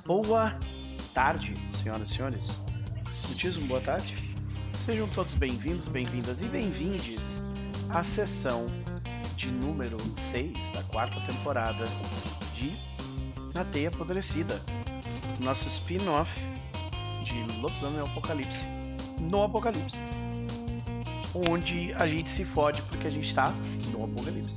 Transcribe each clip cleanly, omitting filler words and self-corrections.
Boa tarde, senhoras e senhores. Muitíssimo boa tarde. Sejam todos bem-vindos, bem-vindas e bem-vindes à sessão de número 6 da quarta temporada de Na Teia Apodrecida, nosso spin-off de Lobisomem Apocalipse no Apocalipse, onde a gente se fode porque a gente tá no Apocalipse.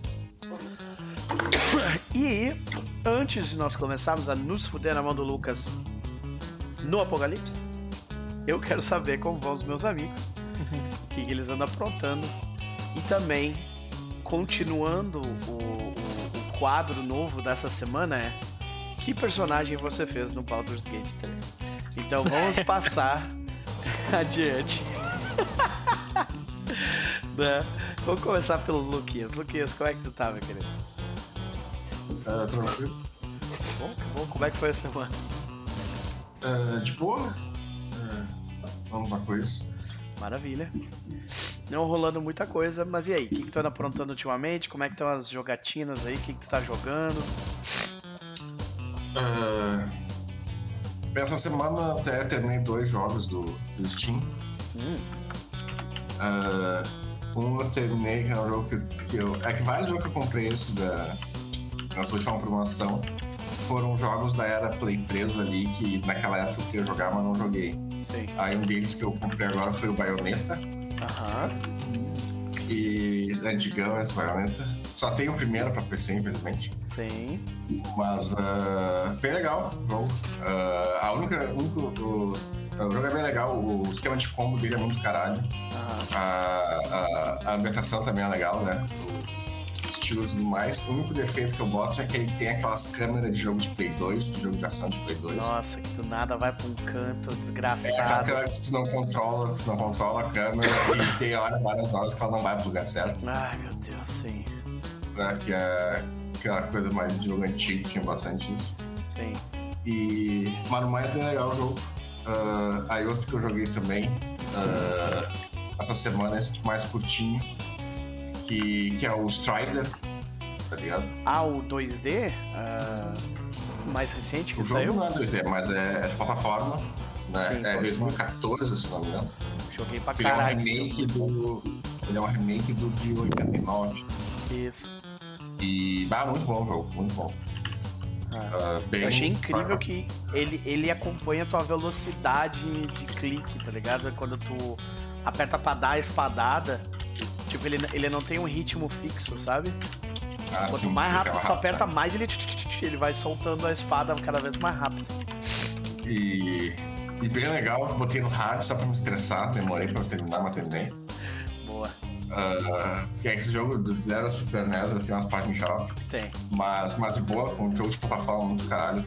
E antes de nós começarmos a nos fuder na mão do Lucas no Apocalipse, eu quero saber como vão os meus amigos, o que eles andam aprontando, e também, continuando o quadro novo dessa semana, é: que personagem você fez no Baldur's Gate 3? Então vamos passar adiante. Né? Vamos começar pelo Luquinhas. Luquinhas, como é que tu tá, meu querido? Tranquilo. Bom, como é que foi a semana? De boa. Vamos lá com isso. Maravilha. Não rolando muita coisa, mas e aí? O que tu anda aprontando ultimamente? Como é que estão as jogatinas aí? O que tu tá jogando? Essa semana até terminei 2 jogos do Steam. Um eu terminei, que é um jogo que eu... É que vários jogos que eu comprei nessa última promoção foram jogos da era Play 3 ali, que naquela época eu queria jogar, mas não joguei. Sim. Aí um deles que eu comprei agora foi o Bayonetta. E antigão esse Bayonetta. Só tem o primeiro pra PC, infelizmente. Sim. Mas bem legal o jogo. O jogo é bem legal, o sistema de combo dele é muito caralho. A ambientação também é legal, né? O estilo e tudo mais. O único defeito que eu boto é que ele tem aquelas câmeras de jogo de Play 2, de jogo de ação de Play 2. Nossa, que do nada vai pra um canto desgraçado. É aquelas câmeras que tu não controla a câmera e tem várias horas que ela não vai pro lugar certo. Ai, meu Deus, sim. Né? Que é aquela coisa mais de jogo antigo, tinha bastante isso. Sim. Mas no mais bem legal o jogo. Aí outro que eu joguei também essa semana, esse mais curtinho, que é o Strider, tá ligado? O 2D? Mais recente que o jogo saiu? Não é 2D, mas é de plataforma, né? Sim, é 2014, se não me engano. Joguei pra Ele é um caralho. remake do de 89. Isso. E muito bom o jogo, muito bom. Eu achei incrível que ele acompanha a tua velocidade de clique, tá ligado? Quando tu aperta pra dar a espadada, tipo, ele não tem um ritmo fixo, sabe? Quanto mais rápido tu aperta, mais ele vai soltando a espada cada vez mais rápido. E bem legal, eu botei no hard só pra me estressar, demorei pra terminar, mas terminei. Boa. Porque esse jogo do Zero Super NES tem umas partes em xarope. Tem. Mas de boa, com um jogo de plataforma muito caralho.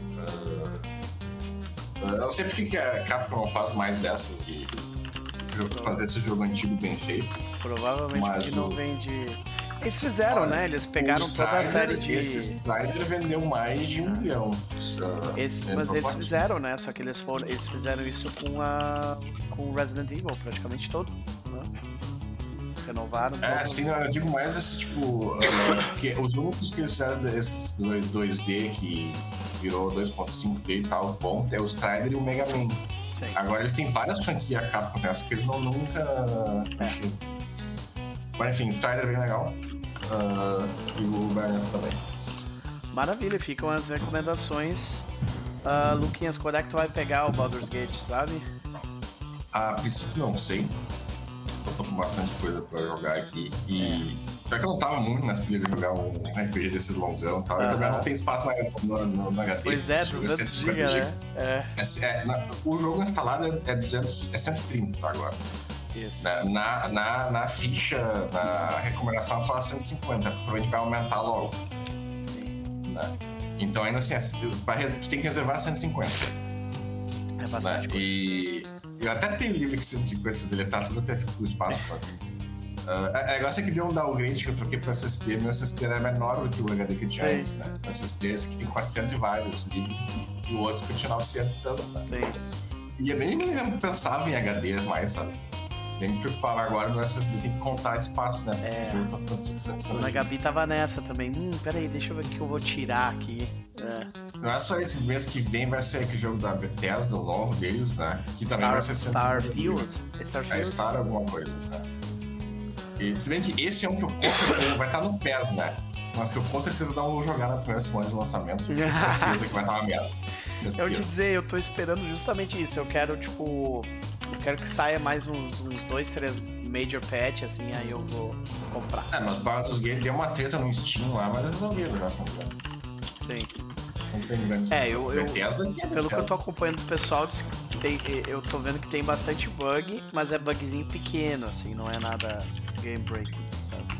Eu não sei porque que a Capcom faz mais dessas de fazer esse jogo antigo bem feito. Provavelmente porque não vende. Eles fizeram, Olha, né? Eles pegaram toda a série de. Esse Strider vendeu mais de 1 milhão. Mas eles fizeram, né? Só que eles fizeram isso com Resident Evil, praticamente todo. Né? Renovaram. Sim, eu digo mais esse tipo. Porque os únicos que eles fizeram desses 2D que virou 2.5D e tal, bom, é o Strider e o Mega Man. Sim. Agora eles têm várias franquias Capcom dessa que eles nunca mexiram. Mas enfim, Strider é bem legal. E o Bayonetta também. Maravilha, ficam as recomendações. Luquinhas, quando é que tu vai pegar o Baldur's Gate, sabe? A princípio não sei. Eu tô com bastante coisa pra jogar aqui. Já que eu não tava muito nessa pilha de jogar um RPG desses longão e tal, e também não tem espaço no HD. Pois é, 200 GB, né? O jogo instalado é 130 agora. Isso. Na ficha, na recomendação, fala 150, provavelmente vai aumentar logo. Sim. Né? Então, ainda assim, tu tem que reservar 150. É bastante. Né? E eu até tenho livro que 150, se deletar tudo, até fica com espaço pra vir. O negócio é que deu um downgrade que eu troquei pro SSD. Meu SSD era menor do que o HD que eu tinha antes, né? O SSD esse que tem 400 e vários livros, e o outro que eu tinha 900 e tantos, né? Sim. E eu nem pensava em HD mais, sabe? Nem me preocupava agora no SSD, tem que contar espaço, né? Esse jogo tá ficando 700 GB. A Gabi tava nessa também. Peraí, deixa eu ver o que eu vou tirar aqui. Não é só esse mês que vem, vai ser aquele jogo da Bethesda, o novo deles, né? Que também vai ser Starfield? É Star alguma coisa, né? E se bem que esse é um que eu com certeza vai estar no PES, né? Mas que eu com certeza não vou jogar na primeira semana de lançamento. Com certeza que vai estar uma merda. Eu te dizer, eu tô esperando justamente isso. Eu quero, tipo... Eu quero que saia mais uns 2, 3 major patch, assim, aí eu vou comprar. Mas Baldur's Gate deu uma treta no Steam lá, mas resolveram, né? Sim. Não tem grandes... Pelo que eu tô acompanhando do pessoal, eu tô vendo que tem bastante bug, mas é bugzinho pequeno, assim, não é nada tipo, game breaking, sabe?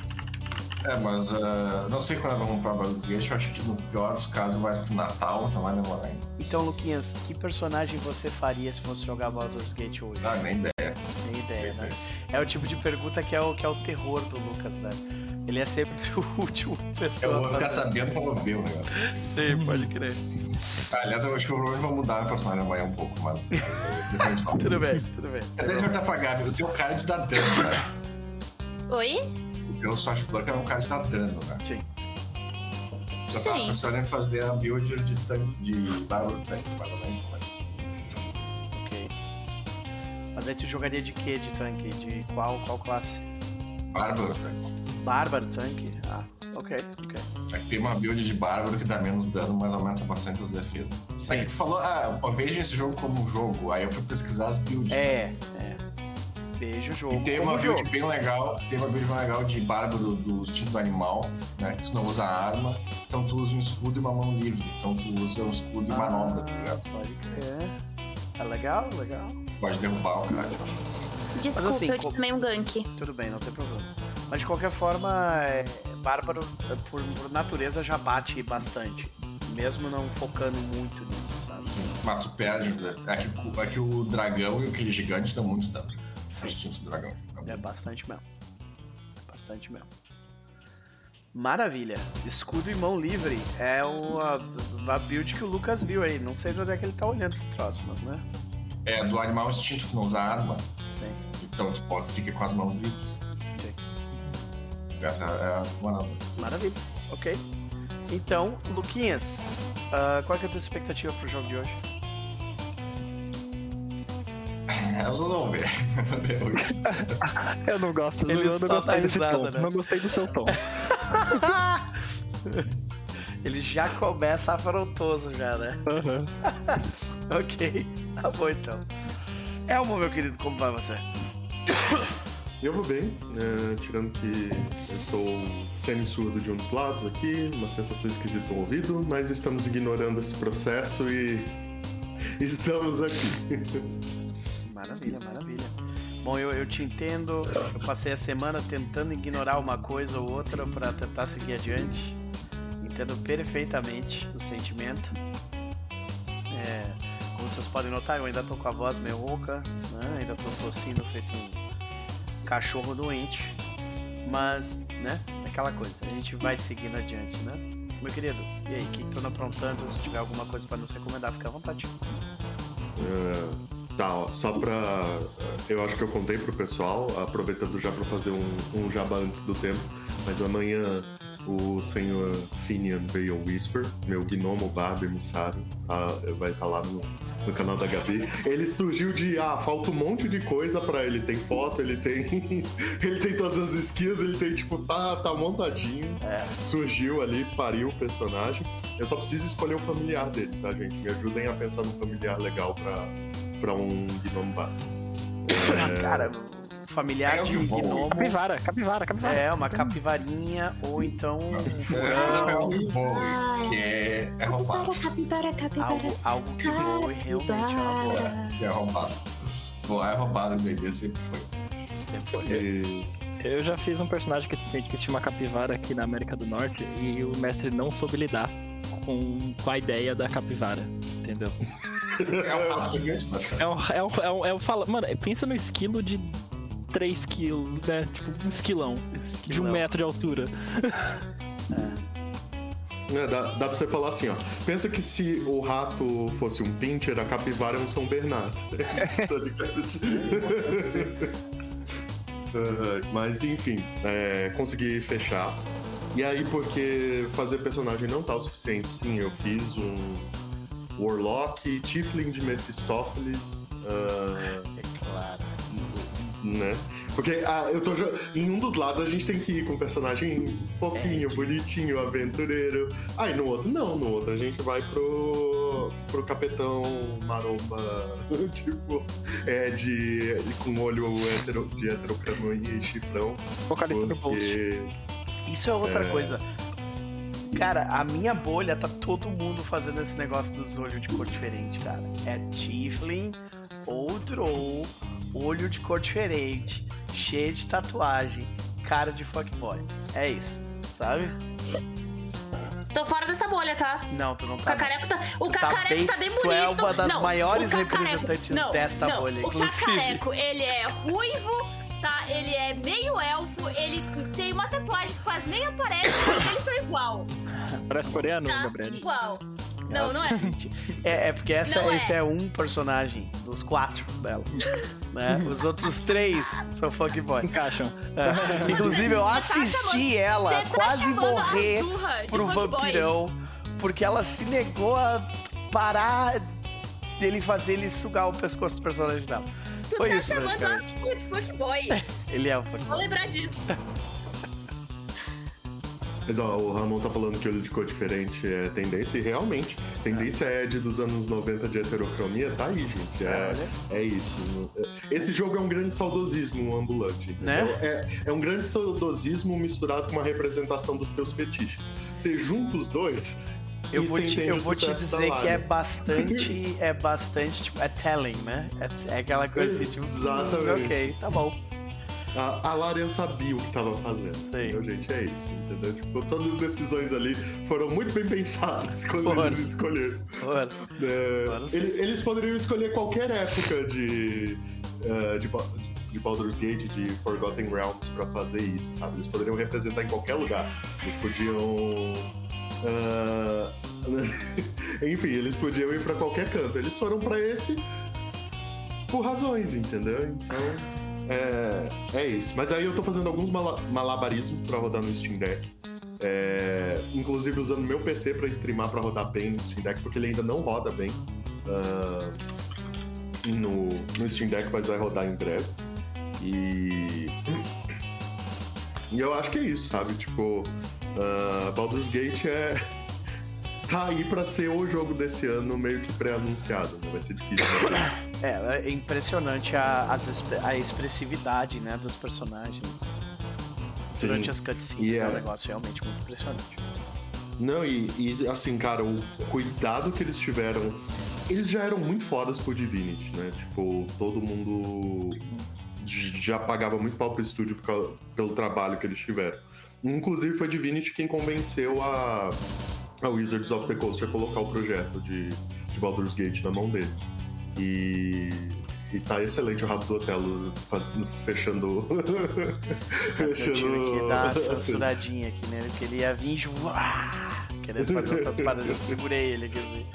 Mas não sei quando vamos comprar Baldur's Gate, eu acho que no pior dos casos vai pro Natal, não vai demorar ainda. Então, Luquinhas, que personagem você faria se fosse jogar Baldur's Gate hoje? Nem ideia. Nem ideia, né? É o tipo de pergunta que é o terror do Lucas, né? Ele é sempre o último pessoa. Eu vou ficar sabendo quando eu ver o negócio. Sim, pode crer. Aliás, eu acho que eu provavelmente vou mudar meu personagem amanhã um pouco, mas depois a gente fala. Tudo bem. Até de perguntar pra Gabi, eu tenho cara de dar dano, né? Oi? O teu Swashbuckler é um cara de dar dano, né? Sim. Eu tava pensando em fazer a build de tanque, de bárbaro tanque, mais ou menos. Ok. Mas aí tu jogaria de que de tanque? De qual classe? Bárbaro tanque. Bárbaro tanque? Ok. É que tem uma build de bárbaro que dá menos dano, mas aumenta bastante as defesas. Sim. É que tu falou, veja esse jogo como um jogo, aí eu fui pesquisar as builds. Veja o jogo. E tem uma build bem legal, de bárbaro do instinto do animal, né? Que tu não usa arma, então tu usa um escudo e uma mão livre. Então tu usa um escudo e manobra, tá ligado? Pode crer. É legal. Pode derrubar o cara. Desculpa, assim, eu te tomei um gank. Tudo bem, não tem problema. Mas de qualquer forma, bárbaro por natureza já bate bastante. Mesmo não focando muito nisso, sabe? Sim, mas tu perde, né? É que o dragão e aquele gigante dão muito dano. O instinto do dragão. É bastante mesmo. Maravilha. Escudo e mão livre é a build que o Lucas viu aí. Não sei de onde é que ele tá olhando esse troço, mas, né? É do animal instinto que não usa arma. Sim. Então tu pode ficar com as mãos livres. Sim. Essa é a manobra. Maravilha. Ok. Então, Luquinhas, qual que é a tua expectativa pro jogo de hoje? Vocês vão ver. Eu não gosto desse tom. Né? Não gostei do seu tom. Ele já começa afrontoso já, né? Uhum. Ok, tá bom então. Elmo, meu querido, como vai você? Eu vou bem, tirando que eu estou semi-surdo de um dos lados aqui, uma sensação esquisita no ouvido, mas estamos ignorando esse processo e estamos aqui. Maravilha. Bom, eu te entendo, eu passei a semana tentando ignorar uma coisa ou outra para tentar seguir adiante. Entendo perfeitamente o sentimento. Como vocês podem notar, eu ainda tô com a voz meio rouca, né? Ainda tô tossindo feito um cachorro doente. Mas, né? Aquela coisa, a gente vai seguindo adiante, né? Meu querido, e aí, o que tu anda aprontando? Se tiver alguma coisa para nos recomendar, fica à vontade. Tá, ó, só pra... Eu acho que eu contei pro pessoal, aproveitando já pra fazer um jabá antes do tempo, mas amanhã o senhor Finian Veil Whisper, meu gnomo bardo emissário, vai estar lá no canal da Gabi. Ele surgiu de, falta um monte de coisa pra ele. Tem foto, ele tem todas as skills, ele tem, tipo, tá montadinho. Surgiu ali, pariu o personagem. Eu só preciso escolher o familiar dele, tá, gente? Me ajudem a pensar num familiar legal pra um gnomo bardo. Cara, familiar de um gnomo. Capivara. Uma capivarinha ou então um furão. Que é roubado. Algo que voe realmente é uma boa. Que é roubado. Voar é roubado no D&D, sempre foi. Eu já fiz um personagem que tinha uma capivara aqui na América do Norte e o mestre não soube lidar com a ideia da capivara, entendeu? É um fala gigante, basicamente. Mano, pensa no esquilo de 3 quilos, né? Tipo, um esquilão. De 1 metro de altura. Dá pra você falar assim, ó. Pensa que se o rato fosse um pincher, a capivara é um São Bernardo. Tá ligado? Mas enfim, consegui fechar. E aí, porque fazer personagem não tá o suficiente, sim, eu fiz um Warlock, Tiefling de Mephistófeles. É claro. Né? Porque em um dos lados a gente tem que ir com um personagem fofinho, bonitinho, aventureiro. Aí no outro, não. No outro a gente vai pro capetão maromba, tipo, com olho de heterocrano e chifrão. Focalista no bolso. Isso é outra coisa. Cara, a minha bolha tá todo mundo fazendo esse negócio dos olhos de cor diferente, cara. É Tiefling ou Drow, olho de cor diferente, cheio de tatuagem, cara de fuckboy. É isso, sabe? Tô fora dessa bolha, tá? Não, tu não tá. O Cacareco tá bem bonito. Tu é uma das maiores representantes desta bolha, inclusive. O Cacareco, ele é ruivo, tá? Ele é meio elfo, ele tem uma tatuagem que quase nem aparece, mas eles são igual. Parece coreano, tá? Gabriel. Igual. Não é. É porque esse é um personagem dos 4 dela. Né? Os outros 3 são fuckboy. Encaixam. Inclusive, eu assisti ela quase morrer pro vampirão, porque ela se negou a parar dele fazer ele sugar o pescoço do personagem dela. Tu foi tá isso, praticamente. De fuckboy. Ele é um fuckboy. Vou lembrar disso. Mas ó, o Ramon tá falando que olho de cor diferente é tendência, e realmente, tendência é dos anos 90 de heterocromia, tá aí, gente. É isso. Esse jogo é um grande saudosismo ambulante. Né? É um grande saudosismo misturado com uma representação dos teus fetiches. Você junta os dois. Eu vou te dizer que é bastante, tipo, é telling, né? É aquela coisa assim, tipo. Exatamente. Ok, tá bom. A Larian sabia o que tava fazendo. Sim. Meu, gente, é isso, entendeu? Tipo, todas as decisões ali foram muito bem pensadas quando eles escolheram. Eles poderiam escolher qualquer época de Baldur's Gate, de Forgotten Realms pra fazer isso, sabe? Eles poderiam representar em qualquer lugar. Eles podiam... Enfim, eles podiam ir pra qualquer canto. Eles foram pra esse por razões, entendeu? Então... É isso. Mas aí eu tô fazendo alguns malabarismos pra rodar no Steam Deck. Inclusive usando meu PC pra streamar pra rodar bem no Steam Deck, porque ele ainda não roda bem no Steam Deck, mas vai rodar em breve. E eu acho que é isso, sabe? Tipo, Baldur's Gate tá aí pra ser o jogo desse ano meio que pré-anunciado, né? Vai ser difícil. É impressionante a expressividade, né, dos personagens. Sim. Durante as cutscenes, é um negócio realmente muito impressionante. Não, e assim, cara, o cuidado que eles tiveram... Eles já eram muito fodas por Divinity, né? Tipo, todo mundo já pagava muito pau pro estúdio pelo trabalho que eles tiveram. Inclusive foi Divinity quem convenceu a Wizards of the Coast a colocar o projeto de Baldur's Gate na mão deles. E tá excelente o rabo do Otelo fechando. Eu tive que dar uma censuradinha aqui, né? Porque ele ia vir querendo fazer outras paradas. Eu segurei ele, quer dizer.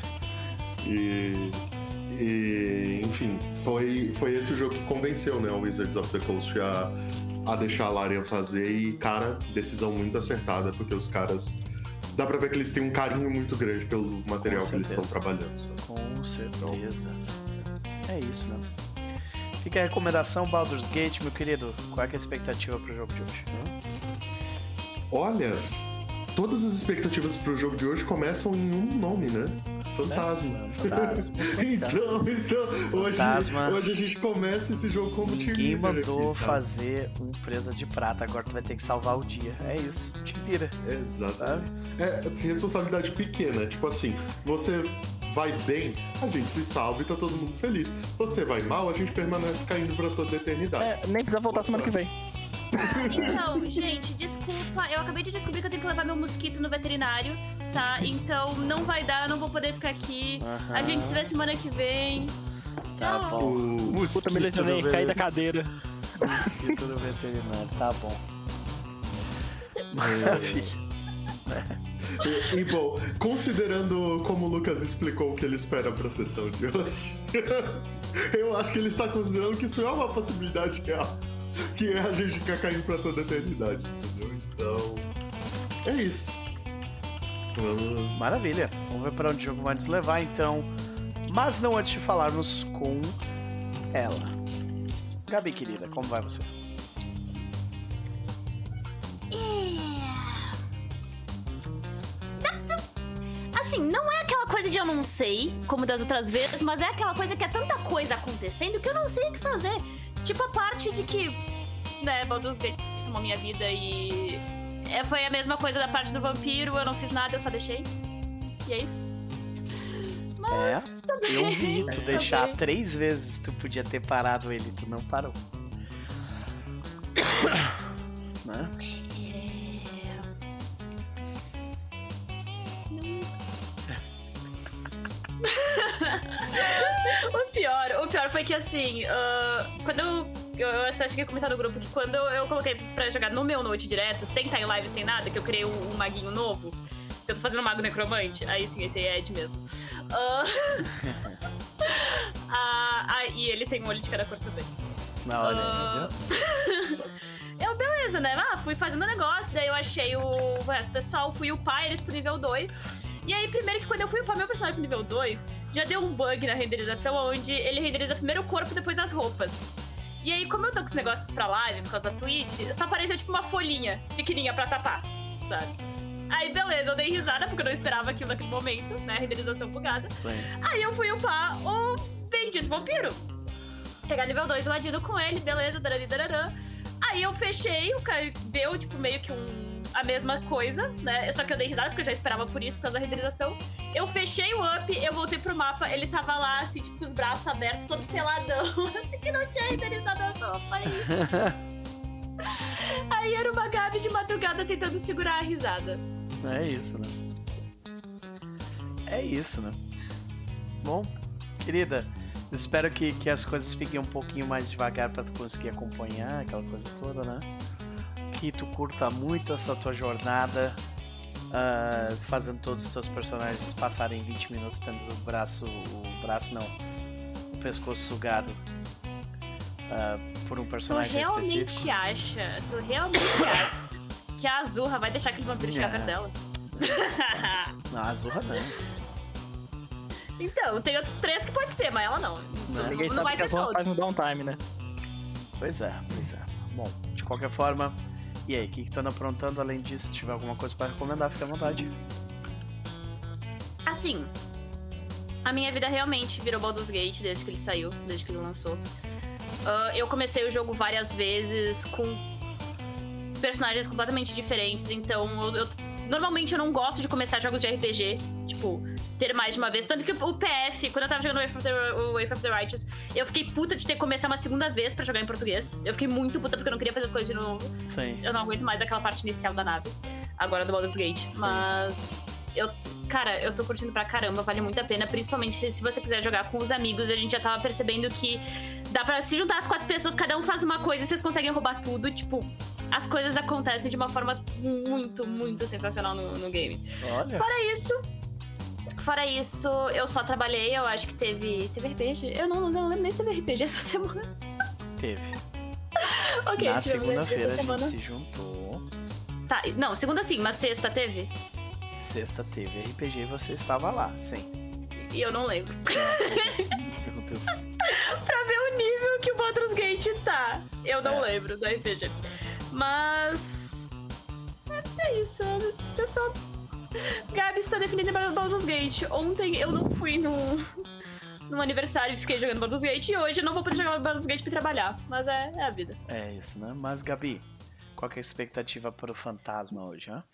E enfim, foi esse o jogo que convenceu, né, o Wizards of the Coast a deixar a Larian fazer. E, cara, decisão muito acertada, porque os caras... Dá pra ver que eles têm um carinho muito grande pelo material que eles estão trabalhando. Sabe? Com certeza. É isso, né? Fica a recomendação, Baldur's Gate, meu querido. Qual é a expectativa pro jogo de hoje? Olha, todas as expectativas pro jogo de hoje começam em um nome, né? Fantasma. Então, hoje a gente começa esse jogo como time. Ninguém mandou fazer um presa de prata, agora tu vai ter que salvar o dia. É isso, te vira. Exatamente. É responsabilidade pequena, tipo assim, você vai bem, a gente se salva e tá todo mundo feliz. Você vai mal, a gente permanece caindo pra toda a eternidade. Nem precisa voltar semana que vem. Então, gente, desculpa, eu acabei de descobrir que eu tenho que levar meu mosquito no veterinário, tá? Então não vai dar, eu não vou poder ficar aqui. A gente se vê semana que vem. Tá bom. Puta, me lesionei, caí da cadeira. Mosquito no veterinário, tá bom. Maravilha. E bom, considerando como o Lucas explicou o que ele espera pra sessão de hoje, eu acho que ele está considerando que isso é uma possibilidade real, que é a gente ficar caindo pra toda a eternidade, entendeu? Então, é isso. Maravilha. Vamos ver pra onde o jogo vai nos levar, então. Mas não antes de falarmos com ela. Gabi, querida, como vai você? Assim, não é aquela coisa de eu não sei, como das outras vezes, mas é aquela coisa que é tanta coisa acontecendo que eu não sei o que fazer. Tipo a parte de que, né, Baldur's Gate tomou minha vida e... foi a mesma coisa da parte do vampiro, eu não fiz nada, eu só deixei. E é isso. Mas, eu vi tu deixar 3 vezes, tu podia ter parado ele, tu não parou. Né? O pior foi que assim, quando eu até cheguei a comentar no grupo que quando eu coloquei pra jogar no meu Noite direto, sem estar em live, sem nada, que eu criei um maguinho novo, que eu tô fazendo um mago necromante, aí sim, esse aí é Ed mesmo. E ele tem um olho de cada cor também. Na hora, beleza, né? Fui fazendo um negócio, daí eu achei o resto pessoal, fui upar eles pro nível 2. E aí, primeiro que quando eu fui upar meu personagem pro nível 2, já deu um bug na renderização, onde ele renderiza primeiro o corpo e depois as roupas. E aí, como eu tô com os negócios pra live, por causa da Twitch, só apareceu tipo uma folhinha pequenininha pra tapar, sabe? Aí, beleza, eu dei risada, porque eu não esperava aquilo naquele momento, né? Renderização bugada. Sim. Aí eu fui upar o bendito vampiro. Pegar nível 2 de ladino com ele, beleza, darará. Aí eu fechei, o cara deu, tipo, meio que a mesma coisa, né? Só que eu dei risada, porque eu já esperava por isso, por causa da renderização. Eu fechei o up, eu voltei pro mapa, ele tava lá, assim, tipo, com os braços abertos, todo peladão, assim, que não tinha renderizado a sopa. Aí era uma Gabi de madrugada tentando segurar a risada. É isso, né? Bom, querida, eu espero que as coisas fiquem um pouquinho mais devagar pra tu conseguir acompanhar aquela coisa toda, né? Que tu curta muito essa tua jornada, fazendo todos os teus personagens passarem 20 minutos tendo o pescoço sugado por um personagem específico. Tu realmente acha que a Azurra vai deixar aquele vampiro chegar perto dela? Não, a Azurra não. Então, tem outros 3 que pode ser, mas ela não. Ninguém sabe que a Azurra faz no downtime, né? Pois é. Bom, de qualquer forma, e aí, o que tu anda aprontando? Além disso, se tiver alguma coisa pra recomendar, fica à vontade. Assim, a minha vida realmente virou Baldur's Gate desde que ele saiu, desde que ele lançou. Eu comecei o jogo várias vezes com personagens completamente diferentes, então normalmente eu não gosto de começar jogos de RPG, tipo, ter mais de uma vez. Tanto que o PF, quando eu tava jogando o Way of the Righteous, eu fiquei puta de ter que começar uma segunda vez pra jogar em português. Eu fiquei muito puta porque eu não queria fazer as coisas de novo. Sim. Eu não aguento mais aquela parte inicial da nave, agora do Baldur's Gate. Sim. Mas eu tô curtindo pra caramba, vale muito a pena, principalmente se você quiser jogar com os amigos. A gente já tava percebendo que dá pra se juntar as 4 pessoas, cada um faz uma coisa e vocês conseguem roubar tudo, tipo... As coisas acontecem de uma forma muito, muito sensacional no game. Olha. Fora isso, eu só trabalhei, eu acho que teve RPG. Eu não lembro nem se teve RPG essa semana. Teve. Ok, na segunda-feira a gente se juntou. Tá, não, segunda sim, mas sexta teve? Sexta teve RPG e você estava lá, sim. E eu não lembro. Meu Deus. Pra ver o nível que o Baldur's Gate tá. Eu não lembro do RPG. Mas... É isso, eu só... Gabi está definindo Baldur's Gate. Ontem eu não fui no aniversário e fiquei jogando Baldur's Gate. E hoje eu não vou poder jogar Baldur's Gate pra trabalhar. Mas é a vida. É isso, né? Mas, Gabi, qual que é a expectativa para o fantasma hoje, hein?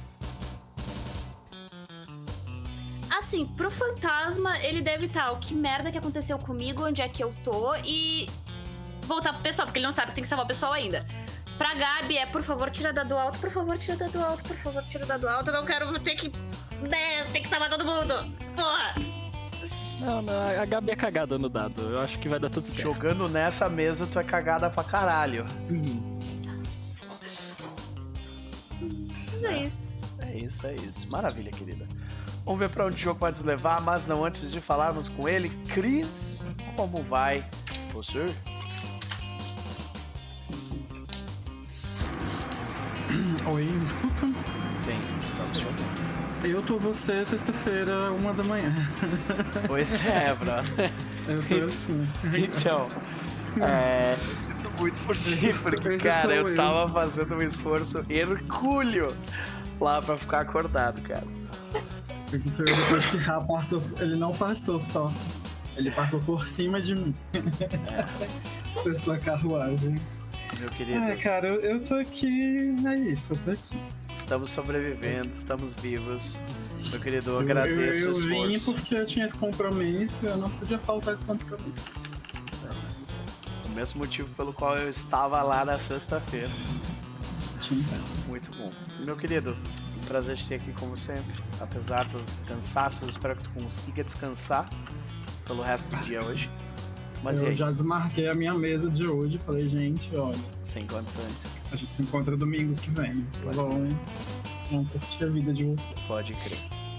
Assim, pro fantasma, ele deve estar o que merda que aconteceu comigo, onde é que eu tô, e voltar pro pessoal, porque ele não sabe que tem que salvar o pessoal ainda. Pra Gabi por favor, tira dado alto, por favor, tira dado alto, por favor, tira dado alto. Eu não quero ter que salvar todo mundo. Porra! Não, a Gabi é cagada no dado. Eu acho que vai dar tudo certo. Jogando nessa mesa, tu é cagada pra caralho. Mas é isso. É isso. Maravilha, querida. Vamos ver pra onde o jogo vai nos levar, mas não antes de falarmos com ele. Cris, como vai você? Oi, me escuta? Sim, estamos te ouvindo. Eu tô você sexta-feira, 1h. Pois é, brother. Eu tô assim. Então, eu sinto muito por ti, porque, cara, eu tava fazendo um esforço hercúleo lá pra ficar acordado, cara. Esse sou eu depois que Ra passou, ele não passou só. Ele passou por cima de mim. Foi sua carruagem. Meu querido. Cara, eu tô aqui. É isso, eu tô aqui. Estamos sobrevivendo, estamos vivos. Meu querido, eu agradeço o esforço. Eu vim porque eu tinha esse compromisso, eu não podia faltar esse compromisso. O mesmo motivo pelo qual eu estava lá na sexta-feira. Muito bom. Meu querido, um prazer te ter aqui como sempre. Apesar dos cansaços, espero que tu consiga descansar pelo resto do dia hoje. Mas eu já desmarquei a minha mesa de hoje. Falei, gente, olha. Sem condições. A gente se encontra domingo que vem. Vamos curtir a vida de vocês. Pode crer.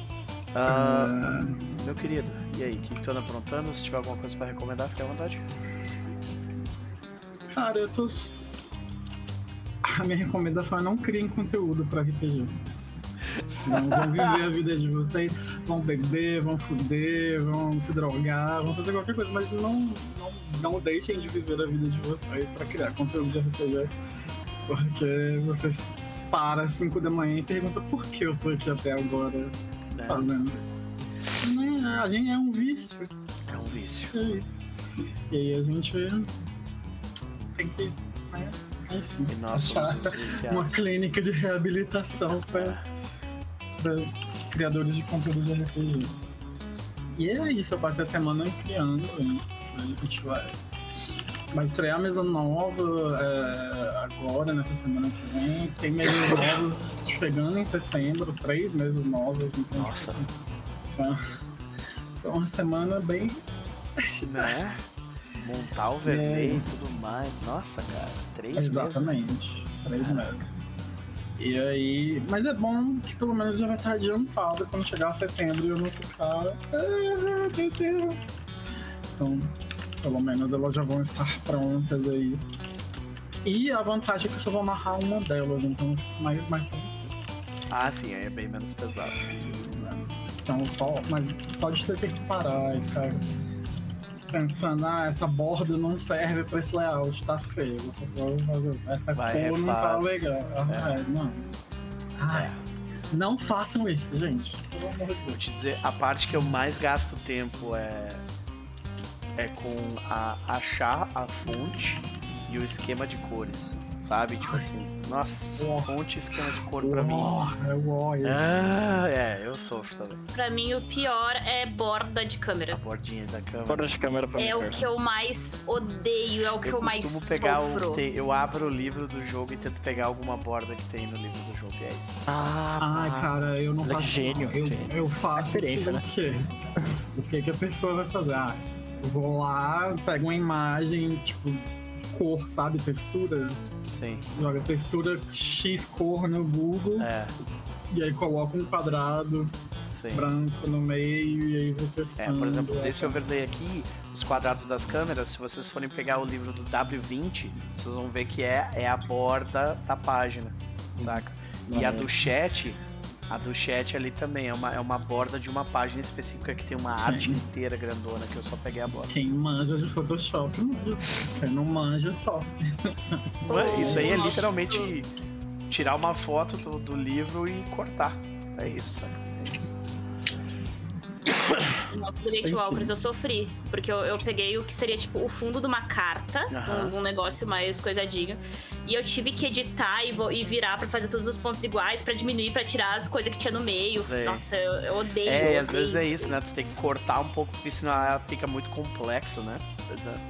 Meu querido, e aí? O que tu anda aprontando? Se tiver alguma coisa pra recomendar, fique à vontade. Cara, eu tô. A minha recomendação é não criem conteúdo pra RPG. Não, vão viver a vida de vocês, vão beber, vão fuder, vão se drogar, vão fazer qualquer coisa, mas não deixem de viver a vida de vocês pra criar conteúdo de RPG, porque vocês param às 5h e perguntam por que eu tô aqui até agora fazendo isso. A gente é um vício. É um vício. É isso. E aí a gente tem que, enfim, e nós somos uma clínica de reabilitação para criadores de conteúdo de RPG. E é isso, eu passei a semana criando, a gente vai estrear a mesa nova agora, nessa semana que vem. Tem mesas novas chegando em setembro, 3 mesas novas. Então, nossa! Foi uma semana bem... Né? Montar o overlay e tudo mais. Nossa, cara, 3 meses. Exatamente, 3 meses. E aí... Mas é bom que pelo menos já vai estar adiantado quando chegar a setembro e eu não ficar... meu Deus! Então, pelo menos elas já vão estar prontas aí. E a vantagem é que eu só vou amarrar uma delas, então mais tranquilo. Ah, sim, aí é bem menos pesado. Então, só de ter que parar e ficar pensando, essa borda não serve pra esse layout, tá feio. Essa cor não tá legal. Não façam isso, gente. Vou te dizer, a parte que eu mais gasto tempo é com achar a fonte e o esquema de cores, sabe? Tipo assim, nossa, fonte e esquema de cor pra mim. Eu sofro também. Pra mim, o pior é borda de câmera. A bordinha da câmera. Borda de câmera pra mim. É o que eu mais odeio, é o que eu mais sofro. Eu abro o livro do jogo e tento pegar alguma borda que tem no livro do jogo, é isso. Cara, eu não faço. Gênio. Eu faço isso, né? O que a pessoa vai fazer? Eu vou lá, pego uma imagem, tipo, cor, sabe? Textura. Sim. Joga textura X cor no Google. E aí coloca um quadrado branco no meio e aí vou testando. Por exemplo, desse overlay aqui, os quadrados das câmeras, se vocês forem pegar o livro do W20, vocês vão ver que é a borda da página, saca? E a do chat ali também é uma borda de uma página específica que tem uma arte inteira grandona, que eu só peguei a borda. Quem manja de Photoshop manja. Quem não manja, sofre. Isso aí é literalmente tirar uma foto do livro e cortar. É isso, sabe? É isso. No Great Walkers eu sofri, porque eu peguei o que seria tipo o fundo de uma carta, um negócio mais coisadinho, e eu tive que editar e virar pra fazer todos os pontos iguais, pra diminuir, pra tirar as coisas que tinha no meio. Nossa, eu odeio. E às vezes é isso, né? Tu tem que cortar um pouco, porque senão fica muito complexo, né? Pois é.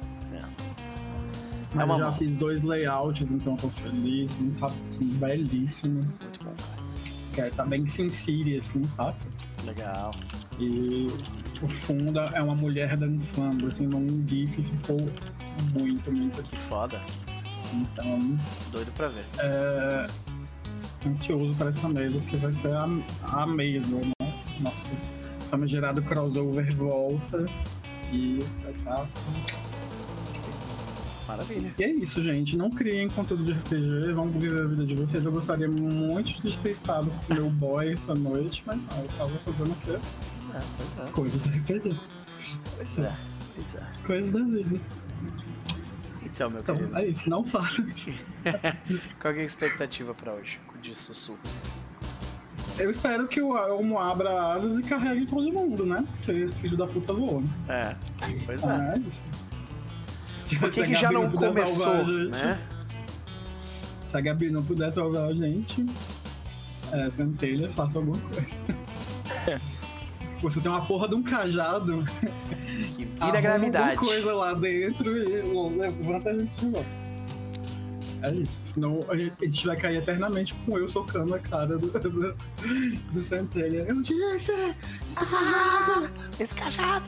Mas eu já fiz 2 layouts, então tô feliz, tá assim, belíssimo. Muito bom, cara. Tá bem Sin City, assim, sabe? Legal. E o fundo é uma mulher dançando, assim, num GIF, ficou muito Que foda. Então... Doido pra ver. ansioso para essa mesa, porque vai ser a mesa, né? Nosso famigerado crossover volta e vai estar assim. Maravilha. E é isso, gente. Não criem conteúdo de RPG, vamos viver a vida de vocês. Eu gostaria muito de ter estado com meu boy essa noite, mas não, eu estava fazendo o quê? Pois é. Coisas de RPG. Pois é. Coisas da vida. Então, meu querido. Então, é isso. Não façam isso. Qual que é a expectativa pra hoje de sussurros? Eu espero que o Elmo abra asas e carregue todo mundo, né? Porque esse filho da puta voa. Pois é. É isso. Por que já não começou, né? Se a Gabi não puder salvar a gente, Centelha, faça alguma coisa. Você tem uma porra de um cajado que vira gravidade. Alguma coisa lá dentro e levanta a gente de volta. É isso. Senão a gente vai cair eternamente com eu socando a cara do Centelha. Eu disse! Esse cajado!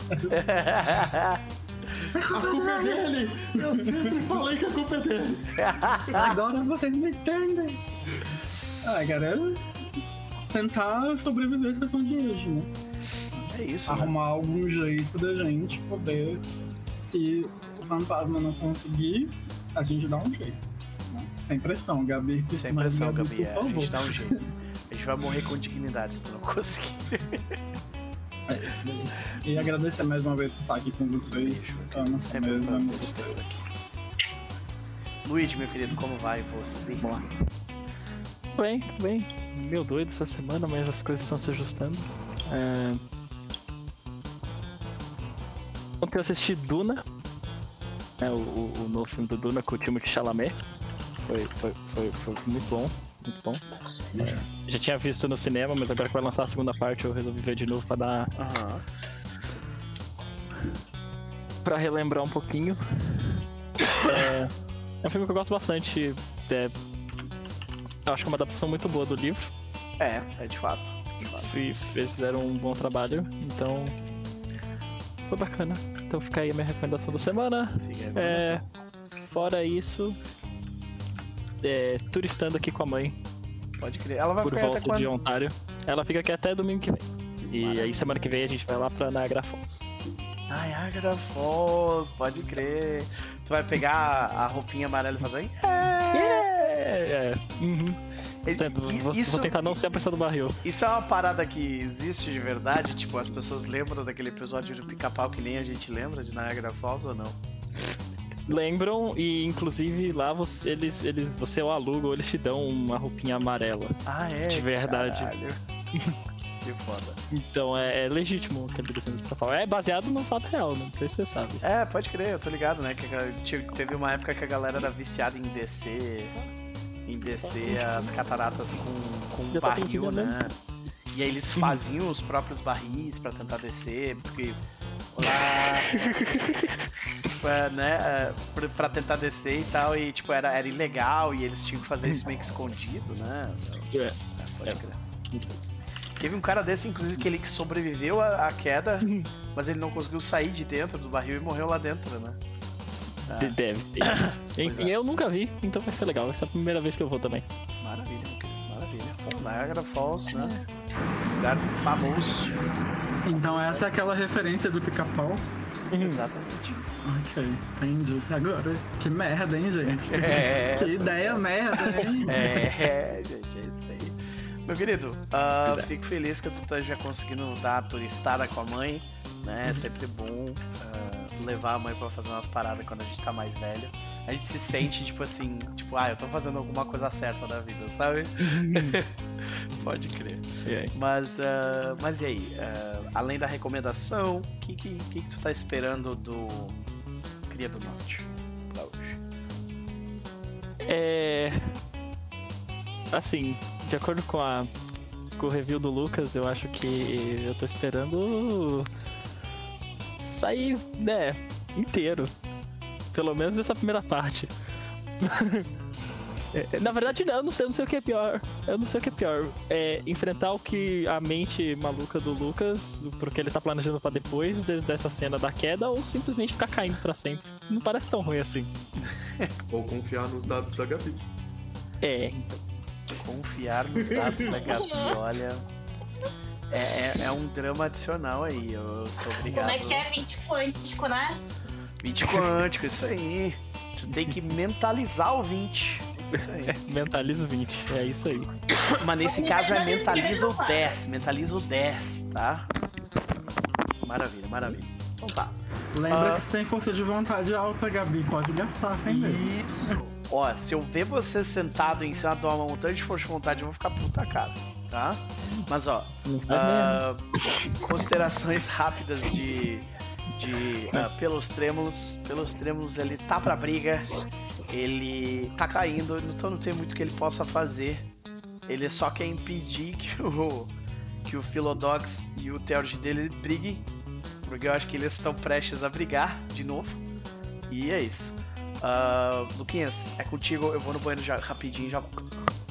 A culpa é dele! Eu sempre falei que a culpa é dele! Agora vocês me entendem! Galera, tentar sobreviver a sessão de hoje, né? É isso, arrumar algum jeito da gente poder, se o fantasma não conseguir, a gente dá um jeito. Né? Sem pressão, Gabi. Sem pressão, Gabi. A gente dá um jeito. A gente vai morrer com dignidade se tu não conseguir. É isso aí. E agradecer mais uma vez por estar aqui com vocês. Sempre amo vocês. Luigi, meu querido, como vai você? Bem. Meio doido essa semana, mas as coisas estão se ajustando. Ontem eu assisti Duna, o novo filme do Duna com o Timothée Chalamet. Foi muito bom. Já tinha visto no cinema, mas agora que vai lançar a segunda parte eu resolvi ver de novo pra dar... Pra relembrar um pouquinho. É um filme que eu gosto bastante. Eu acho que é uma adaptação muito boa do livro. É de fato. E eles fizeram um bom trabalho, então foi bacana. Então fica aí a minha recomendação da semana. Fora isso, turistando aqui com a mãe. Pode crer. Ela vai por ficar volta até quando? De Ontário. Ela fica aqui até domingo que vem. E aí semana que vem a gente vai lá pra Niagara Falls. Niagara Falls, pode crer. Tu vai pegar a roupinha amarela e fazer? Vou tentar não ser a pessoa do barril. Isso é uma parada que existe de verdade? Tipo, as pessoas lembram daquele episódio do Pica-Pau que nem a gente lembra de Niagara Falls ou não? Lembram, e inclusive lá você ou aluga ou eles te dão uma roupinha amarela. De verdade. Caralho. Que foda. Então é legítimo aquele desenho do Pica-Pau. É baseado no fato real, não sei se você sabe. Pode crer, eu tô ligado, né? Que teve uma época que a galera era viciada em descer as cataratas com barril, né? E aí eles faziam os próprios barris pra tentar descer, porque pra tentar descer e tal, e tipo, era ilegal e eles tinham que fazer isso meio que escondido, né? Pode crer. Teve um cara desse, inclusive, que sobreviveu à queda, mas ele não conseguiu sair de dentro do barril e morreu lá dentro, né? Deve ter. Enfim, eu nunca vi, então vai ser legal. Essa é a primeira vez que eu vou também. Maravilha, meu querido, maravilha. Bom, Niagara Falls, né? Lugar famoso. Então essa é aquela referência do Pica-Pau? Exatamente. Ok, entendi. Agora, que merda, hein, gente? Que ideia merda, hein? Gente, é isso aí. Meu querido, fico feliz que tu esteja conseguindo dar a turistada com a mãe, né? É sempre bom levar a mãe pra fazer umas paradas quando a gente tá mais velho. A gente se sente, tipo assim, eu tô fazendo alguma coisa certa da vida, sabe? Pode crer. Mas e aí? Além da recomendação, o que tu tá esperando do Cria do Norte pra hoje? Assim, de acordo com o review do Lucas, eu acho que eu tô esperando sair, inteiro. Pelo menos essa primeira parte. Na verdade, não, eu não sei o que é pior. Enfrentar o que a mente maluca do Lucas, porque ele tá planejando pra depois dessa cena da queda, ou simplesmente ficar caindo pra sempre. Não parece tão ruim assim. Ou confiar nos dados da Gabi. Então. Confiar nos dados da Gabi, olha. É um drama adicional aí, eu sou obrigado. Como é que é 20 quântico, né? 20 quântico, isso aí. Tu tem que mentalizar o 20. Isso aí. Mentaliza o 20, é isso aí. Mas nesse caso é mentaliza o 10. Mentaliza o 10, tá? Maravilha, maravilha. Então tá. Lembra que você tem força de vontade alta, Gabi. Pode gastar sem medo. Isso. Ó, se eu ver você sentado em cima de uma montanha de força de vontade, eu vou ficar puta cara, tá? Mas ó, considerações rápidas de Pelos Trêmulos. Pelos Trêmulos, ele tá pra briga. Ele tá caindo, então não tem muito que ele possa fazer. Ele só quer impedir que o Philodox e o Theurge dele briguem, porque eu acho que eles estão prestes a brigar de novo. E é isso. Luquinhas, é contigo. Eu vou no banheiro já, rapidinho, já volto.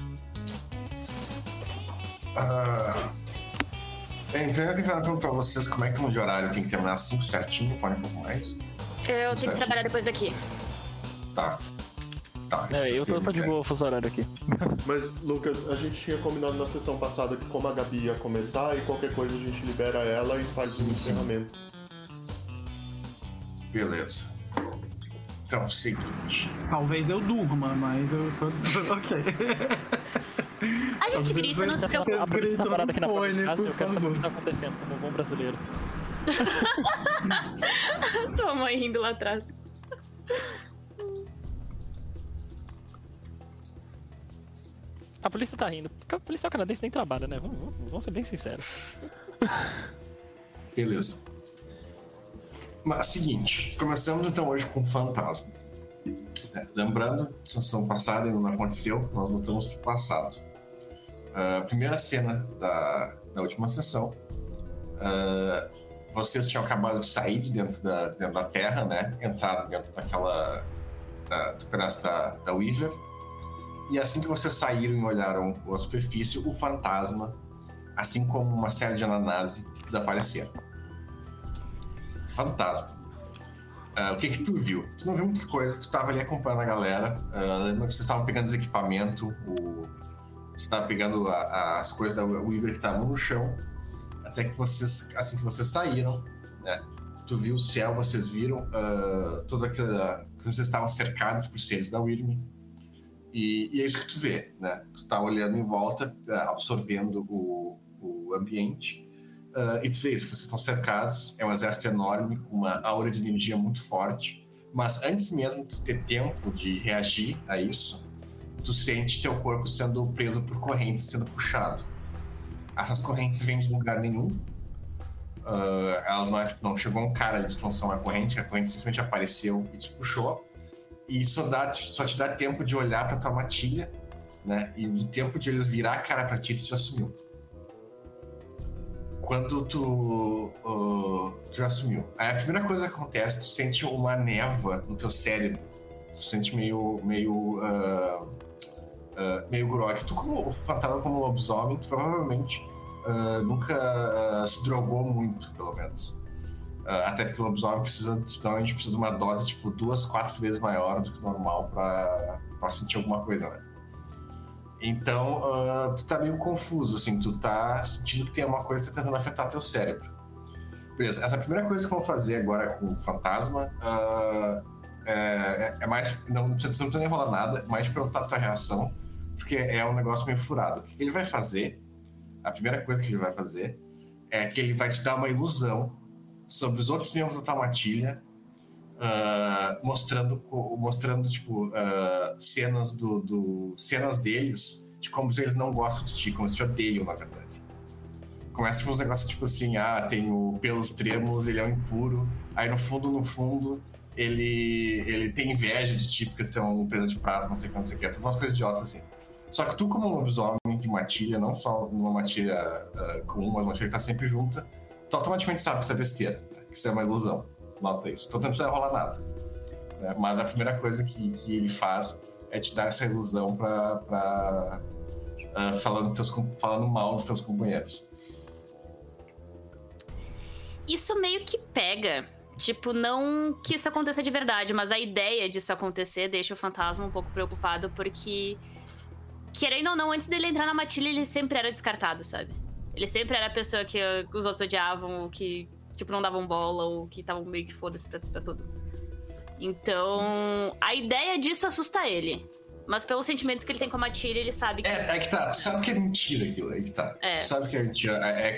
Primeiro eu tenho que perguntar pra vocês como é que estão de horário. Tem que terminar 5 certinho, pode um pouco mais? Eu tenho que trabalhar depois daqui. Tá. Eu tô de boa o fuso horário aqui. Mas, Lucas, a gente tinha combinado na sessão passada que como a Gabi ia começar, e qualquer coisa a gente libera ela e faz o encerramento. Beleza. Então, seguinte. Talvez eu durma, mas eu tô ok. A gente grita, não se preocupe. A polícia tá parada aqui na porta de casa e eu quero saber o que tá favor. acontecendo como um bom brasileiro. Tua mãe rindo lá atrás. A polícia tá rindo. O policial canadense nem trabalha, né? Vamos ser bem sinceros. Beleza. Mas, seguinte, começamos então hoje com o fantasma. Lembrando, sessão passada ainda não aconteceu, nós voltamos pro passado. A primeira cena da última sessão, vocês tinham acabado de sair de dentro da Terra, né? Entrado dentro do pedaço da Weaver. E assim que vocês saíram e olharam a superfície, o fantasma, assim como uma série de ananase, desapareceram. Fantasma. O que tu viu? Tu não viu muita coisa, tu tava ali acompanhando a galera. Lembra que vocês estavam pegando os equipamentos, você tava pegando as coisas da Weaver que estavam no chão, até que vocês, assim que vocês saíram, né? Tu viu o céu, vocês viram toda aquela... Vocês estavam cercados por seres da Wyrm. E é isso que tu vê, né? Tu tá olhando em volta, absorvendo o ambiente. E tu vê isso, vocês estão cercados, é um exército enorme, com uma aura de energia muito forte. Mas antes mesmo de tu ter tempo de reagir a isso, tu sente teu corpo sendo preso por correntes, sendo puxado. Essas correntes vêm de lugar nenhum. Elas não chegou um cara ali de lançar uma corrente, a corrente simplesmente apareceu e te puxou. E só te dá tempo de olhar pra tua matilha, né? E do tempo de eles virar a cara pra ti, tu já sumiu. Quando tu já sumiu, aí a primeira coisa que acontece, tu sente uma névoa no teu cérebro. Tu sente meio grog. Tu, como fantasma, como lobisomem, tu provavelmente nunca se drogou muito, pelo menos. Até porque o lobisomem precisa de uma dose tipo 2-4 vezes maior do que o normal pra sentir alguma coisa, né? Então, tu tá meio confuso, assim, tu tá sentindo que tem uma coisa que tá tentando afetar teu cérebro. Beleza, essa primeira coisa que eu vou fazer agora com o fantasma é mais... Não precisa nem rolar nada, é mais perguntar a tua reação, porque é um negócio meio furado. O que ele vai fazer, a primeira coisa que ele vai fazer, é que ele vai te dar uma ilusão sobre os outros membros da tua matilha, mostrando tipo, cenas cenas deles, de como se eles não gostam de ti, como se te odeiam, na verdade. Começa tipo, uns negócios tipo assim, tem o Pelos Trêmulos, ele é um impuro, aí no fundo, ele tem inveja de ti, porque tem uma presa de prata, não sei o que, todas umas coisas idiotas assim. Só que tu, como um lobisomem de matilha, não só numa matilha comum, mas uma matilha que tá sempre junta, tu automaticamente sabe que isso é besteira, que isso é uma ilusão. Nota isso. Então não precisa rolar nada. Né? Mas a primeira coisa que ele faz é te dar essa ilusão falando mal dos teus companheiros. Isso meio que pega. Tipo, não que isso aconteça de verdade, mas a ideia disso acontecer deixa o fantasma um pouco preocupado, porque querendo ou não, antes dele entrar na matilha, ele sempre era descartado, sabe? Ele sempre era a pessoa que os outros odiavam, ou que, tipo, não davam bola, ou que estavam meio que foda-se pra tudo. Então, a ideia disso assusta ele. Mas pelo sentimento que ele tem com a matilha, ele sabe que... É que tá, tu sabe que é mentira aquilo, aí que tá. Tu sabe que é mentira.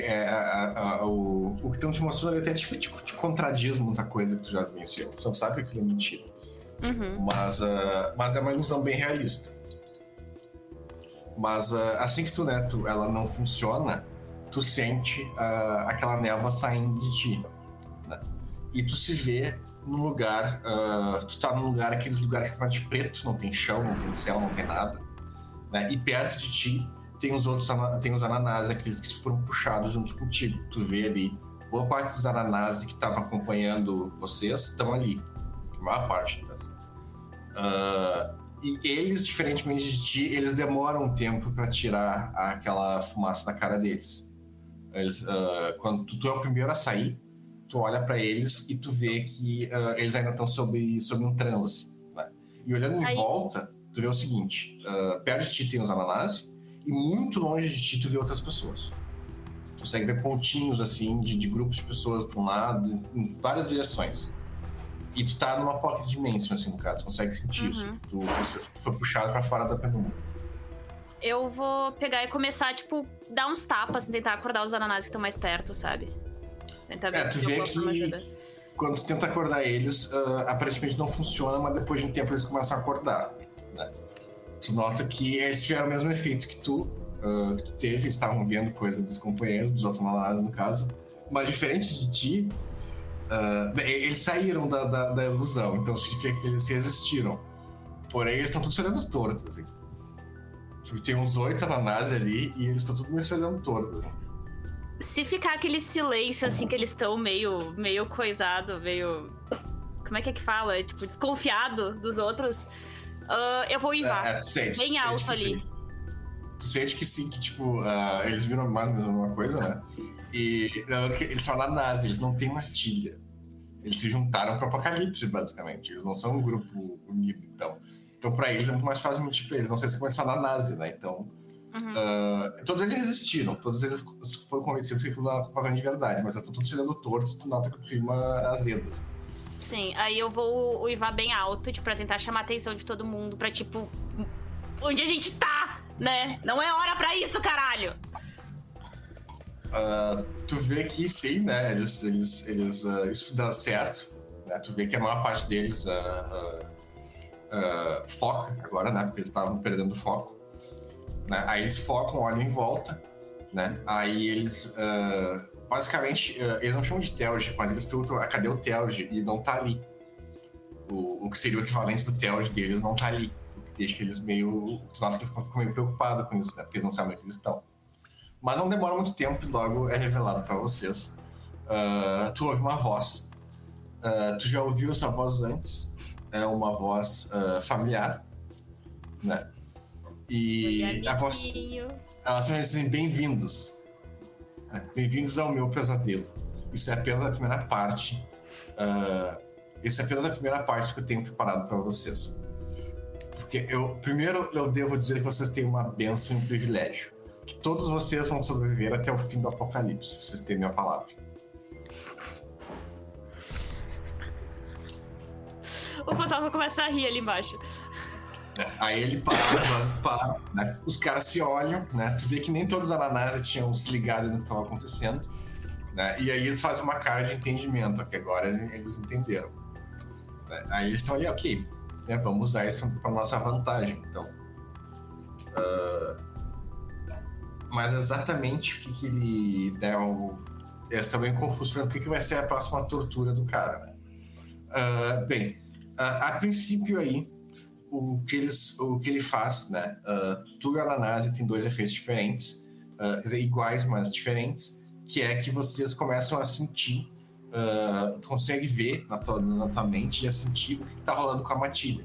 O que estão te mostrando até te contradiz muita coisa que tu já venceu. Tu sabe que aquilo é mentira. Mas é uma ilusão bem realista. Mas assim que ela não funciona, tu sente aquela névoa saindo de ti. Né? E tu se vê num lugar, tu tá num lugar, aqueles lugares que é de preto, não tem chão, não tem céu, não tem nada, né? E perto de ti tem os ananás, aqueles que foram puxados junto contigo. Tu vê ali, boa parte dos ananás que estavam acompanhando vocês estão ali, a maior parte delas. E eles, diferentemente de ti, eles demoram um tempo para tirar aquela fumaça da cara deles. Quando tu é o primeiro a sair, tu olha pra eles e tu vê que eles ainda estão sob um transe, né? E olhando em volta, tu vê o seguinte, perto de ti tem os ananás e muito longe de ti tu vê outras pessoas. Tu consegue ver pontinhos assim de grupos de pessoas pra um lado, em várias direções. E tu tá numa pocket dimension, assim, no caso, tu consegue sentir isso. Tu foi puxado pra fora da penumbra. Eu vou pegar e começar, tipo, dar uns tapas, assim, tentar acordar os ananás que estão mais perto, sabe? Tu vê que quando tu tenta acordar eles, aparentemente não funciona, mas depois de um tempo eles começam a acordar, né? Tu nota que eles tiveram o mesmo efeito que tu teve, estavam vendo coisas dos companheiros, dos outros ananás no caso, mas diferente de ti, eles saíram da ilusão, então significa que eles resistiram. Porém, eles estão todos olhando tortos, assim. Tem uns 8 ananás ali e eles estão todos olhando tortos, assim. Se ficar aquele silêncio, assim, que eles estão meio coisado, meio... Como é que fala? Tipo, desconfiado dos outros, eu vou uivar. Bem alto ali. Tu sente que sim, que tipo, eles viram mais ou menos uma coisa, né? E eles são ananás, eles não têm matilha. Eles se juntaram pro apocalipse, basicamente. Eles não são um grupo unido, então. Então, pra eles é muito mais fácil mentir pra eles. Não sei se começar na nazi, né? Então... todos eles resistiram, todos eles foram convencidos que aquilo não era de verdade, mas estão todos tirando torto, tu nota que o clima azedo. Sim, aí eu vou uivar bem alto, tipo, pra tentar chamar a atenção de todo mundo, pra tipo, onde a gente tá, né? Não é hora pra isso, caralho! Tu vê que sim, né? Isso dá certo, né? Tu vê que a maior parte deles foca agora, né? Porque eles estavam perdendo o foco. Né? Aí eles focam, olham em volta, né? Aí eles, basicamente, eles não chamam de Telge, mas eles perguntam, cadê o Telge? E não tá ali. O que seria o equivalente do Telge deles não tá ali. O que deixa eles meio... Tu nota que eles ficam meio preocupados com isso, né? Porque eles não sabem onde eles estão. Mas não demora muito tempo e logo é revelado pra vocês. Tu ouve uma voz. Tu já ouviu essa voz antes. É uma voz familiar, né? E a voz, elas vão dizer bem-vindos. Bem-vindos ao meu pesadelo. Isso é apenas a primeira parte. Isso é apenas a primeira parte que eu tenho preparado para vocês. Porque primeiro eu devo dizer que vocês têm uma bênção e um privilégio. Que todos vocês vão sobreviver até o fim do apocalipse, se vocês têm minha palavra. O fantasma começa a rir ali embaixo. Aí ele para, as vozes param, né? Os caras se olham, né? Tu vê que nem todos os ananás tinham se ligado no que estava acontecendo, né? E aí eles fazem uma cara de entendimento, que agora eles entenderam. Né? Aí eles estão ali, ok, né? Vamos usar isso para nossa vantagem, então. Mas exatamente o que ele... Né, eles estão bem confusos para o que vai ser a próxima tortura do cara, né? A princípio aí, o que ele faz, né? Tu e o ananás tem 2 efeitos diferentes, quer dizer, iguais, mas diferentes, que é que vocês começam a sentir, tu consegue ver na tua mente e a sentir o que tá rolando com a matilha.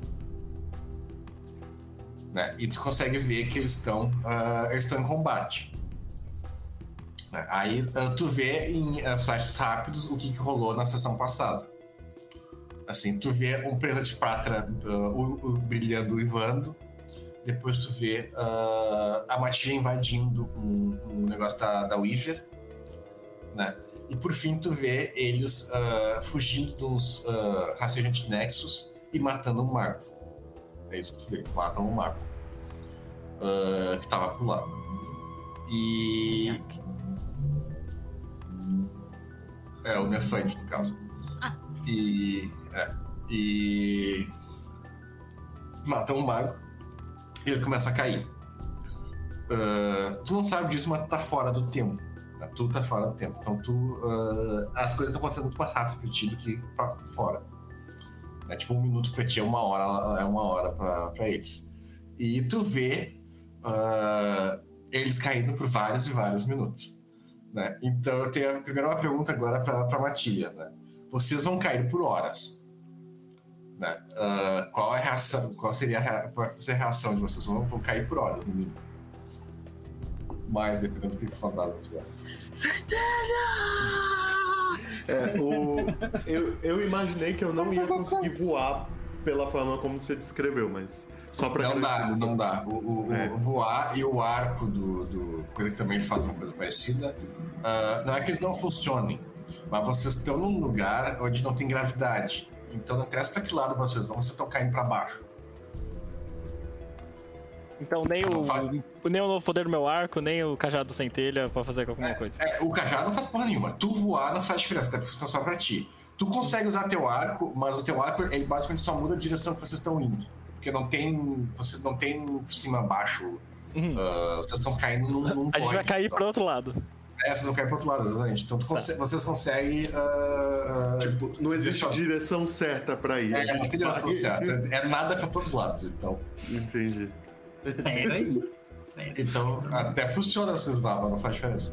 Né? E tu consegue ver que eles estão em combate. Né? Aí tu vê em flashes rápidos o que rolou na sessão passada. Assim, tu vê um presa de prata brilhando, uivando, depois tu vê a matilha invadindo um negócio da Weaver, né? E por fim tu vê eles fugindo dos Raciagent Nexus e matando um mago. É isso que tu vê, tu matam um mago que tava por lá. E... o Nefante, no caso. E matam um mago e ele começa a cair. Tu não sabe disso, mas tu tá fora do tempo. Né? Tu tá fora do tempo. Então as coisas estão acontecendo muito mais rápido pra ti do que pra fora. É tipo 1 minuto pra ti, é 1 hora pra eles. E tu vê eles caindo por vários e vários minutos. Né? Então eu tenho primeiro uma pergunta agora pra Matilha. Né? Vocês vão cair por horas. Né? Qual seria a reação de vocês? Vão cair por horas, no mínimo. Mas dependendo do que o fantasma fizer. Eu imaginei que eu não ia conseguir voar pela forma como você descreveu, mas só pra... Não dá. O voar e o arco do coisa que também faz uma coisa parecida, não é que eles não funcionem, mas vocês estão num lugar onde não tem gravidade. Então não interessa pra que lado vocês vão, vocês estão caindo pra baixo. Então nem o novo poder do meu arco, nem o cajado do centelha pra fazer alguma coisa. O cajado não faz porra nenhuma. Tu voar não faz diferença, até porque funciona só pra ti. Tu consegue usar teu arco, mas o teu arco ele basicamente só muda a direção que vocês estão indo. Porque vocês não tem cima baixo. Vocês estão caindo num void. A gente vai cair pro outro lado. Vocês vão cair pro outro lado, exatamente. Então vocês conseguem... tipo, não existe direção certa pra ir. Não tem direção certa. É nada pra todos os lados, então. Entendi. Peraí. Então, até funciona vocês voar, mas não faz diferença.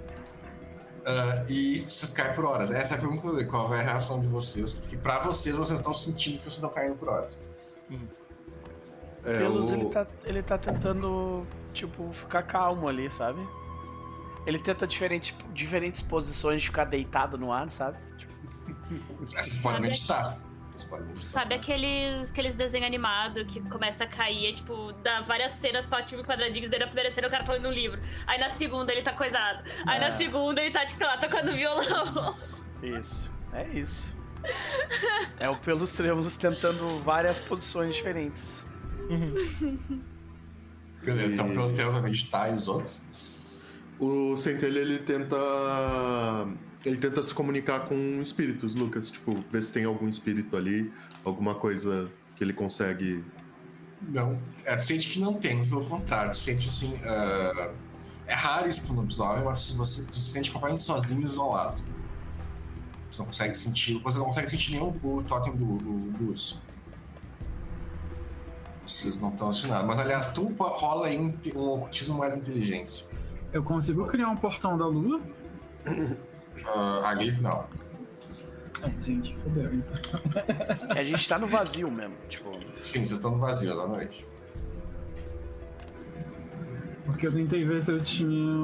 E vocês caem por horas. Essa é a pergunta que eu vou dizer. Qual é a reação de vocês? Porque pra vocês estão sentindo que vocês estão caindo por horas. Pelos, ele tá tentando, tipo, ficar calmo ali, sabe? Ele tenta diferentes posições de ficar deitado no ar, sabe? Vocês podem meditar. Sabe aqueles desenhos animados que começa a cair, tipo, dá várias cenas só, tipo, quadradinhos dele aparecendo, o cara tá lendo um livro. Aí na segunda ele tá coisado. Aí na segunda ele tá, tipo, sei lá, tocando violão. Isso, é isso. É o Pelos Trêmulos tentando várias posições diferentes. Beleza, então o Pelos Trêmulos vai meditar e os outros? O Centelha, ele tenta se comunicar com espíritos, Lucas. Tipo, ver se tem algum espírito ali, alguma coisa que ele consegue... Não, tu sente que não tem, pelo contrário. Tu sente assim... É raro isso pro lobisomem, mas tu se sente completamente sozinho, isolado. Tu não consegue sentir... Você não consegue sentir nem o totem do urso. Vocês não estão acionados. Mas, aliás, tu rola aí um ocultismo mais inteligência. Eu consigo criar um portão da lua? Ali, não. Gente, fodeu, então. A gente tá no vazio mesmo, tipo... Sim, vocês estão no vazio exatamente. Porque eu tentei ver se eu tinha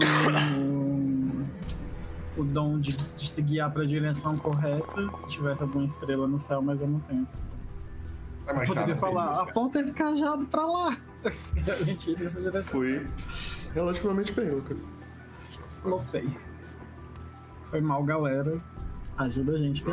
o dom de se guiar pra direção correta, se tivesse alguma estrela no céu, mas eu não tenho. Eu poderia falar, aponta esse cajado pra lá. A gente iria fazer dessa. Fui relativamente bem, Lucas. Lopei. Foi mal, galera. Ajuda a gente.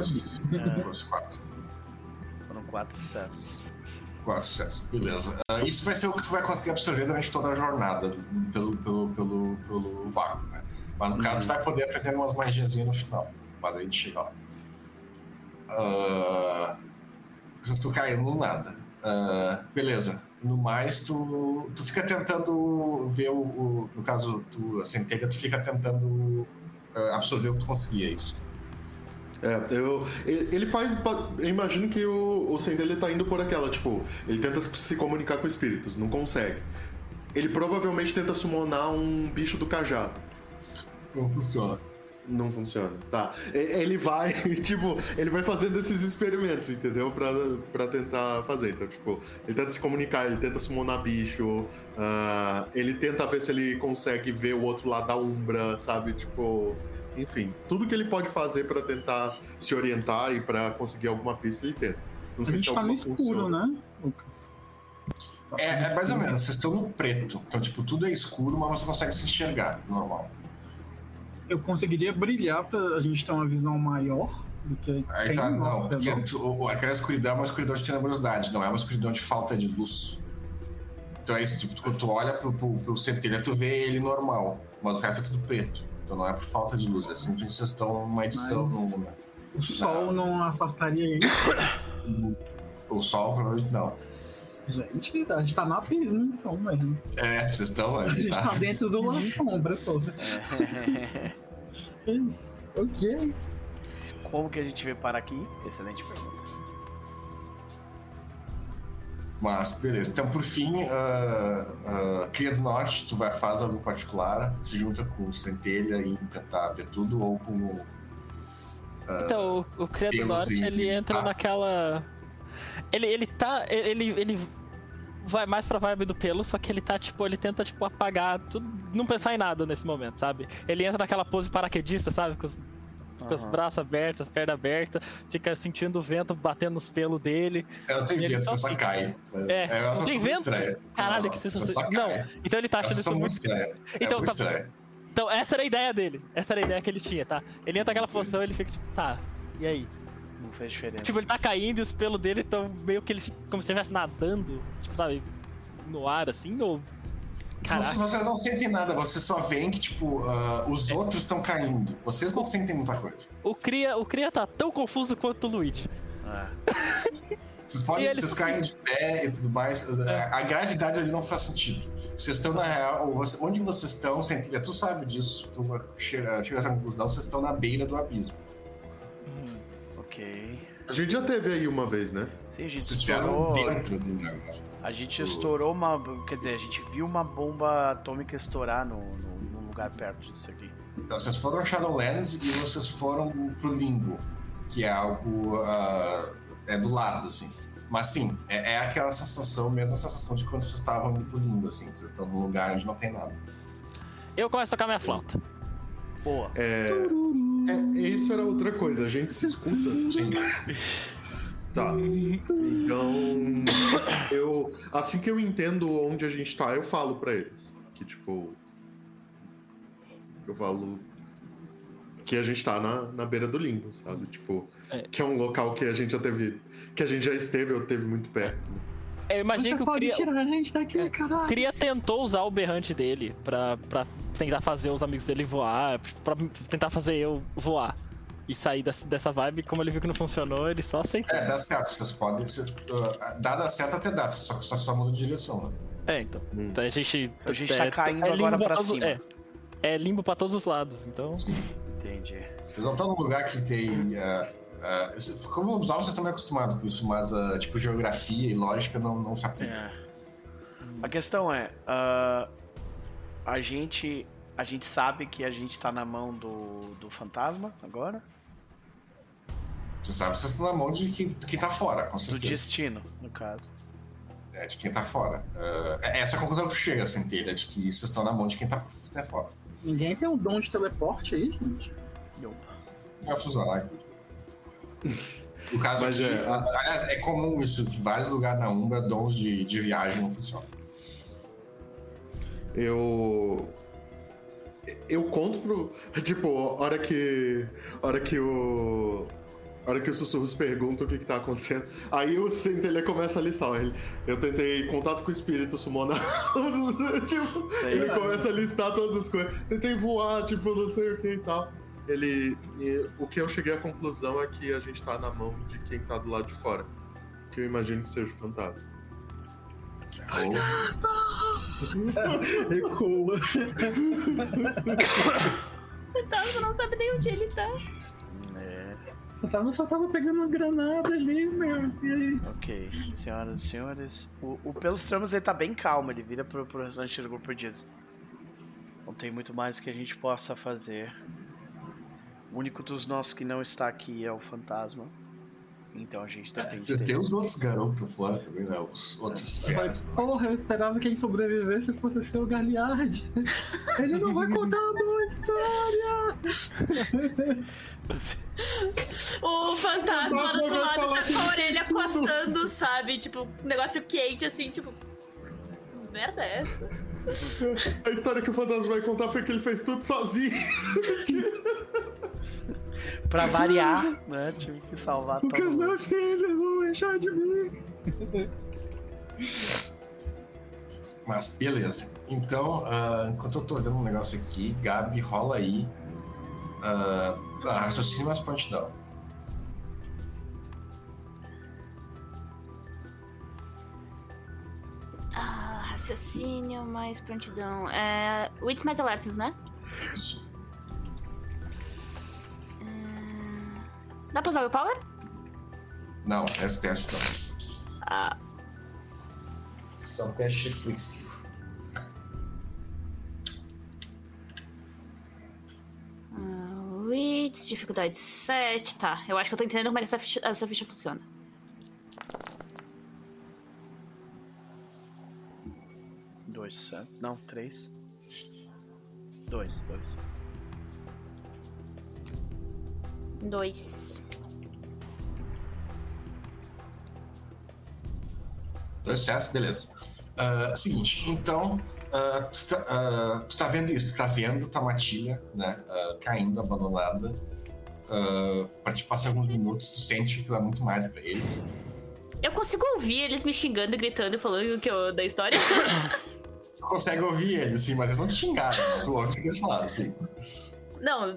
Foram 4 sucessos. 4 sucessos, beleza. Isso vai ser o que tu vai conseguir absorver durante toda a jornada, pelo vácuo, né? Mas no caso, tu vai poder aprender umas magiazinhas no final, para a gente chegar lá. Vocês estão caindo no nada. Beleza. No mais, tu fica tentando ver no caso, a centelha, tu fica tentando absorver o que tu conseguia, isso. Ele faz... Eu imagino que o centelha tá indo por aquela, tipo... Ele tenta se comunicar com espíritos, não consegue. Ele provavelmente tenta summonar um bicho do cajado. Não funciona. Não funciona, tá. Ele vai, tipo, ele vai fazendo esses experimentos, entendeu? Pra tentar fazer. Então, tipo, ele tenta se comunicar, ele tenta summonar bicho, ele tenta ver se ele consegue ver o outro lado da Umbra, sabe? Tipo, enfim, tudo que ele pode fazer pra tentar se orientar e pra conseguir alguma pista, ele tenta. Não sei a gente se tá no escuro, funciona. né, Lucas? É mais ou menos, vocês estão no preto. Então, tipo, tudo é escuro, mas você consegue se enxergar, normal. Eu conseguiria brilhar pra a gente ter uma visão maior do que aí tem tá, no não, nosso porque redor. aquela escuridão é uma escuridão de tenebrosidade, não é uma escuridão de falta de luz. Então é isso, tipo, quando tu olha pro centelha, tu vê ele normal, mas o resto é tudo preto. Então não é por falta de luz, é simplesmente vocês estão numa edição no... O sol não afastaria isso? O sol, provavelmente não. Gente, a gente tá na abismo então, mesmo. Vocês estão... A gente tá dentro de uma sombra toda. É isso. O que é isso? Como que a gente veio parar aqui? Excelente pergunta. Mas, beleza. Então, por fim, Cria do Norte, tu faz algo particular, se junta com o Centelha e tentar ver tudo, ou com o... Então, o Cria do Norte, ele entra naquela... Ele vai mais pra vibe do pelo, só que ele tá, tipo, ele tenta, tipo, apagar tudo, não pensar em nada nesse momento, sabe? Ele entra naquela pose paraquedista, sabe? Com os braços abertos, as pernas abertas, fica sentindo o vento batendo nos pelos dele. Não tem vento, você só cai. Não tem vento? Caralho, que sensação. Não, então ele tá achando isso muito estranho. Então, muito estranho. Então, essa era a ideia dele. Essa era a ideia que ele tinha, tá? Ele entra naquela posição e ele fica tipo, tá, e aí? Não fez diferença. Tipo, ele tá caindo e os pelos dele estão meio que ele, como se estivesse nadando, tipo, sabe, no ar, assim, ou... Caraca. Vocês não sentem nada, vocês só veem que, tipo, os outros estão caindo. Vocês não sentem muita coisa. O Cria tá tão confuso quanto o Luigi. Vocês caem de pé e tudo mais. A gravidade ali não faz sentido. Vocês estão na real, onde vocês estão, Centelha, tu sabe disso. Tu chega a essa conclusão, vocês estão na beira do abismo. Ok. A gente já teve aí uma vez, né? Sim, a gente estourou dentro do negócio. A gente estourou uma... Quer dizer, a gente viu uma bomba atômica estourar num lugar perto disso aqui. Então, vocês foram a Shadowlands e vocês foram pro Limbo, que é algo... é do lado, assim. Mas, sim, é aquela sensação, mesma sensação de quando vocês estavam indo pro Limbo, assim. Vocês estão num lugar onde não tem nada. Eu começo a tocar minha flauta. Boa. Isso era outra coisa, a gente se escuta. Sim. Tá. Então, assim que eu entendo onde a gente tá, eu falo pra eles. Que, tipo... Eu falo... Que a gente tá na beira do limbo, sabe? Tipo... Que é um local que a gente já teve... Que a gente já esteve ou teve muito perto. Eu imagino que o Cria... tirar a gente daqui, caralho. Cria tentou usar o berrante dele pra tentar fazer os amigos dele voar, pra tentar fazer eu voar e sair dessa vibe. Como ele viu que não funcionou, ele só aceitou. Dá certo, vocês podem... Dá certo até dá, só muda de direção, né? Então. Então a gente tá caindo agora pra cima. É limbo pra todos os lados, então... Entendi. Vocês não estão num lugar que tem... como lobisomem, vocês estão meio acostumados com isso, mas tipo, geografia e lógica não se aplica. A questão é, a gente sabe que a gente tá na mão do fantasma agora? Você sabe que vocês estão na mão de quem tá fora, com certeza. Do destino, no caso. De quem tá fora. Essa é a conclusão que chega, Centelha, de que vocês estão na mão de quem tá fora. Ninguém tem um dom de teleporte aí, gente? Não. É funcionar. No caso aqui, aliás, é comum isso, que vários lugares na Umbra, dons de viagem não funcionam. Eu conto pro... Tipo, hora que os sussurros perguntam o que tá acontecendo, aí o Centelha começa a listar. Eu tentei contato com o espírito summonar. Tipo, ele começa a listar todas as coisas. Tentei voar, tipo, não sei o que e tal. O que eu cheguei à conclusão é que a gente tá na mão de quem tá do lado de fora. Que eu imagino que seja o fantasma. Ecoa. O fantasma não sabe nem onde ele tá. O fantasma só tava pegando uma granada ali, meu. E aí? Ok, senhoras e senhores. O Pelos Tramos, ele tá bem calmo, ele vira pro restante do grupo e diz: não tem muito mais que a gente possa fazer. O único dos nossos que não está aqui é o fantasma. Então a gente depende Vocês têm os outros garotos fora também, né? Os outros ferros. Porra, eu esperava que quem sobrevivesse fosse ser o Galliard. Ele não vai contar uma boa história! O fantasma do outro lado tá com a orelha coçando, sabe? Tipo, um negócio quente, assim, tipo... merda é essa? A história que o fantasma vai contar foi que ele fez tudo sozinho. Pra variar, né? Tive que salvar todo mundo. Porque os meus filhos vão deixar de mim. Mas, beleza. Então, enquanto eu tô olhando um negócio aqui, Gabi, rola aí. Raciocínio mais prontidão. Raciocínio mais prontidão. Wits mais alertas, né? Isso. Dá pra usar o Power? Não, esse teste não. Só teste reflexivo. Wits, dificuldade 7. Tá, eu acho que eu tô entendendo como é que essa ficha funciona. Não, 3. 2. 2. 2 sucessos, beleza. Seguinte, então, tu tá vendo isso, tu tá vendo tua matilha, né, caindo, abandonada. Pra te passar alguns minutos, tu sente que aquilo é muito mais pra eles. Eu consigo ouvir eles me xingando e gritando e falando da história? Tu consegue ouvir eles, sim, mas eles não te xingaram, né? Tu ouve o que eles falaram, sim. Não.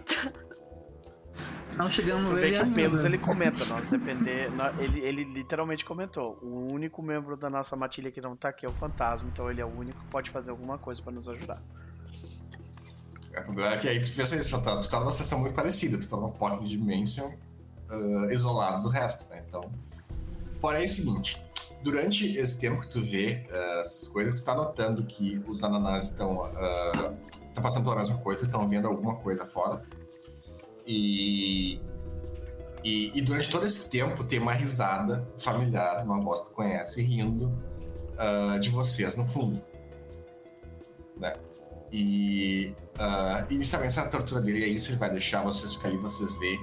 Não chegamos Tudo ele bem que o Pelos ainda. ele comenta, ele literalmente comentou, o único membro da nossa matilha que não tá aqui é o fantasma, então ele é o único que pode fazer alguma coisa pra nos ajudar. O problema é que aí tu pensa isso, tu tá numa situação muito parecida, tu tá numa Pocket Dimension isolado do resto, né? Então. Porém é o seguinte, durante esse tempo que tu vê as coisas, tu tá notando que os ananás estão passando pela mesma coisa, estão vendo alguma coisa fora. E durante todo esse tempo tem uma risada familiar, uma voz que tu conhece, rindo de vocês no fundo. Né? E inicialmente essa tortura dele é isso, ele vai deixar vocês ficar ali, vocês verem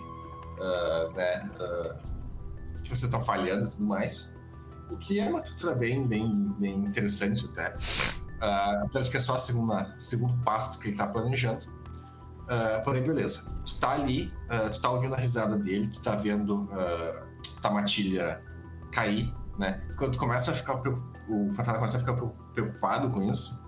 que vocês estão falhando e tudo mais. O que é uma tortura bem interessante até. Apesar de que é só o segundo passo que ele tá planejando. Porém, beleza. Tu tá ali, tu tá ouvindo a risada dele, tu tá vendo tua matilha cair, né? Quando começa a ficar o fantasma começa a ficar preocupado com isso,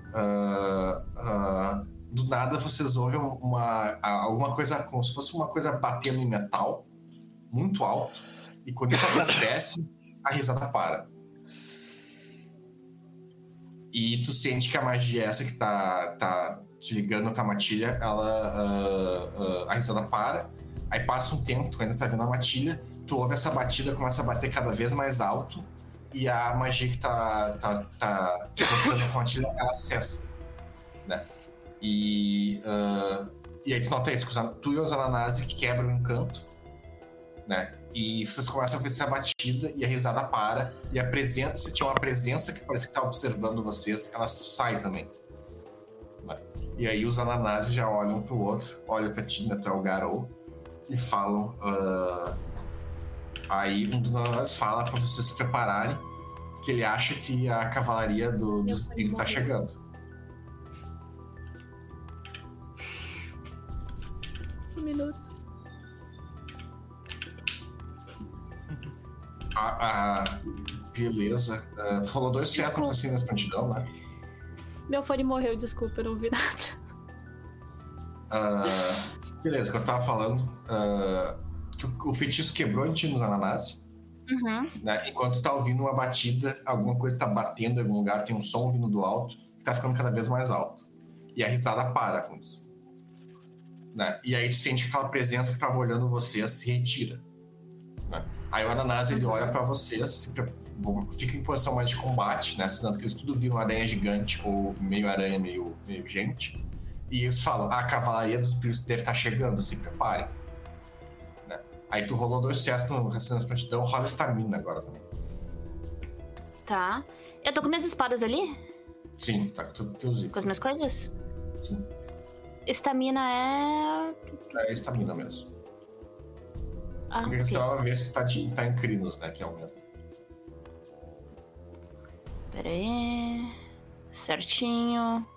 do nada vocês ouvem alguma coisa, como se fosse uma coisa batendo em metal, muito alto, e quando isso acontece, a risada para. E tu sente que a magia essa que tá te ligando na tua matilha, a risada para, aí passa um tempo, tu ainda tá vendo a matilha, tu ouve essa batida, começa a bater cada vez mais alto, e a magia que tá te mostrando com a matilha, ela cessa, né? E aí tu nota isso, tu e os ananás que quebram o encanto, né? E vocês começam a ver essa batida e a risada para, e a presença, se tinha uma presença que parece que tá observando vocês, ela sai também. Né? E aí os ananás já olham pro outro, olham pra ti, né, tu é o Garou, e falam. Aí um dos ananás fala pra vocês se prepararem, que ele acha que a cavalaria do espírito tá chegando. Um minuto. Beleza. Tu rolou 2 testes assim na prontidão, né? Meu fone morreu, desculpa, eu não vi nada. Beleza, que eu tava falando que o feitiço quebrou em ti nos ananás. Uhum. Né? Enquanto tá ouvindo uma batida, alguma coisa tá batendo em algum lugar, tem um som vindo do alto, que tá ficando cada vez mais alto. E a risada para com isso. Né? E aí tu sente que aquela presença que tava olhando vocês se retira. Né? Aí o ananás ele olha pra vocês, fica em posição mais de combate, né? Sinando que eles tudo viram aranha gigante, ou meio aranha, meio gente. E eles falam, a cavalaria dos espíritos deve estar chegando, se preparem. Né? Aí tu rolou 2 sucessos no restante da prontidão, rola estamina agora também. Tá. Eu tô com minhas espadas ali? Sim, tá com tudo teus itens. Com as minhas coisas? Sim. Estamina é... É estamina mesmo. Ah, porque ok. você vai ver se tá em crinos, né? Que aumenta. Pera aí... Certinho.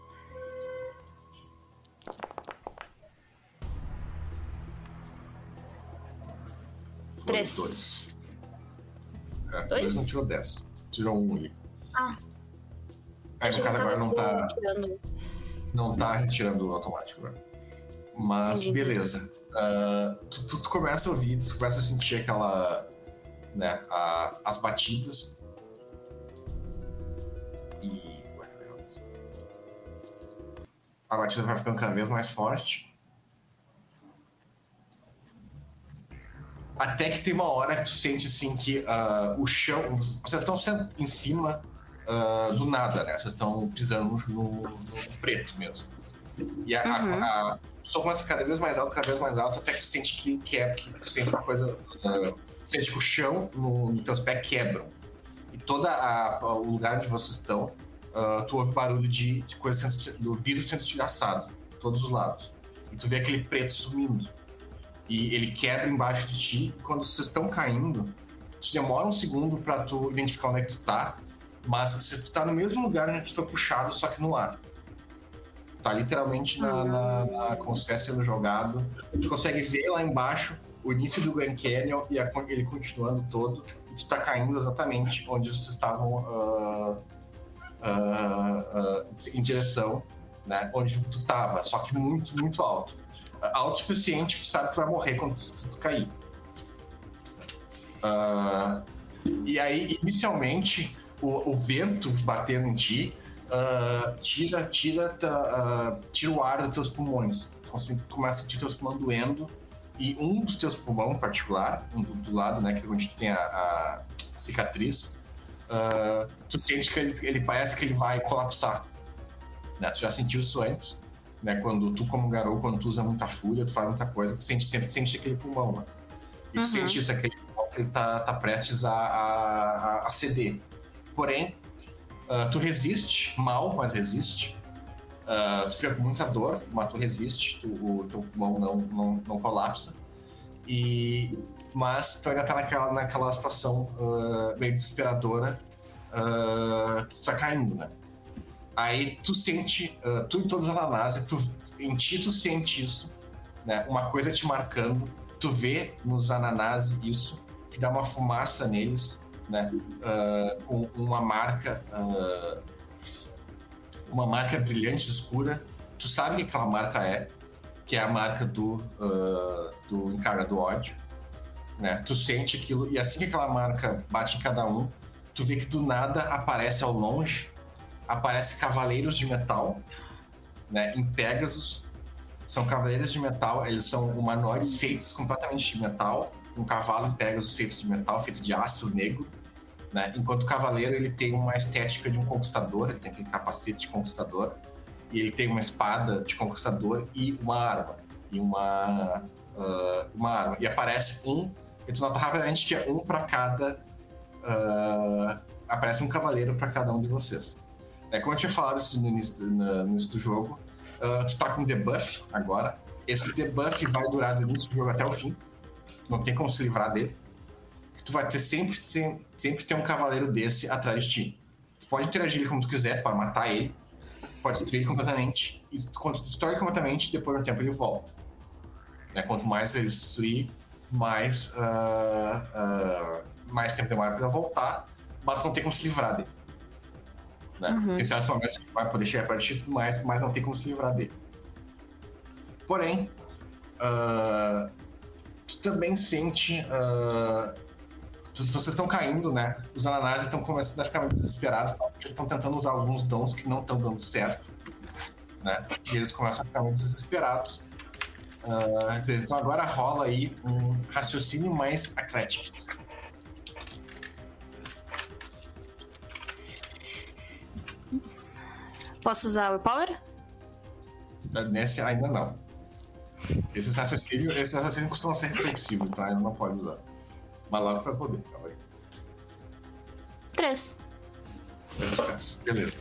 Foi 3. 2. É, 2? 2 não tirou 10. Tirou 1 ali. Ah. Aí no caso agora não tá retirando o automático, né? Mas entendi. Beleza. Tu começa a ouvir, tu começa a sentir aquela, né, as batidas. E a batida vai ficando cada vez mais forte. Até que tem uma hora que tu sente assim que o chão. Vocês estão em cima do nada, né? Vocês estão pisando no preto mesmo. E o som começa a ficar cada vez mais alto, até que tu sente que quebra, que tu sente uma coisa. Tu sente que o chão nos teus pés quebram. E todo o lugar onde vocês estão, tu ouve barulho de coisa do vidro sendo estilhaçado, todos os lados. E tu vê aquele preto sumindo. E ele quebra embaixo de ti, e quando vocês estão caindo, tu demora um segundo pra tu identificar onde é que tu tá, mas se tu tá no mesmo lugar onde tu foi puxado, só que no ar. Tá literalmente como se estivesse sendo jogado. Tu consegue ver lá embaixo o início do Grand Canyon e ele continuando todo, e tu tá caindo exatamente onde vocês estavam em direção, né, onde tu tava, só que muito, muito alto. Alto o suficiente que tu sabe que tu vai morrer quando tu cair. E aí, inicialmente, o vento batendo em ti tira o ar dos teus pulmões. Então, tu começa a sentir teus pulmões doendo, e um dos teus pulmões em particular, do lado, né, que é onde tu tem a cicatriz, tu sente que ele parece que ele vai colapsar. Né? Tu já sentiu isso antes, né? Quando tu, como garoto, quando tu usa muita fúria, tu faz muita coisa, tu sempre sente aquele pulmão, né? E tu sente isso, aquele pulmão que ele tá prestes a ceder. Porém, tu resiste, mal, mas resiste. Tu fica com muita dor, mas tu resiste, o teu pulmão não colapsa. Mas tu ainda tá naquela situação meio desesperadora, que tu tá caindo, né? Aí tu sente, tu e todos os Ananás, em ti tu sente isso, né? Uma coisa te marcando, tu vê nos Ananás isso, que dá uma fumaça neles, né? Com uma marca brilhante, escura. Tu sabe que aquela marca que é a marca do Encarna do Ódio, né? Tu sente aquilo, e assim que aquela marca bate em cada um, tu vê que do nada aparece ao longe, aparece cavaleiros de metal, né, em Pegasus. São cavaleiros de metal, eles são humanoides feitos completamente de metal, um cavalo em Pegasus feito de metal, feito de aço negro, né? Enquanto o cavaleiro ele tem uma estética de um conquistador, ele tem aquele capacete de conquistador, e ele tem uma espada de conquistador e uma arma. E aparece e tu nota rapidamente que é um para cada... aparece um cavaleiro para cada um de vocês. Como eu tinha falado isso no início do jogo, tu tá com debuff agora. Esse debuff vai durar do início do jogo até o fim. Não tem como se livrar dele. Tu vai ter sempre ter um cavaleiro desse atrás de ti. Tu pode interagir como tu quiser, tu pode matar ele, pode destruir ele completamente. E quando tu destrói ele completamente, depois de um tempo ele volta. Quanto mais ele destruir, mais tempo demora pra ele voltar, mas tu não tem como se livrar dele. Né? Tem certos momentos que vai poder chegar perto e tudo mais, mas não tem como se livrar dele. Porém, tu também sente... vocês estão caindo, né? Os Ananás estão começando a ficar meio desesperados, porque eles estão tentando usar alguns dons que não estão dando certo, né? E eles começam a ficar meio desesperados. Então agora rola aí um raciocínio mais atlético. Posso usar o Power? Nesse ainda não. Esses raciocínios costumam ser reflexivos, então ainda não pode usar. Mas logo vai poder, calma aí. 3. Beleza.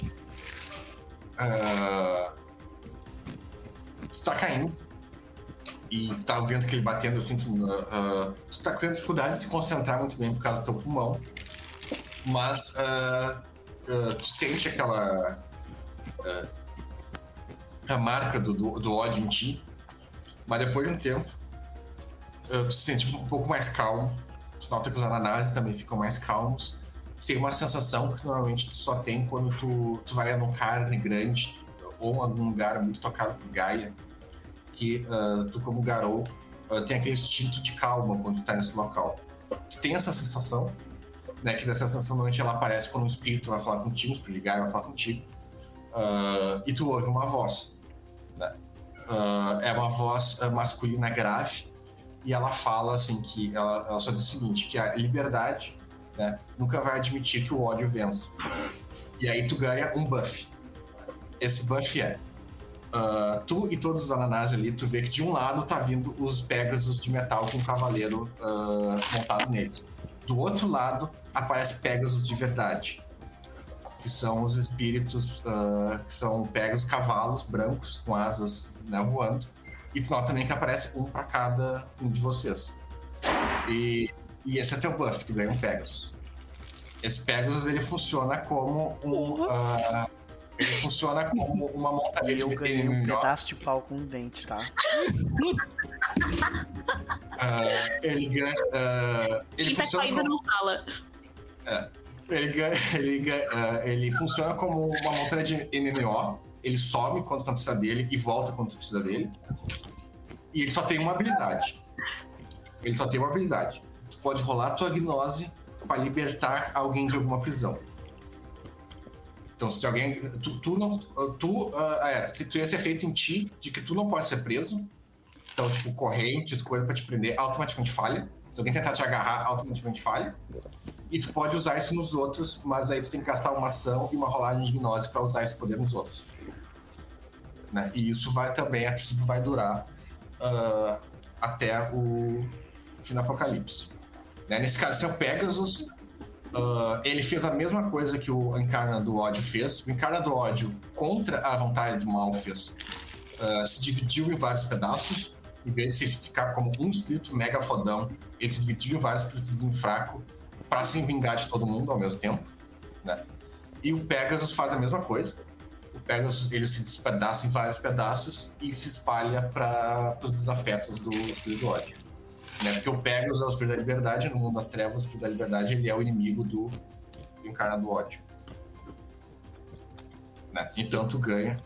Tu tá caindo. E tu tá vendo que ele batendo assim. Tu tá tendo dificuldade de se concentrar muito bem por causa do teu pulmão. Mas tu sente a marca do ódio em ti, mas depois de um tempo tu se sente um pouco mais calmo. Tu nota que os ananases também ficam mais calmos. Tem uma sensação que normalmente tu só tem quando tu vai num carne grande ou em algum lugar muito tocado por Gaia, que tu como Garou tem aquele instinto de calma quando tu tá nesse local. Tu tem essa sensação, né, que dessa sensação normalmente ela aparece quando um espírito vai falar contigo, o espírito de Gaia vai falar contigo, e tu ouve uma voz, né? É uma voz masculina grave, e ela fala assim que ela só diz o seguinte, que a liberdade, né, nunca vai admitir que o ódio vença. E aí tu ganha um buff. Esse buff é tu e todos os ananases ali, tu vê que de um lado tá vindo os Pegasus de metal com um cavaleiro montado neles. Do outro lado aparece Pegasus de verdade, que são os espíritos que são Pegasus cavalos brancos com asas, né, voando. E tu nota também que aparece um pra cada um de vocês. E esse é teu buff, tu ganha um Pegasus. Esse Pegasus, ele funciona como ele funciona como uma montaria de eu ganhei um pedaço de pau com um dente, tá? Ele ganha. Ele tá funciona caindo como... no sala. Ele funciona como uma montaria de MMO. Ele sobe quando tu não precisa dele e volta quando tu precisa dele. E ele só tem uma habilidade. Tu pode rolar a tua gnose pra libertar alguém de alguma prisão. Então, se alguém... Tu ia ser feito em ti de que tu não pode ser preso. Então, tipo, correntes, coisa pra te prender, automaticamente falha. Se alguém tentar te agarrar, automaticamente falha. E tu pode usar isso nos outros, mas aí tu tem que gastar uma ação e uma rolagem de gnose pra usar esse poder nos outros. Né? E isso vai também, a princípio, vai durar até o fim do Apocalipse. Né? Nesse caso, seu Pegasus, ele fez a mesma coisa que o Encarna do Ódio fez. O Encarna do Ódio, contra a vontade do mal, fez. Se dividiu em vários pedaços. Em vez de ficar como um espírito mega fodão, ele se dividiu em vários espíritos fracos para se vingar de todo mundo ao mesmo tempo. Né? E o Pegasus faz a mesma coisa. O Pegasus, ele se despedaça em vários pedaços e se espalha para os desafetos do espírito do ódio. Né? Porque o Pegasus é o espírito da liberdade, no mundo das trevas, o espírito da liberdade ele é o inimigo do encarnado do ódio. Né? Então tu ganha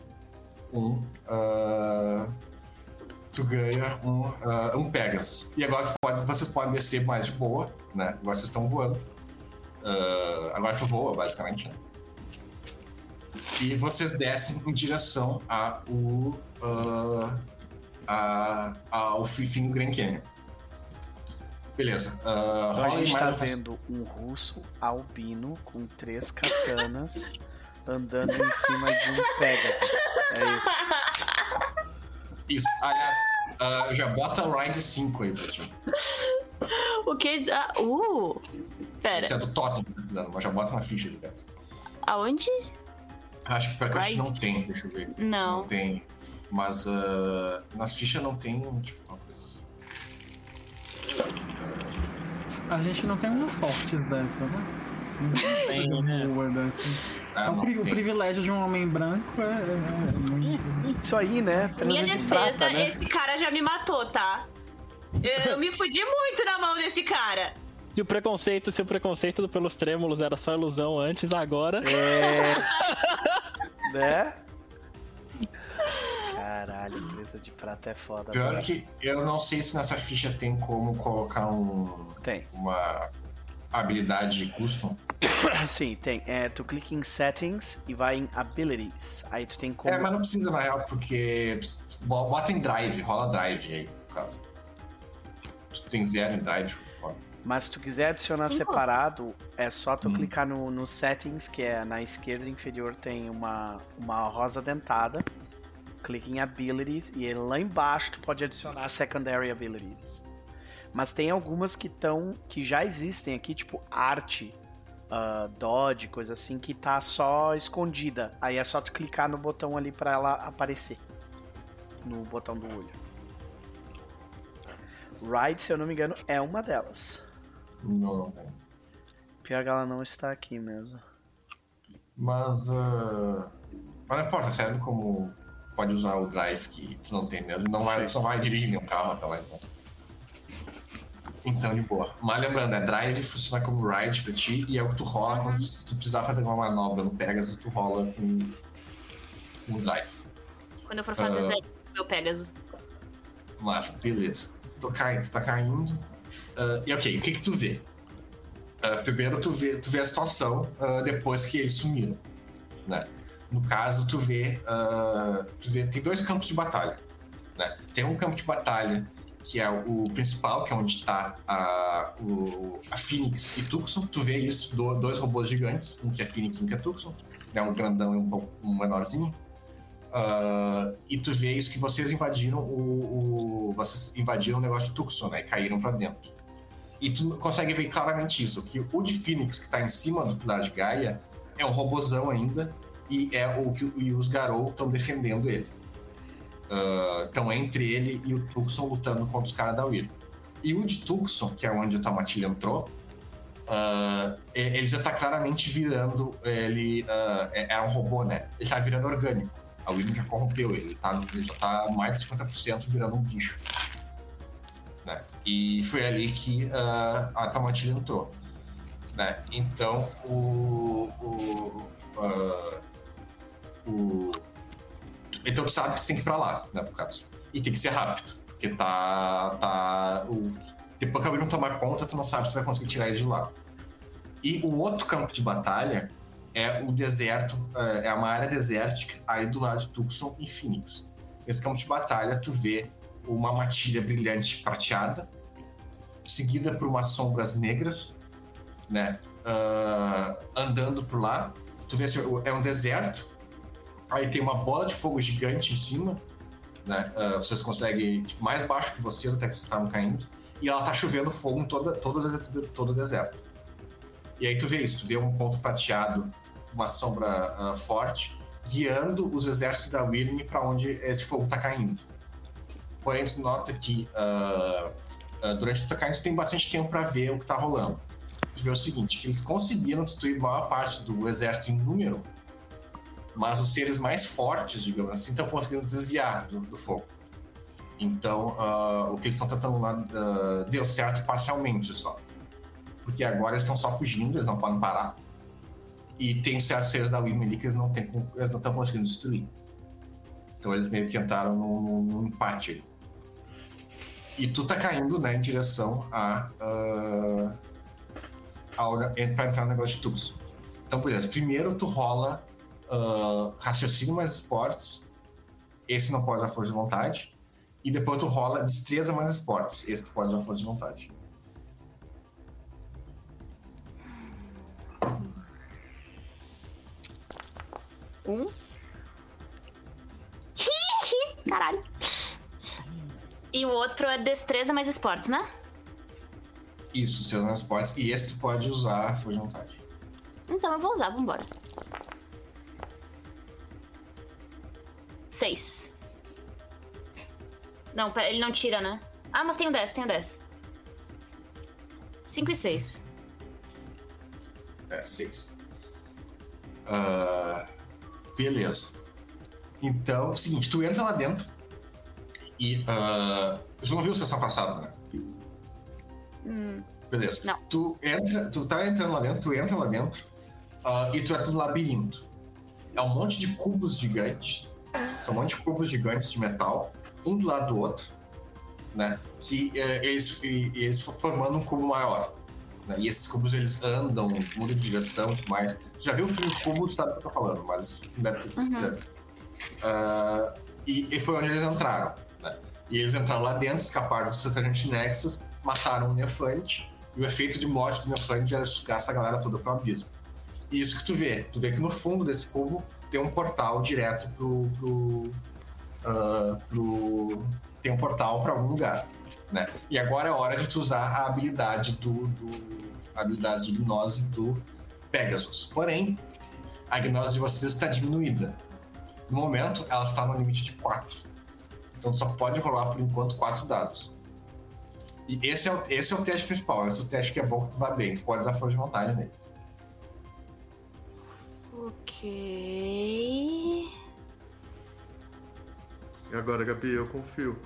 um Pegasus. E agora vocês podem descer mais de boa, né? Agora vocês estão voando. Agora tu voa, basicamente, né? E vocês descem em direção ao fim do Grand Canyon. Beleza. A gente tá vendo um russo albino com 3 katanas andando em cima de um Pegasus. É isso. Isso. Aliás, já bota Ride 5 aí, Betinho. O que? Pera. Esse é do Totem, mas já bota na ficha ali, Beto. Aonde? Acho que não tem, deixa eu ver. Não. Não tem. Mas nas fichas não tem, tipo, uma coisa. A gente não tem umas sortes dessa, né? Não tem, né? O privilégio de um homem branco é muito... Isso aí, né? Minha de defesa, prata, né? esse cara já me matou, tá? Eu me fudi muito na mão desse cara. Se o preconceito pelos trêmulos era só ilusão antes, agora... Né? Caralho, presa de prata é foda. Pior que eu não sei se nessa ficha tem como colocar uma habilidade custom. Sim, tem. Tu clica em Settings e vai em Abilities. Aí tu tem como... mas não precisa na real, porque bota em Drive, rola Drive aí, no caso. Tu tem 0 em Drive, por fora. Mas se tu quiser adicionar separado, é só tu clicar no Settings, que é na esquerda inferior tem uma rosa dentada. Clica em Abilities e lá embaixo tu pode adicionar Secondary Abilities. Mas tem algumas que já existem aqui, tipo arte, dodge, coisa assim, que tá só escondida. Aí é só tu clicar no botão ali pra ela aparecer. No botão do olho. Ride, se eu não me engano, é uma delas. Não. Pior que ela não está aqui mesmo. Mas Mas não importa, serve como pode usar o drive que tu não tem mesmo. Tu só vai dirigir nenhum carro até lá, então. Então, de boa. Mas lembrando, drive funciona como ride pra ti e é o que tu rola quando tu precisar fazer uma manobra no Pegasus, tu rola com o drive. Quando eu for fazer meu Pegasus. Mas, beleza. Tu tá caindo. E ok, o que tu vê? Primeiro tu vê a situação depois que eles sumiram, né? No caso, tu vê tem 2 campos de batalha, né? Tem um campo de batalha que é o principal, que é onde está a Phoenix e Tucson. Tu vê isso, 2 robôs gigantes, um que é Phoenix e um que é Tucson, né? Um grandão e um pouco menorzinho. E tu vê isso que vocês invadiram vocês invadiram o negócio de Tucson, né? E caíram pra dentro. E tu consegue ver claramente isso, que o de Phoenix, que tá em cima do pilar de Gaia, é um robôzão ainda, e é o que os Garou estão defendendo ele. Então entre ele e o Tucson lutando contra os caras da Will. E o de Tucson, que é onde o Tamatilha entrou, ele já tá claramente virando. Ele é um robô, né? Ele tá virando orgânico. A Will já corrompeu ele. Ele já tá mais de 50% virando um bicho. Né? E foi ali que a Tamatilha entrou. Né? Então então tu sabe que tu tem que ir pra lá, né, por caso. E tem que ser rápido, porque depois que a Will não tomar conta, tu não sabe se tu vai conseguir tirar ele de lá. E o outro campo de batalha é o deserto, é uma área desértica aí do lado de Tucson e Phoenix. Nesse campo de batalha tu vê uma matilha brilhante prateada, seguida por umas sombras negras, né, andando por lá. Tu vê, é um deserto, aí tem uma bola de fogo gigante em cima, né, vocês conseguem, tipo, mais baixo que vocês, até que vocês estavam caindo, e ela tá chovendo fogo em todo o deserto. E aí tu vê isso, tu vê um ponto prateado, uma sombra forte, guiando os exércitos da Wyrm para onde esse fogo tá caindo. Porém, tu nota que durante o que tá caindo, tu tem bastante tempo para ver o que tá rolando. Tu vê o seguinte, que eles conseguiram destruir a maior parte do exército em número, mas os seres mais fortes, digamos assim, estão conseguindo desviar do fogo. Então, o que eles estão tentando lá deu certo parcialmente só. Porque agora eles estão só fugindo, eles não podem parar. E tem certos seres da Wyrm ali que eles não estão conseguindo destruir. Então eles meio que entraram num empate ali. E tu tá caindo, né, em direção pra entrar no negócio de Tucson. Então, beleza. Primeiro tu rola raciocínio mais esportes. Esse não pode usar força de vontade. E depois tu rola destreza mais esportes. Esse tu pode usar força de vontade. Caralho. E o outro é destreza mais esportes, né? Isso, seu mais esportes. E esse tu pode usar força de vontade. Então eu vou usar, vambora. 6. Não, ele não tira, né? Ah, mas tenho 10. 5 e 6. 6. Beleza. Então, é o seguinte, tu entra lá dentro e... você não viu a sessão passada, né? Beleza. Não. Tu tá entrando lá dentro, tu entra lá dentro e tu entra no labirinto. É um monte de cubos gigantes. São um monte de cubos gigantes de metal, um do lado do outro, né? Que eles formando um cubo maior. Né? E esses cubos, eles andam, mudam de direção e tudo mais. Já viu o filme Cubo, tu sabe o que eu tô falando, mas deve ter. E foi onde eles entraram, né? E eles entraram lá dentro, escaparam dos Satanic Nexus, mataram o Nefante, e o efeito de morte do Nefante era sugar essa galera toda pro abismo. E isso que tu vê que no fundo desse cubo tem um portal direto tem um portal pra algum lugar, né? E agora é hora de tu usar a habilidade a habilidade de gnose do Pegasus. Porém, a gnose de vocês está diminuída. No momento, ela está no limite de 4. Então tu só pode rolar por enquanto 4 dados. E esse é o teste principal. Esse é o teste que é bom que tu vai bem. Tu pode usar força de vontade nele. Ok. E agora, Gabi, eu confio.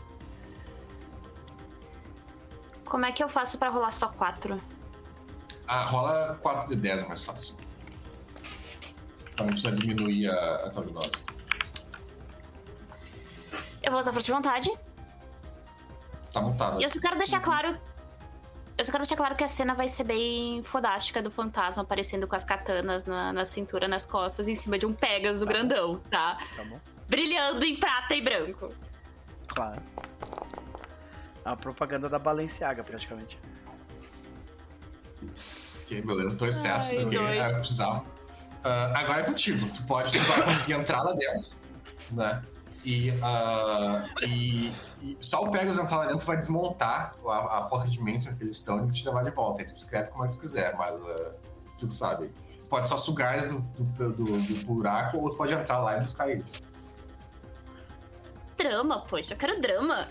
Como é que eu faço pra rolar só 4? Rola 4 de 10, é mais fácil. Pra não precisar diminuir a tua gnose. Eu vou usar força de vontade. Tá montado. E eu só quero deixar claro... que a cena vai ser bem fodástica do fantasma aparecendo com as katanas na cintura, nas costas, em cima de um Pégaso grandão, tá? Tá bom. Brilhando em prata e branco. Claro. A propaganda da Balenciaga, praticamente. Ok, beleza, tô excesso. Eu precisava. Agora é contigo. Tu vai conseguir entrar lá dentro, né? E só o Pegasus entrar lá dentro vai desmontar a porta de Mansion que eles estão e te levar de volta. É discreto como é que tu quiser, mas tu sabe. Tu pode só sugar eles do buraco ou tu pode entrar lá e buscar eles. Drama, poxa, eu quero drama.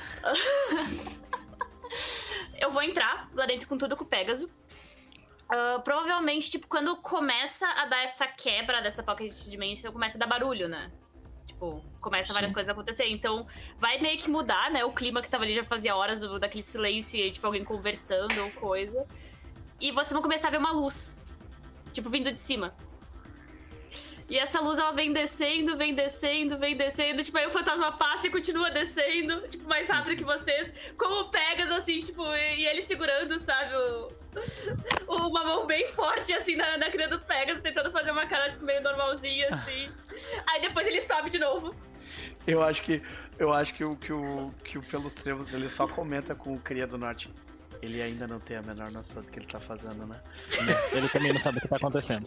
Eu vou entrar lá dentro com tudo com o Pégaso. Provavelmente, tipo, quando começa a dar essa quebra dessa Pocket Dimension, começa a dar barulho, né? Tipo, começa várias coisas a acontecer. Então, vai meio que mudar, né? O clima que tava ali já fazia horas daquele silêncio e, tipo, alguém conversando ou coisa. E vocês vão começar a ver uma luz. Tipo, vindo de cima. E essa luz, ela vem descendo, vem descendo, vem descendo. Tipo, aí o fantasma passa e continua descendo. Tipo, mais rápido que vocês. Com o Pegasus, assim, tipo, e ele segurando, sabe? Uma mão bem forte, assim, na crina do Pegasus, tentando fazer uma cara tipo, meio normalzinha, assim. Aí depois ele sobe de novo. Eu acho que o Pelos Trevos, ele só comenta com o Cria do Norte. Ele ainda não tem a menor noção do que ele tá fazendo, né? Ele também não sabe o que tá acontecendo.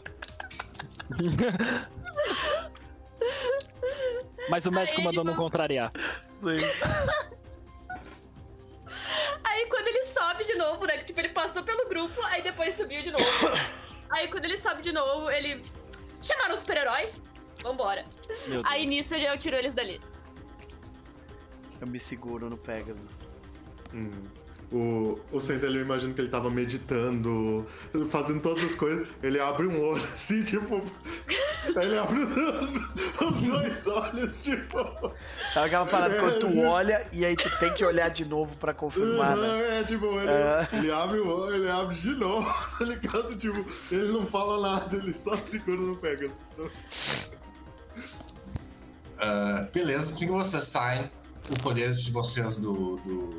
Mas o médico mandou não contrariar. Sim. Aí quando ele sobe de novo, né? Que tipo, ele passou pelo grupo, aí depois subiu de novo. Aí quando ele sobe de novo, ele... Chamaram o super-herói? Vambora. Aí nisso eu tiro eles dali. Eu me seguro no Pégaso. O Centelho, eu imagino que ele tava meditando, fazendo todas as coisas. Ele abre um olho assim, tipo. Ele abre os dois olhos, tipo. Sabe aquela parada quando tu olha e aí tu tem que olhar de novo pra confirmar, né? Tipo, ele abre o olho, ele abre de novo, tá ligado? Tipo, ele não fala nada, ele só segura no Pegasus. Beleza, assim que vocês saem, o poder de vocês do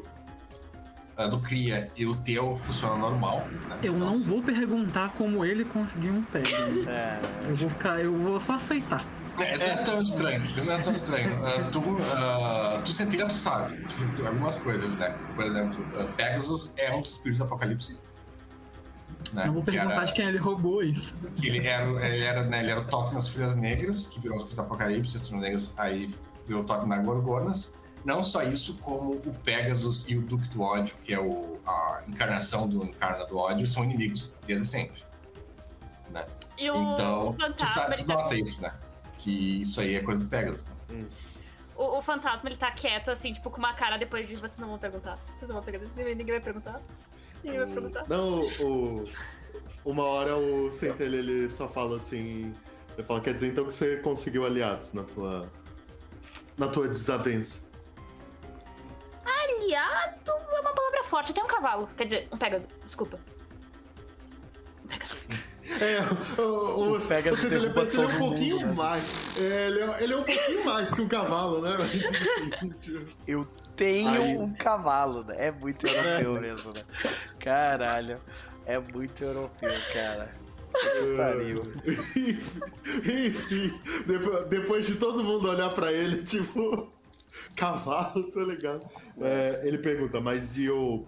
Cria e o teu funciona normal. Né? Eu não vou perguntar como ele conseguiu um Pegasus. Eu vou só aceitar. Isso não é tão estranho. Tu sentia, tu sabe. Tipo, algumas coisas, né? Por exemplo, Pegasus é um dos espíritos do Apocalipse. Né? Não vou perguntar de quem ele roubou isso. Ele era o totem das Filhas Negras, que virou o espírito do Apocalipse, as Filhas Negras aí virou o totem das Gorgonas. Não só isso, como o Pegasus e o Duque do Ódio, que é a encarnação do Encarna do Ódio, são inimigos desde sempre. Né? E então, o fantasma, tu nota isso, né? Que isso aí é coisa do Pegasus. O fantasma, ele tá quieto, assim, tipo, com uma cara depois de vocês não vão perguntar. Vocês não vão perguntar. Ninguém vai perguntar. Não, uma hora o Centelho, ele só fala assim... Ele fala, quer dizer então que você conseguiu aliados na tua desavença. Aliado é uma palavra forte. Eu tenho um cavalo. Quer dizer, um Pegasus. Desculpa. Um Pegasus. O Centelho, ele é um pouquinho mais. Ele é um pouquinho mais que um cavalo, né? Mas, eu tenho um cavalo, né? É muito europeu mesmo, né? Caralho. É muito europeu, cara. Pariu. Enfim, depois de todo mundo olhar pra ele, tipo, cavalo, tá ligado? Ele pergunta, mas e o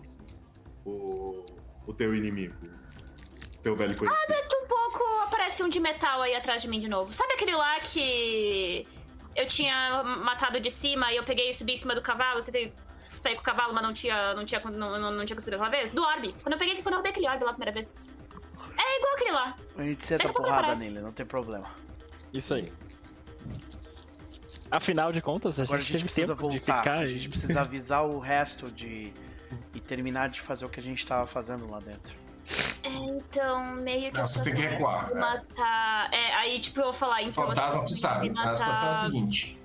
teu inimigo? Teu velho conhecido? Daqui um pouco aparece um de metal aí atrás de mim de novo. Sabe aquele lá que eu tinha matado de cima e eu peguei e subi em cima do cavalo, tentei sair com o cavalo, mas não tinha conseguido aquela vez? Do orbe. Quando eu roubei aquele orbe lá a primeira vez. É igual aquele lá. A gente senta porrada nele, não tem problema. Isso aí. Afinal de contas, agora a gente precisa voltar. A gente precisa avisar o resto e terminar de fazer o que a gente tava fazendo lá dentro. Então, meio que... Não, vocês têm que recuar. Matar... aí, tipo, eu vou falar... Então, Fantasma, tu sabe. A situação é a seguinte.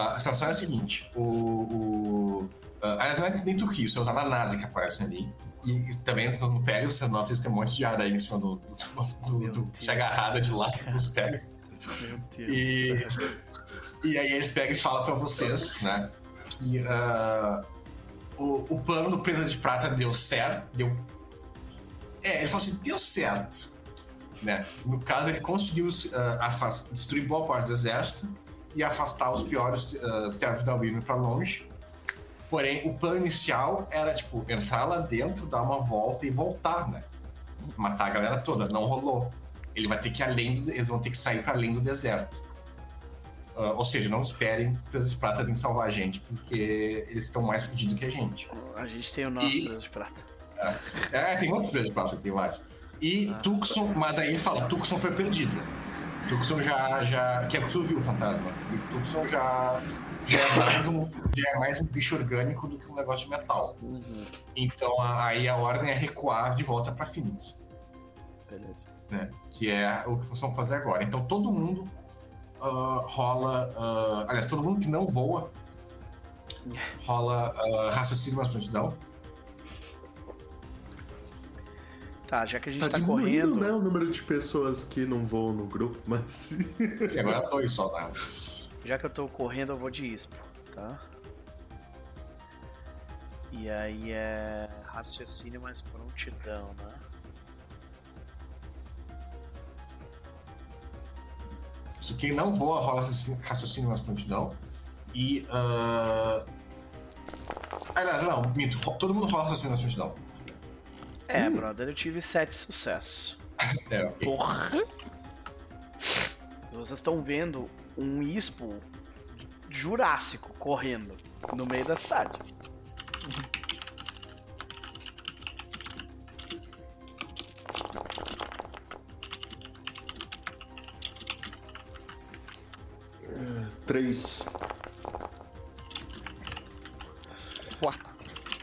Aliás, não é nem Turquia, isso é os Ananasi que aparecem ali. E também no Pegasus, você nota que tem um monte de aranha em cima do se agarrada de lá dos Pegasus. Meu Deus. E aí eles pegam e falam pra vocês, né? Que o plano do Presa de Prata deu certo. Ele falou assim, deu certo. Né? No caso, ele conseguiu destruir boa parte do exército e afastar os piores servos da Wyrm pra longe. Porém, o plano inicial era, tipo, entrar lá dentro, dar uma volta e voltar, né? Matar a galera toda. Não rolou. Ele vai ter que eles vão ter que sair para além do deserto. Ou seja, não esperem Presas de Prata vir salvar a gente, porque eles estão mais fodidos que a gente. A gente tem o nosso Presas de Prata. Tem outros Presas de Prata, tem vários. E Tucson, mas aí ele fala, Tucson foi perdido. Tucson já que é o que tu viu, Fantasma. Tucson já é mais um bicho orgânico do que um negócio de metal. Uhum. Então aí a ordem é recuar de volta pra Phoenix. Beleza. Né? Que é o que vocês vão fazer agora. Então todo mundo rola... aliás, todo mundo que não voa rola raciocínio mais prontidão. Tá, já que a gente tá diminuindo, correndo... né, o número de pessoas que não voam no grupo, mas... E agora 2 só, né? Já que eu tô correndo, eu vou de ISPO, tá? E aí é raciocínio mais prontidão, né? Se quem não voa rola raciocínio mais prontidão. E... aliás, não, minto. Todo mundo rola raciocínio mais prontidão. Brother, eu tive 7 sucessos. Okay. Porra! Vocês estão vendo um ISPO jurássico correndo no meio da cidade. Três. 4.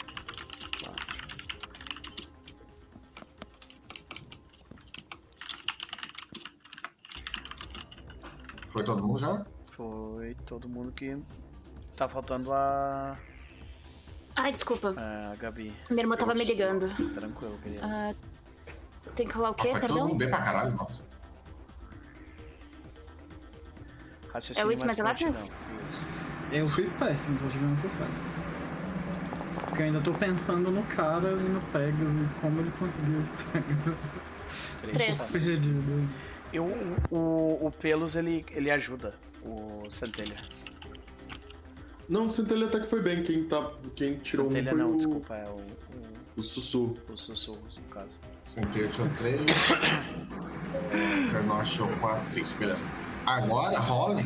Foi todo mundo já? Foi todo mundo que... Tá faltando a... Ai, desculpa. A Gabi. Minha irmã tava me ligando. Tranquilo, querida. Tem que rolar o quê, Foi perdão? todo mundo bem pra caralho, nossa. Raciocínio É o It mais prontidão. Lápis? Isso. Eu fui péssimo, tô tivendo sucesso. Porque eu ainda tô pensando no cara e no Pegasus e como ele conseguiu. 3. Perdido. O Pelos, ele ajuda o Centelha. Não, o Centelha até que foi bem. Quem tirou Centelha um foi não, o... desculpa, é o Sussurro. o Sussurro, no caso. Centelha tirou 3. Carnor tirou 4, 3. Beleza. Agora, rolem.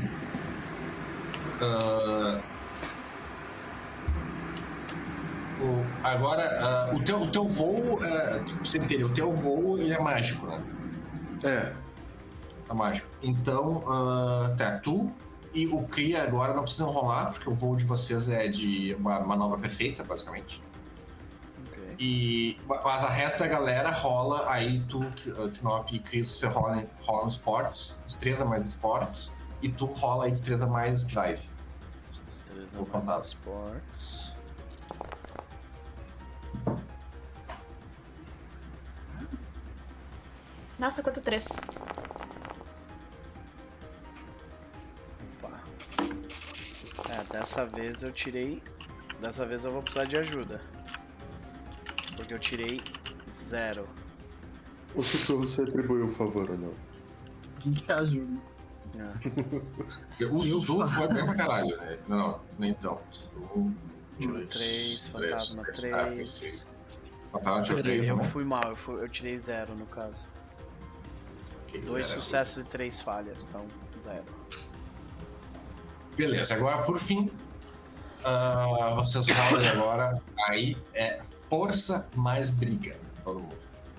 O teu voo, Centelha, o teu voo ele é mágico, né? É mágico. Então, tu e o Cria agora não precisam rolar, porque o voo de vocês é de uma manobra perfeita, basicamente. Okay. Mas a resto da galera rola, aí tu, Knop e Chris, você rola no Sports, destreza mais Sports, e tu rola aí destreza mais Drive. Destreza mais Fantasma. Sports. Nossa, quanto 3. Opa. Dessa vez eu tirei... Dessa vez eu vou precisar de ajuda. Porque eu tirei 0. O Sussurro se atribuiu o favor ou não? A gente se ajuda. O Sussurro foi bem pra caralho, né? Não, nem tanto. 3, Fantasma 3. Fantasma tirou 3, Eu fui mal, eu tirei 0 no caso. 2 sucessos e 3 falhas, então 0. Beleza, agora por fim, vocês rolam agora, aí é força mais briga, todo mundo.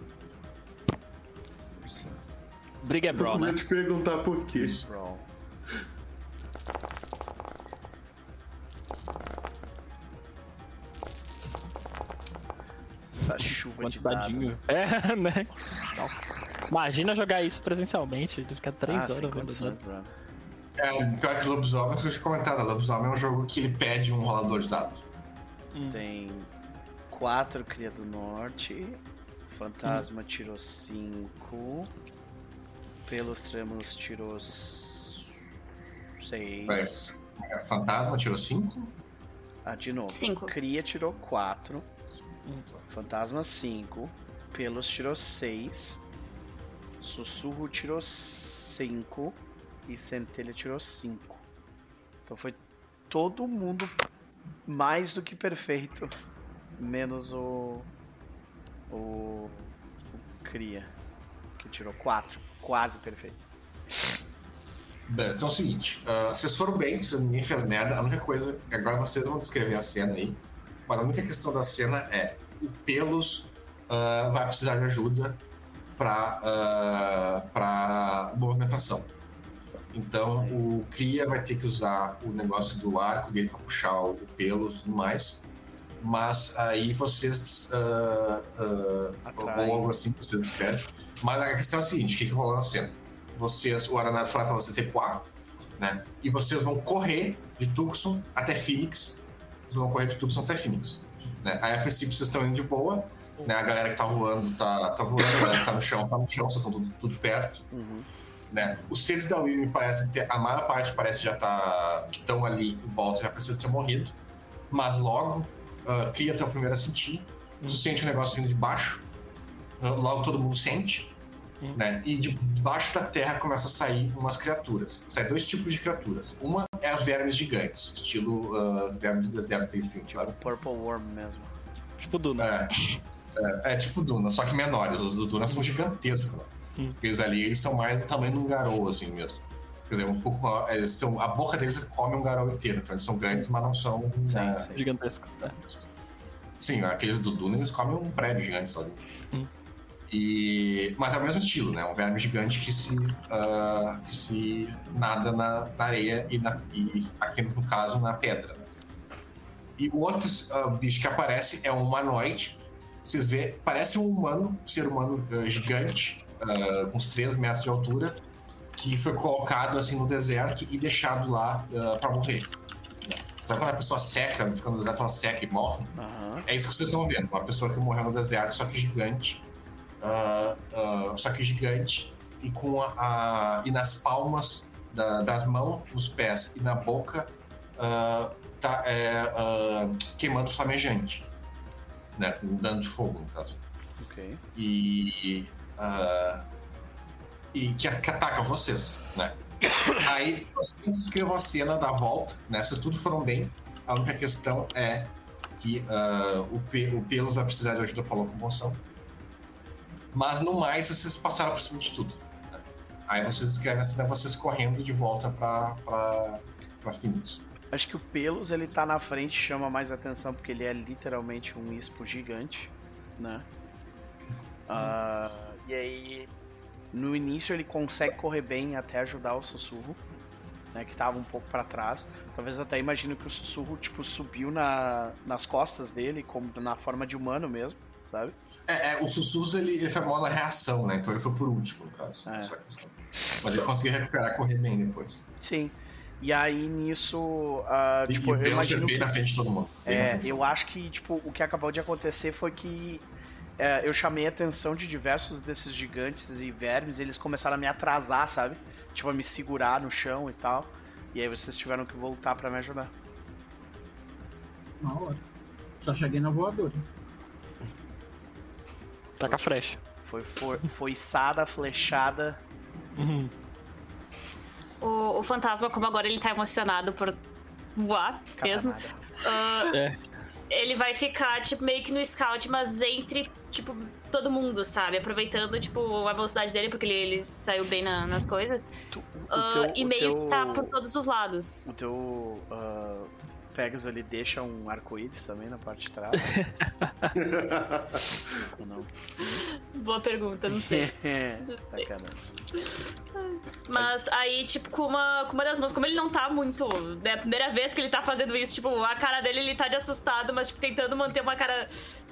Briga é brawl, né? Eu vou te perguntar por quê. Brawl. chuva de dadinho. Né? Imagina jogar isso presencialmente, ficar 3 horas vendo. Pior que Lobisomem, eu tinha comentado, Lobisomem é um jogo que ele pede um rolador de dados. Tem 4 Cria do Norte, Fantasma tirou 5, Pelos Trêmulos tirou 6. Fantasma tirou 5? De novo. 5. Cria tirou 4, Fantasma 5, Pelos tirou 6, Sussurro tirou 5 e Centelha tirou 5. Então foi todo mundo mais do que perfeito, menos o Cria, que tirou 4, quase perfeito. Beleza, então é o seguinte, vocês foram bem, ninguém fez merda, a única coisa, agora vocês vão descrever a cena aí, mas a única questão da cena é, o Pelos vai precisar de ajuda para movimentação. Então o Cria vai ter que usar o negócio do arco dele para puxar o Pelos e tudo mais, mas aí vocês ou algo assim que vocês esperam. Mas a questão é a seguinte, o que rolou na cena? O Aranaz fala para vocês recuar, né? E vocês vão correr de Tucson até Phoenix. Né? Aí a princípio vocês estão indo de boa, né? A galera que tá voando, tá voando, a galera que tá no chão, vocês estão tudo perto. Né? Os seres da Will me parece que a maior parte parece já tá. Que estão ali em volta, já precisam ter morrido. Mas logo, Cria até o primeiro a sentir. Tu sente o negócio vindo de baixo. Logo todo mundo sente. Né? E debaixo da terra começa a sair umas criaturas. Saem 2 tipos de criaturas. Uma é as vermes gigantes, estilo vermes do deserto do Infinity, claro. Purple Worm mesmo. Tipo Duna. É tipo Duna, só que menores. Os do Duna são gigantescos. Eles ali, eles são mais do tamanho de um garou, assim mesmo. Quer dizer, um pouco maior. A boca deles come um garou inteiro, então eles são grandes, mas não são gigantescos. Sim, aqueles do Duna, eles comem um prédio gigante só. Mas é o mesmo estilo, né? Um verme gigante que se nada na areia e aqui no caso na pedra. Né? E o outro bicho que aparece é um humanoide. Vocês vê, parece um ser humano gigante, com uns 3 metros de altura, que foi colocado assim no deserto e deixado lá pra morrer. Sabe quando a pessoa seca, fica no deserto, ela seca e morre? É isso que vocês estão vendo, uma pessoa que morreu no deserto, só que gigante. E com e nas palmas das mãos, nos pés e na boca tá queimando flamejante, né, com dano de fogo no caso. E que ataca vocês, né? Aí vocês escrevam a cena da volta, né? Vocês tudo foram bem, a única questão é que o Pelos vai precisar de ajuda para locomoção. Mas no mais, vocês passaram por cima de tudo. Né? Aí vocês escrevem a cena, vocês correndo de volta pra Phoenix. Acho que o Pelos, ele tá na frente, chama mais atenção, porque ele é literalmente um ispo gigante, né? E aí, no início ele consegue correr bem até ajudar o Sussurro, né, que tava um pouco pra trás. Talvez até imagino que o Sussurro, tipo, subiu nas costas dele, como na forma de humano mesmo, sabe? O Sussurro, ele foi mal na reação, né? Então ele foi por último, no caso. Mas ele conseguiu recuperar e correr bem depois. Sim. E aí, nisso... tipo, eu imagino bem na frente de todo mundo. Eu acho que, tipo, o que acabou de acontecer foi que eu chamei a atenção de diversos desses gigantes e vermes, eles começaram a me atrasar, sabe? Tipo, a me segurar no chão e tal. E aí vocês tiveram que voltar pra me ajudar. Na hora. Já cheguei na voadora. Taca a flecha. Foi foiçada, flechada. O fantasma, como agora ele tá emocionado por voar mesmo, ele vai ficar, tipo, meio que no scout, mas entre, tipo, todo mundo, sabe? Aproveitando, tipo, a velocidade dele, porque ele saiu bem nas coisas. E meio que tá por todos os lados. O teu Pegasus, ele deixa um arco-íris também na parte de trás? Ou não? Boa pergunta, não sei. Sacanagem. Mas aí, tipo, com uma das mãos, como ele não tá muito... É a primeira vez que ele tá fazendo isso, tipo, a cara dele, ele tá de assustado, mas, tipo, tentando manter uma cara, tipo,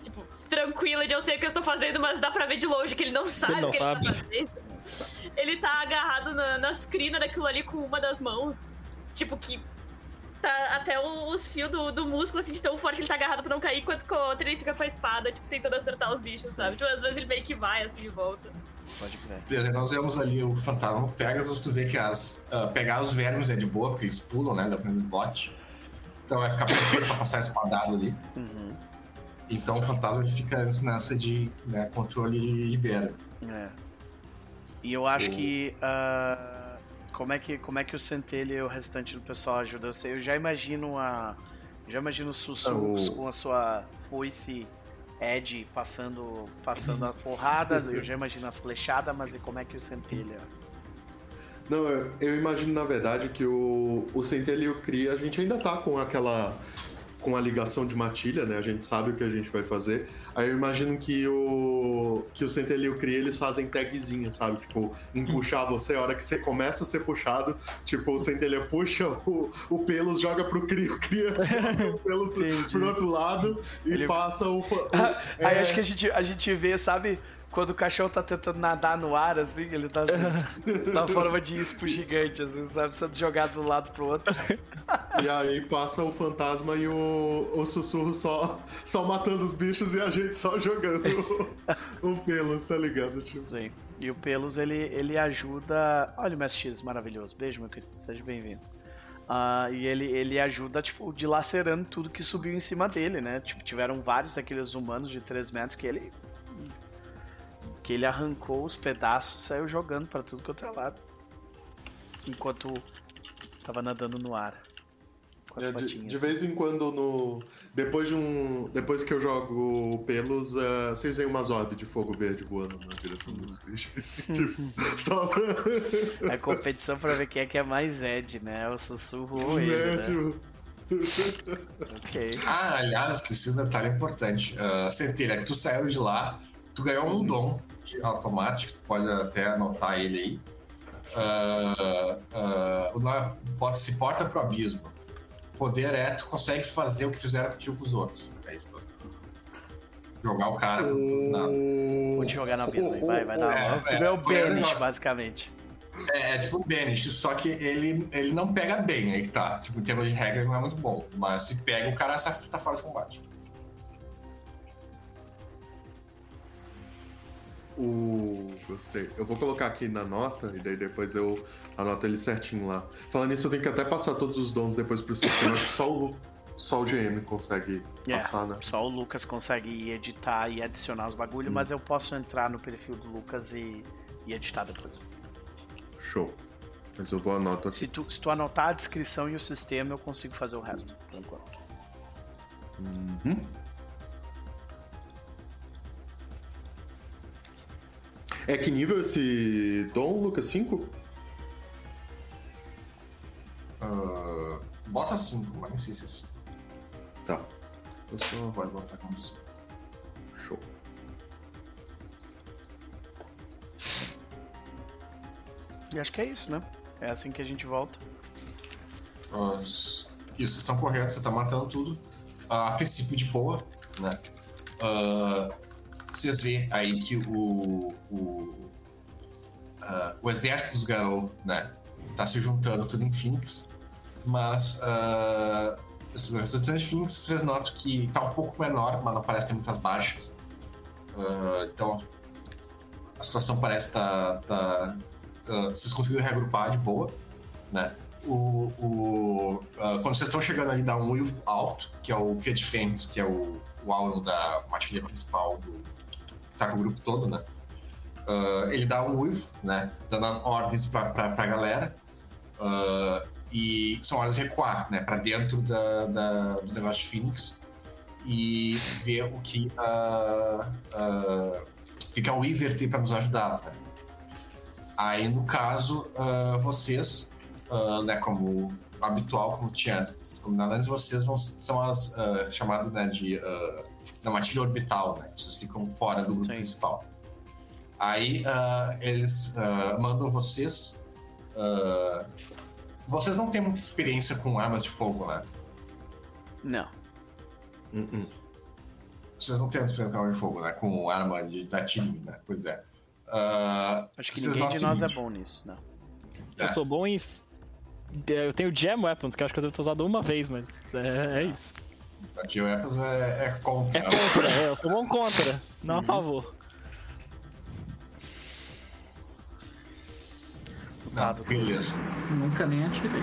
tranquila de eu sei o que eu estou fazendo, mas dá pra ver de longe que ele não sabe o que ele tá fazendo. Ele tá agarrado nas crinas daquilo ali com uma das mãos. Tipo, que tá até os fios do músculo, assim, de tão forte que ele tá agarrado pra não cair, enquanto com a outra ele fica com a espada, tipo, tentando acertar os bichos, sabe? Tipo, às vezes ele meio que vai, assim, de volta. Pode ver. Beleza, nós vemos ali o fantasma Pegasus, tu vê que pegar os vermes é de boa, porque eles pulam, né, da primeira slot. Então vai ficar perfeito pra passar espadado ali. Uhum. Então o fantasma ele fica nessa de controle de verme. É. E eu acho que... Como é que o Centelha e o restante do pessoal ajudam? Eu já imagino os sussurros com a sua foice Ed passando a porrada. Eu já imagino as flechadas, mas e como é que o Centelha... Não, eu imagino na verdade que o Centelha e o Kree, a gente ainda tá com a ligação de matilha, né? A gente sabe o que a gente vai fazer. Aí eu imagino que o Centelha e o Kree, eles fazem tagzinho, sabe? Tipo, em puxar você, a hora que você começa a ser puxado, tipo, o Centelha puxa o Pelos, joga pro Kree, o Kree joga o Pelos pro outro lado e passa o... Aí acho que a gente vê, sabe... Quando o cachorro tá tentando nadar no ar, assim, ele tá assim, na forma de ispo gigante, assim, sabe? Sendo jogado de um lado pro outro. E aí passa o fantasma e o sussurro só matando os bichos e a gente só jogando o Pelos, tá ligado? Tipo. Sim. E o Pelos, ele ajuda... Olha o Mestre X, maravilhoso. Beijo, meu querido. Seja bem-vindo. E ele ajuda, tipo, dilacerando tudo que subiu em cima dele, né? Tipo, tiveram vários daqueles humanos de 3 metros que ele arrancou os pedaços e saiu jogando pra tudo que eu tava lado. Enquanto tava nadando no ar. Com as patinhas. De vez em quando, depois que eu jogo Pelos, vocês veem umas orbes de fogo verde voando na direção dos bichos. Tipo, só pra... É competição pra ver quem é que é mais Ed, né? O sussurro ou ele, né? Ok. Aliás, esqueci um detalhe importante. Centelha, que tu saiu de lá, tu ganhou um dom automático, tu pode até anotar ele aí. Se porta pro abismo. Poder tu consegue fazer o que fizeram contigo com os outros. É isso. Jogar o cara. Vou te jogar no abismo aí, vai dar. Tu é o Banish, basicamente. É tipo um Banish, só que ele não pega bem, aí que tá. Tipo, em termos de regra, não é muito bom. Mas se pega, o cara tá fora de combate. Gostei. Eu vou colocar aqui na nota e daí depois eu anoto ele certinho lá. Falando nisso, eu tenho que até passar todos os dons depois pro sistema. Acho que só o GM consegue passar, né? Só o Lucas consegue editar e adicionar os bagulhos, mas eu posso entrar no perfil do Lucas e editar depois. Show. Mas eu vou anotar aqui. Se tu anotar a descrição e o sistema, eu consigo fazer o resto, por enquanto. Uhum. É que nível esse dom, Lucas? 5? Bota 5, mas nem sei se é 5. Tá. Você não pode botar como 5. Show. E acho que é isso, né? É assim que a gente volta. Isso, vocês estão corretos, você tá matando tudo. A princípio de boa, né? Vocês vê aí que o exército dos Garou, né, tá se juntando tudo em Phoenix, mas esses exércitos em Phoenix, vocês notam que tá um pouco menor, mas não parece ter muitas baixas. Então a situação parece vocês conseguiram reagrupar de boa, né? Quando vocês estão chegando ali, dá um uivo alto, que é o Kid Fênix, que é o alvo da matilha principal tá com o grupo todo, né? Ele dá um uivo, né? Dando ordens pra galera. E são ordens de recuar, né? Pra dentro do negócio de Phoenix. E ver o que a Weaver tem pra nos ajudar, né? Aí, no caso, vocês, né? Como habitual, como tinha combinado antes, vocês são as chamadas, né, da matilha orbital, né? Vocês ficam fora do grupo principal. Aí eles mandam vocês. Vocês não têm muita experiência com armas de fogo, né? Não. Vocês não têm experiência com arma de fogo, né? Com arma da time, né? Pois é. Acho que ninguém de nós é bom nisso, né? Eu sou bom em... Eu tenho Jam Weapons, que eu acho que eu devo ter usado uma vez, mas é isso. A Jam Weapons é contra. É contra, eu sou bom contra, não a favor. Não, beleza. Nunca nem atirei.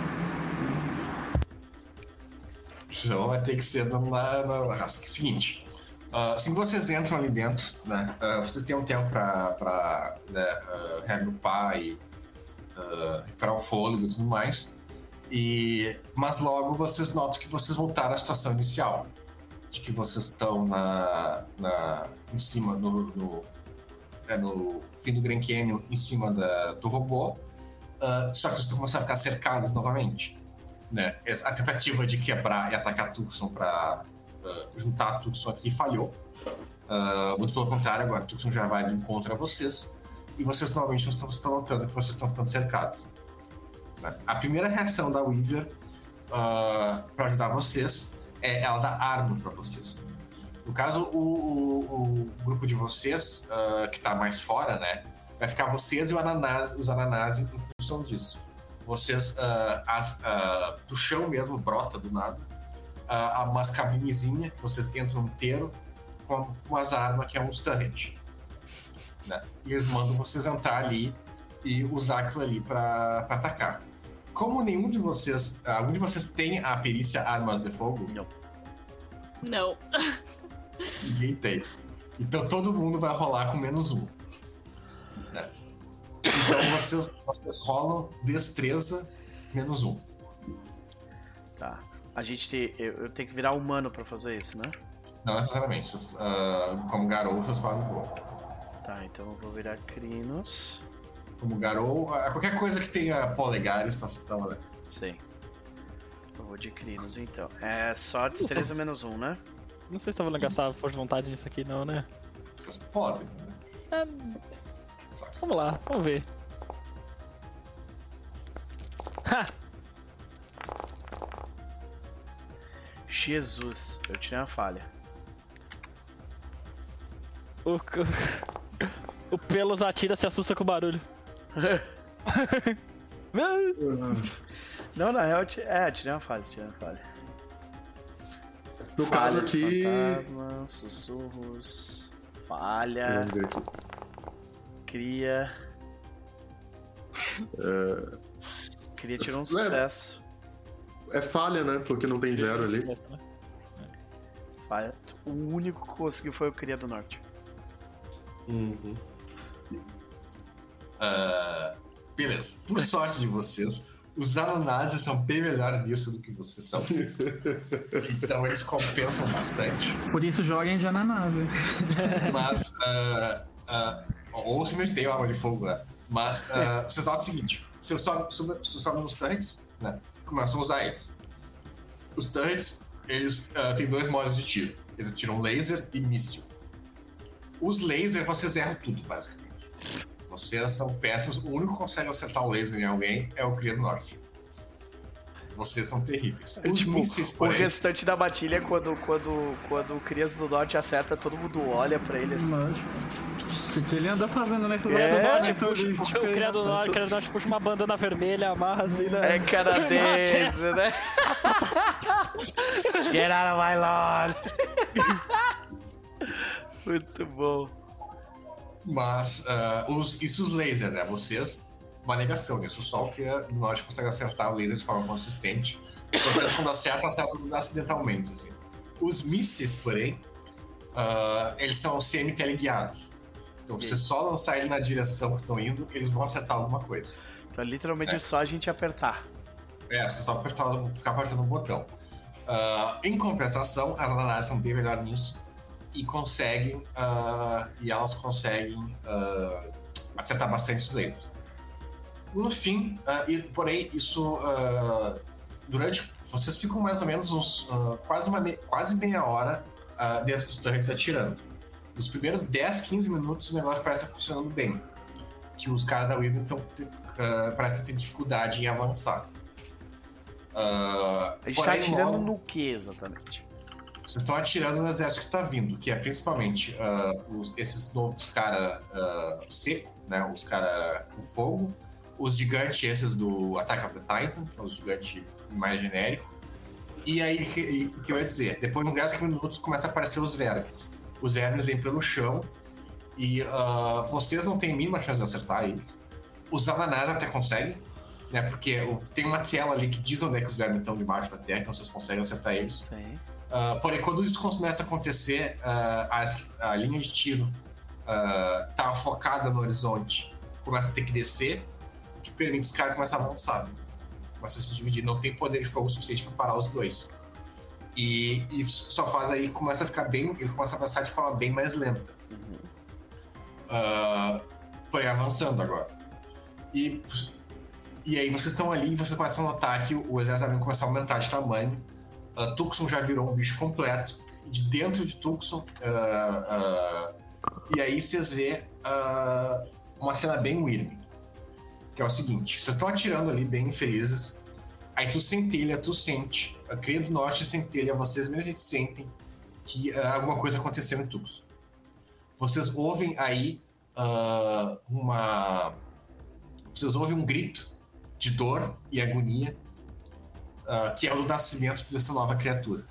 Então vai ter que ser na seguinte. Assim que vocês entram ali dentro, né? Vocês têm um tempo pra reagrupar e recuperar o fôlego e tudo mais. Mas logo vocês notam que vocês voltaram à situação inicial. De que vocês estão em cima no fim do Grand Canyon, em cima do robô. Só que vocês estão começando a ficar cercados novamente. Né? A tentativa de quebrar e atacar Tucson para juntar Tucson aqui falhou. Muito pelo contrário, agora Tucson já vai de encontro a vocês. E vocês novamente estão notando que vocês estão ficando cercados. Né? A primeira reação da Weaver para ajudar vocês é ela dar arma para vocês. No caso, o grupo de vocês, que está mais fora, né, vai ficar vocês e os Ananase em função disso. Vocês, do chão mesmo, brota do nada, umas cabinezinhas que vocês entram inteiro com umas armas que é um turret. Né? E eles mandam vocês entrar ali e usar aquilo ali para atacar. Como algum de vocês tem a perícia Armas de Fogo? Não. Ninguém tem. Então todo mundo vai rolar com -1. Né? Então vocês rolam destreza -1. Tá. Eu tenho que virar humano pra fazer isso, né? Não necessariamente. Vocês, como Garou, vocês falam boa. Tá, então eu vou virar Crinos. Como Garou, qualquer coisa que tenha polegares tá valendo. Sim. Eu vou de Crinos então. É só destreza -1, né? Não sei se tava gastar força de vontade nisso aqui não, né? Vocês podem, né? Vamos lá, vamos ver. Ha! Jesus, eu tirei uma falha. O Pelos atira, se assusta com o barulho. Não, na real, tirei uma falha, No falha, caso aqui... Fantasma, sussurros, falha, cria... Cria tirou um sucesso. É falha, né? Porque não tem 0 ali. Falha. O único que conseguiu foi o Cria do Norte. Uhum. Beleza. Por sorte de vocês, os Ananases são bem melhor nisso do que vocês são. Então eles compensam bastante. Por isso joguem de Ananase. Mas, ou simplesmente tem arma de fogo, né? Mas vocês notam o seguinte: vocês sobem nos turrets, né? Começam a usar eles. Os turrets, eles têm 2 modos de tiro. Eles atiram laser e míssil. Os lasers, vocês erram tudo, basicamente. Vocês são péssimos. O único que consegue acertar o laser em alguém é o Cria do Norte. Vocês são terríveis. Os mísseis, porém... O restante da matilha, quando o Crias do Norte acerta, todo mundo olha pra ele assim. O que ele anda fazendo nesse O Cria do Norte puxa uma bandana vermelha, amarra assim, né? É canadense, né? Get out of my lawn! Muito bom. Mas, os lasers, né? Vocês, uma negação nisso. Só o Cria do Norte consegue acertar o laser de forma consistente. Vocês, quando acertam acidentalmente, assim. Os mísseis, porém, eles são semi-teleguiados. Então, você só lançar ele na direção que estão indo, eles vão acertar alguma coisa. Então, literalmente, é só a gente apertar. Você só ficar apertando um botão. Em compensação, as Ananases são bem melhor nisso e conseguem, elas conseguem acertar bastante os lasers. No fim, porém, isso durante... Vocês ficam mais ou menos uns quase meia hora dentro dos turrets atirando. Nos primeiros 10, 15 minutos o negócio parece estar funcionando bem. Que os caras da Weaver parecem ter dificuldade em avançar. A gente tá atirando no que exatamente? Vocês estão atirando no exército que tá vindo, que é principalmente esses novos caras seco, né? Os caras com fogo, os gigantes esses do Attack of the Titan, que é os gigantes mais genéricos. E aí, o que eu ia dizer? Depois, de uns 10 minutos, começa a aparecer os vermes. Os vermes vêm pelo chão e vocês não têm a mínima chance de acertar eles. Os ananás até conseguem, né? Porque tem uma tela ali que diz onde é que os vermes estão debaixo da terra, então vocês conseguem acertar eles. Porém, quando isso começa a acontecer, a linha de tiro tá focada no horizonte, começa a ter que descer, o que permite os caras começar a avançar. Começa a se dividir, não tem poder de fogo suficiente para parar os dois. E isso só faz aí, começa a ficar bem, eles começam a avançar de forma bem mais lenta. Porém, avançando agora. E aí vocês estão ali e vocês começam a notar que o exército vai começar a aumentar de tamanho. Tucson já virou um bicho completo. De dentro de Tucson, e aí vocês vê uma cena bem Wyrm. Que é o seguinte, vocês estão atirando ali bem felizes, aí tu centelha, tu sente, a Cria do Norte centelha, vocês mesmos sentem que alguma coisa aconteceu em Tucson. Vocês ouvem aí vocês ouvem um grito de dor e agonia, que é o do nascimento dessa nova criatura.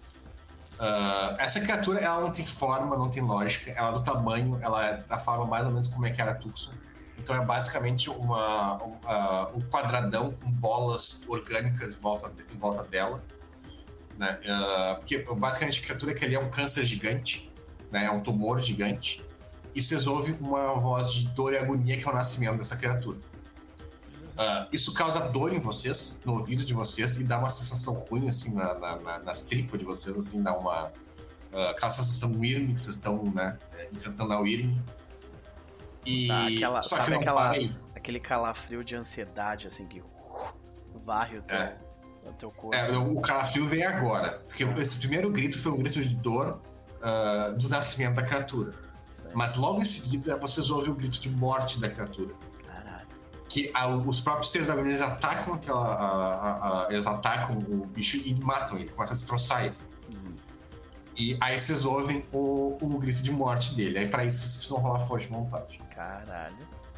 Essa criatura, ela não tem forma, não tem lógica, ela é do tamanho, ela é da forma mais ou menos como é que era Tucson. Então é basicamente um quadradão com bolas orgânicas em volta dela, né? Porque basicamente a criatura que ali é um câncer gigante, né? É um tumor gigante. E vocês ouvem uma voz de dor e agonia, que é o nascimento dessa criatura. Isso causa dor em vocês, no ouvido de vocês, e dá uma sensação ruim assim nas tripas de vocês, assim, dá aquela sensação Wyrm que vocês estão, né, enfrentando a Wyrm. E só que aquele calafrio de ansiedade, assim, que varre o teu corpo. O calafrio vem agora, porque esse primeiro grito foi um grito de dor do nascimento da criatura. Mas logo em seguida vocês ouvem o grito de morte da criatura. Caralho. Que os próprios seres da agonia, eles atacam eles atacam o bicho e matam ele, começam a destroçar ele. E aí vocês ouvem o grito de morte dele. Aí pra isso vocês precisam rolar força de vontade. Caralho.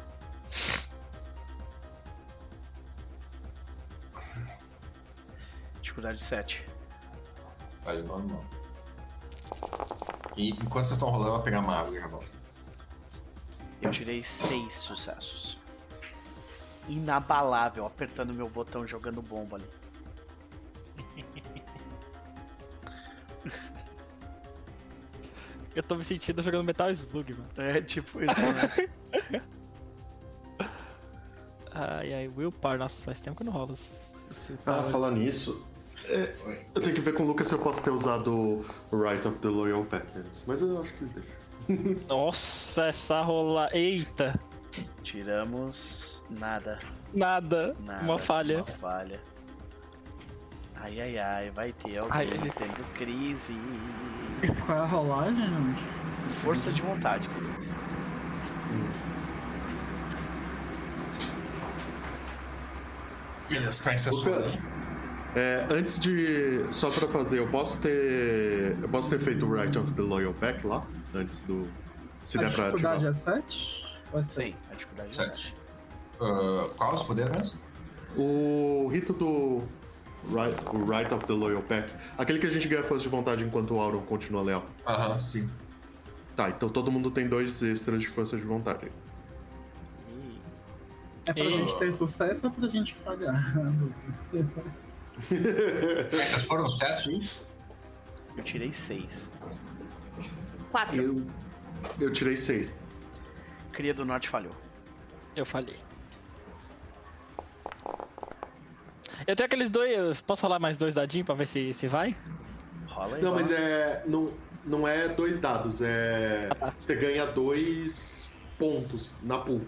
Dificuldade 7. Vai de normal. E enquanto vocês estão rolando, eu vou pegar uma água e já volto. Eu tirei 6 sucessos. Inabalável, apertando meu botão, jogando bomba ali. Eu tô me sentindo jogando Metal Slug, mano. É tipo isso, né? Ai, Willpower, nossa, faz tempo que não rola. Falar nisso, eu tenho que ver com o Lucas se eu posso ter usado o Rite of the Loyal Pack antes, mas eu acho que ele deixa. Nossa, essa rola... Eita! Tiramos nada. Nada. Uma falha. Uma falha. Ai, vai ter alguém tendo crise. Qual é a rolagem, gente? Força de vontade, querido. Beleza, qual é essa sua? Antes de... Só pra fazer, eu posso ter feito o Rite of the Loyal Pack lá? Antes do... Se der pra ativar. A dificuldade é 7? Ou é 6? Sim, a dificuldade é 7. Qual os poderes mesmo? O rito do... O Rite of the Loyal Pack. Aquele que a gente ganha força de vontade enquanto o Auron continua leal. Sim. Tá, então todo mundo tem 2 extras de força de vontade. É pra gente ter sucesso ou pra gente falhar? Esses foram os testes? Eu tirei 6. 4. Eu tirei 6. Cria do Norte falhou. Eu falhei. Eu tenho aqueles 2. Posso rolar mais 2 dadinhos pra ver se vai? Rola aí. Não, mas não é 2 dados, você ganha 2 pontos na pool.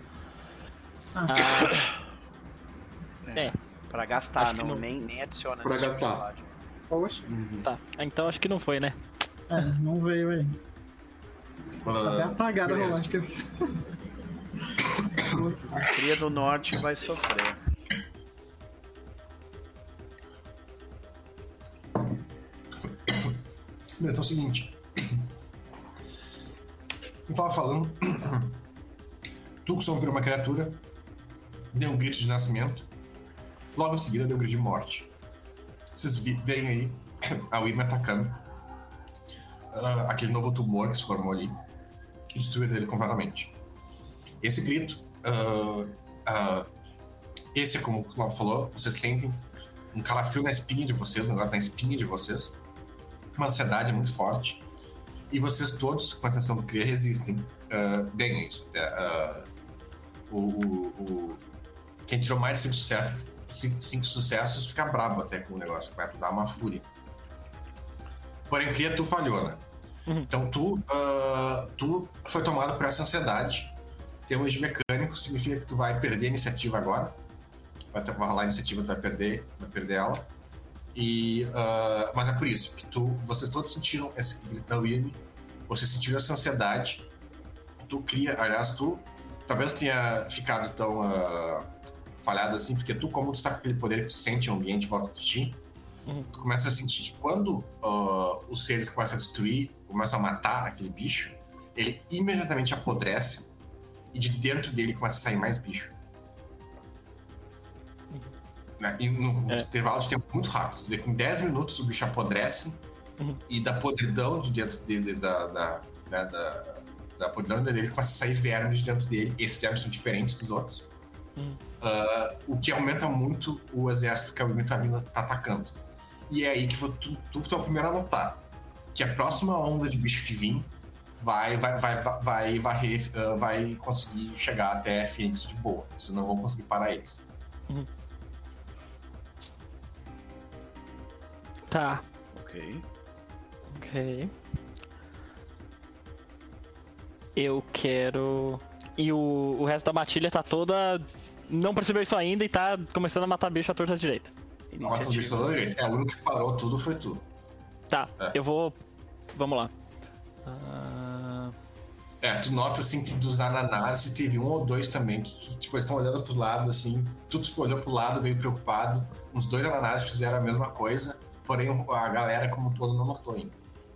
Pra gastar, nem adiciona. Pra gastar. Poxa. Tá, então acho que não foi, né? Não veio aí. Até apagada a beleza. rolagem que eu fiz. A Cria do Norte vai sofrer. Então é o seguinte. Eu tava falando. Tucson virou uma criatura, deu um grito de nascimento, logo em seguida deu um grito de morte. Vocês verem aí a Wyrm atacando aquele novo tumor que se formou ali e destruiu ele completamente. Esse grito, esse é como o Cláudio falou, vocês sentem um calafrio na espinha de vocês, um negócio na espinha de vocês, uma ansiedade muito forte, e vocês todos, com a atenção do Cria, resistem. Bem, isso. Quem tirou mais de 5 sucessos fica brabo até com o negócio, começa a dar uma fúria. Porém, Cria, tu falhou, né? Então tu foi tomado por essa ansiedade. Termos de mecânico significa que tu vai perder a iniciativa agora. Vai rolar a iniciativa, tu vai perder ela. Mas é por isso que vocês todos sentiram esse grito da Wyrm, vocês sentiram essa ansiedade. Tu cria, aliás, tu talvez tenha ficado tão falhado assim, porque como tu tá com aquele poder que tu sente o ambiente em volta de ti, tu começa a sentir que quando os seres começam a destruir, começam a matar aquele bicho, ele imediatamente apodrece e de dentro dele começa a sair mais bicho. E no intervalo de tempo muito rápido. Tu vê que em 10 minutos o bicho apodrece e da podridão de dentro dele, da podridão dele começa a sair vermes de dentro dele. Esses vermes são diferentes dos outros. O que aumenta muito o exército que a Wyrm tá atacando. E é aí que tu é o primeiro a notar que a próxima onda de bicho que vir vai conseguir chegar até Fênix de boa. Vocês não vão conseguir parar eles. Tá. Ok. Eu quero... E o resto da matilha tá toda... Não percebeu isso ainda e tá começando a matar bicho à torta direita. Mata os bichos toda direita. O único que parou tudo foi tu. Tá, eu vou... Vamos lá. Tu nota assim que dos ananás teve um ou dois também que tipo, eles estão olhando pro lado assim, tudo olhou pro lado meio preocupado. Uns 2 ananás fizeram a mesma coisa, porém a galera como um todo não notou ainda.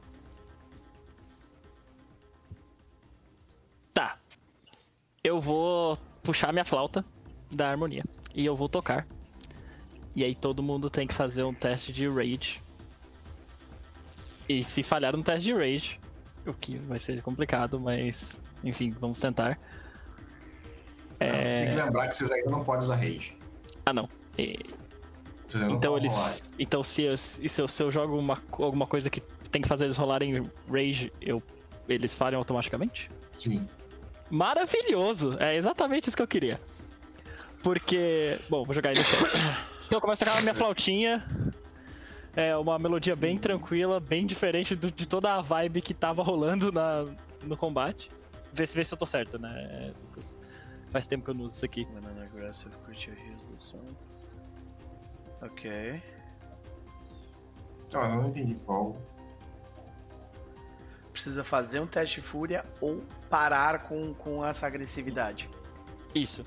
Tá. Eu vou puxar minha flauta da harmonia e eu vou tocar. E aí todo mundo tem que fazer um teste de Rage. E se falhar no teste de Rage, o que vai ser complicado, mas enfim, vamos tentar. Você tem que lembrar que vocês ainda não podem usar Rage. Não. Então se eu jogo alguma coisa que tem que fazer eles rolarem Rage, eles falham automaticamente? Sim. Maravilhoso! É exatamente isso que eu queria. Porque... Bom, vou jogar ele no teste. Então eu começo a tocar a minha flautinha. É uma melodia bem tranquila, bem diferente de toda a vibe que tava rolando no combate. Vê se eu tô certo, né, Lucas? Faz tempo que eu não uso isso aqui. Ok. Então, eu não entendi qual. Precisa fazer um teste de fúria ou parar com essa agressividade. Isso.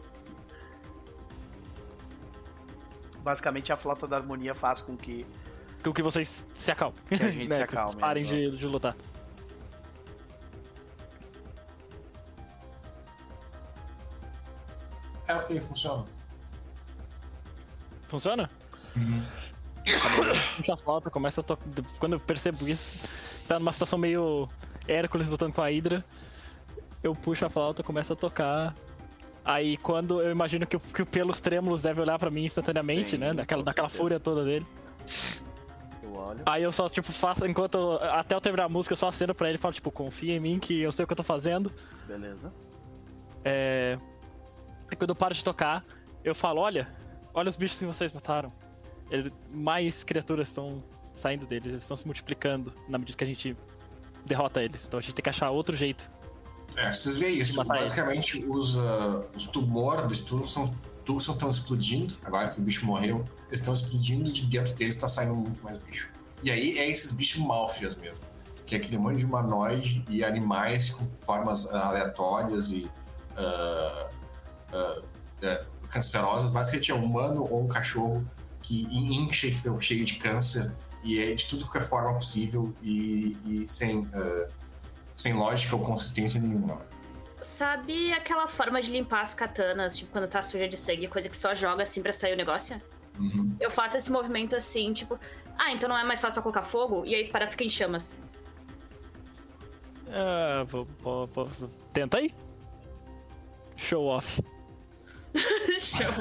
Basicamente a flauta da harmonia faz com que vocês se acalmem. Que a gente se acalme. Que parem de lutar. Ok, funciona. Funciona? Puxa a flauta, começa a tocar. Quando eu percebo isso, tá numa situação meio Hércules lutando com a Hydra. Eu puxo a flauta, começo a tocar. Aí quando eu imagino que o Pelos Trêmulos deve olhar pra mim instantaneamente, né? Daquela fúria toda dele. Eu olho. Aí eu só, faço, até eu terminar a música, eu só aceno pra ele e falo, confia em mim que eu sei o que eu tô fazendo. Beleza. E quando eu paro de tocar, eu falo, olha os bichos que vocês mataram. Mais criaturas estão saindo deles, eles estão se multiplicando na medida que a gente derrota eles. Então a gente tem que achar outro jeito. Vocês veem isso. Basicamente, os tumores dos Tucson estão explodindo. Agora que o bicho morreu, eles estão explodindo e de dentro deles está saindo muito mais bicho. E aí é esses bichos malfias mesmo. Que é aquele monte de humanoide e animais com formas aleatórias e cancerosas. Basicamente é um humano ou um cachorro que incha e fica cheio de câncer e é de tudo que é forma possível e sem lógica ou consistência nenhuma. Sabe aquela forma de limpar as katanas, tipo, quando tá suja de sangue, coisa que só joga assim pra sair o negócio? Uhum. Eu faço esse movimento assim, tipo... então não é mais fácil colocar fogo? E a espada fica em chamas. Tenta aí. Show off. Show.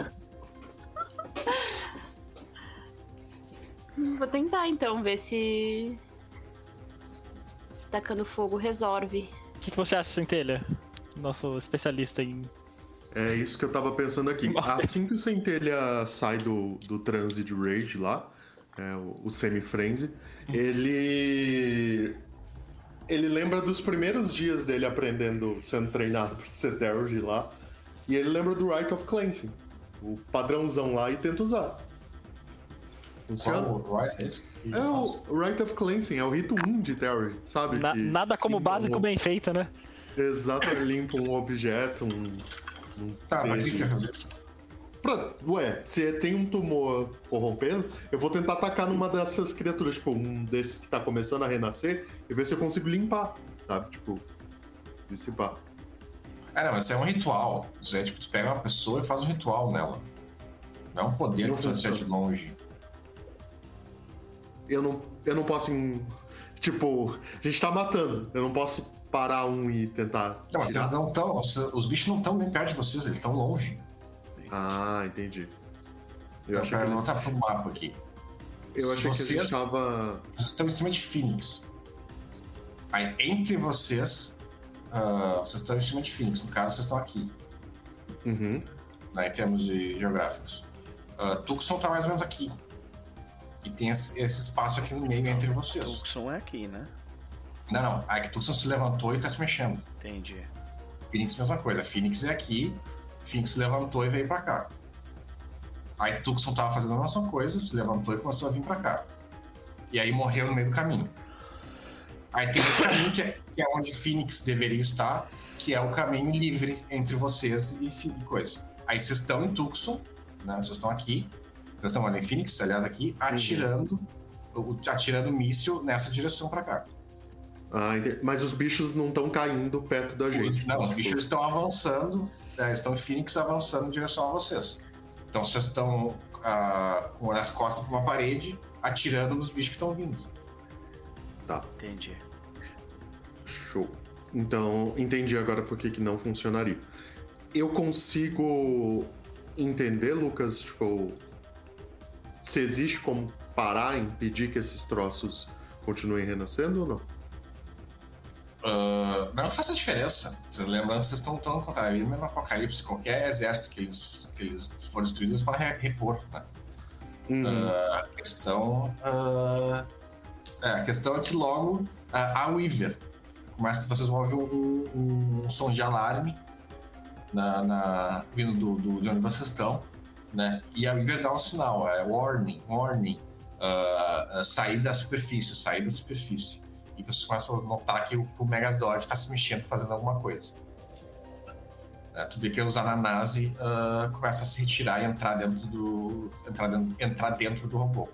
Vou tentar então, ver se tacando fogo resolve. O que você acha, Centelha? Nosso especialista em... É isso que eu tava pensando aqui. Assim que o Centelha sai do transe de Rage lá, o Semi-Frenzy, ele lembra dos primeiros dias dele aprendendo, sendo treinado pra ser Derrogy lá, e ele lembra do Rite of Cleansing, o padrãozão lá, e tenta usar. Funciona? Qual é esse? O Rite of Cleansing, é o rito 1 de Derrogy, sabe? Nada como básico bem feito, né? Exato, limpa um objeto, Tá, mas o que quer fazer isso? Se tem um tumor corrompendo, eu vou tentar atacar numa dessas criaturas, tipo, um desses que tá começando a renascer, e ver se eu consigo limpar, sabe? Tipo, dissipar. Não, mas isso é um ritual. Isso é tipo, tu pega uma pessoa e faz um ritual nela. Não é um poder que você de longe. Eu não posso, tipo, a gente tá matando, eu não posso parar um e tentar... Não, mas vocês não estão... Os bichos não estão nem perto de vocês, eles estão longe. Ah, entendi. Eu achei que eles... não tá pro mapa aqui. Eu achei que eles estavam... Vocês estão em cima de Phoenix. Aí, entre vocês... vocês estão em cima de Phoenix. No caso, vocês estão aqui. Uhum. Em termos geográficos. Tucson tá mais ou menos aqui. E tem esse espaço aqui no meio entre vocês. Tucson é aqui, né? Não. É que Tucson se levantou e tá se mexendo. Entendi. Phoenix, mesma coisa. Phoenix é aqui. Phoenix se levantou e veio pra cá. Aí Tucson tava fazendo a mesma coisa, se levantou e começou a vir pra cá. E aí morreu no meio do caminho. Aí tem esse caminho que é onde Phoenix deveria estar, que é o caminho livre entre vocês e coisa. Aí vocês estão em Tucson, né? Vocês estão aqui. Vocês estão ali em Phoenix, aliás, aqui, atirando míssil nessa direção pra cá. Entendi. Mas os bichos não estão caindo perto da gente. Os bichos estão avançando, estão em Phoenix avançando em direção a vocês. Então vocês estão com as costas pra uma parede, atirando nos bichos que estão vindo. Tá. Entendi. Show. Então, entendi agora por que não funcionaria. Eu consigo entender, Lucas, tipo, se existe como parar, impedir que esses troços continuem renascendo ou não? Não faz a diferença. Vocês lembrando que vocês estão lutando contra a mesmo apocalipse, qualquer exército que eles forem destruídos para repor, né? A questão é que logo a Weaver vocês vão ouvir um som de alarme vindo de onde vocês estão, né? E a Weaver dá um sinal, warning, sair da superfície. E vocês começam a notar que o Megazord está se mexendo, fazendo alguma coisa. Tu vê que os Ananasi começam a se retirar e entrar dentro do robô.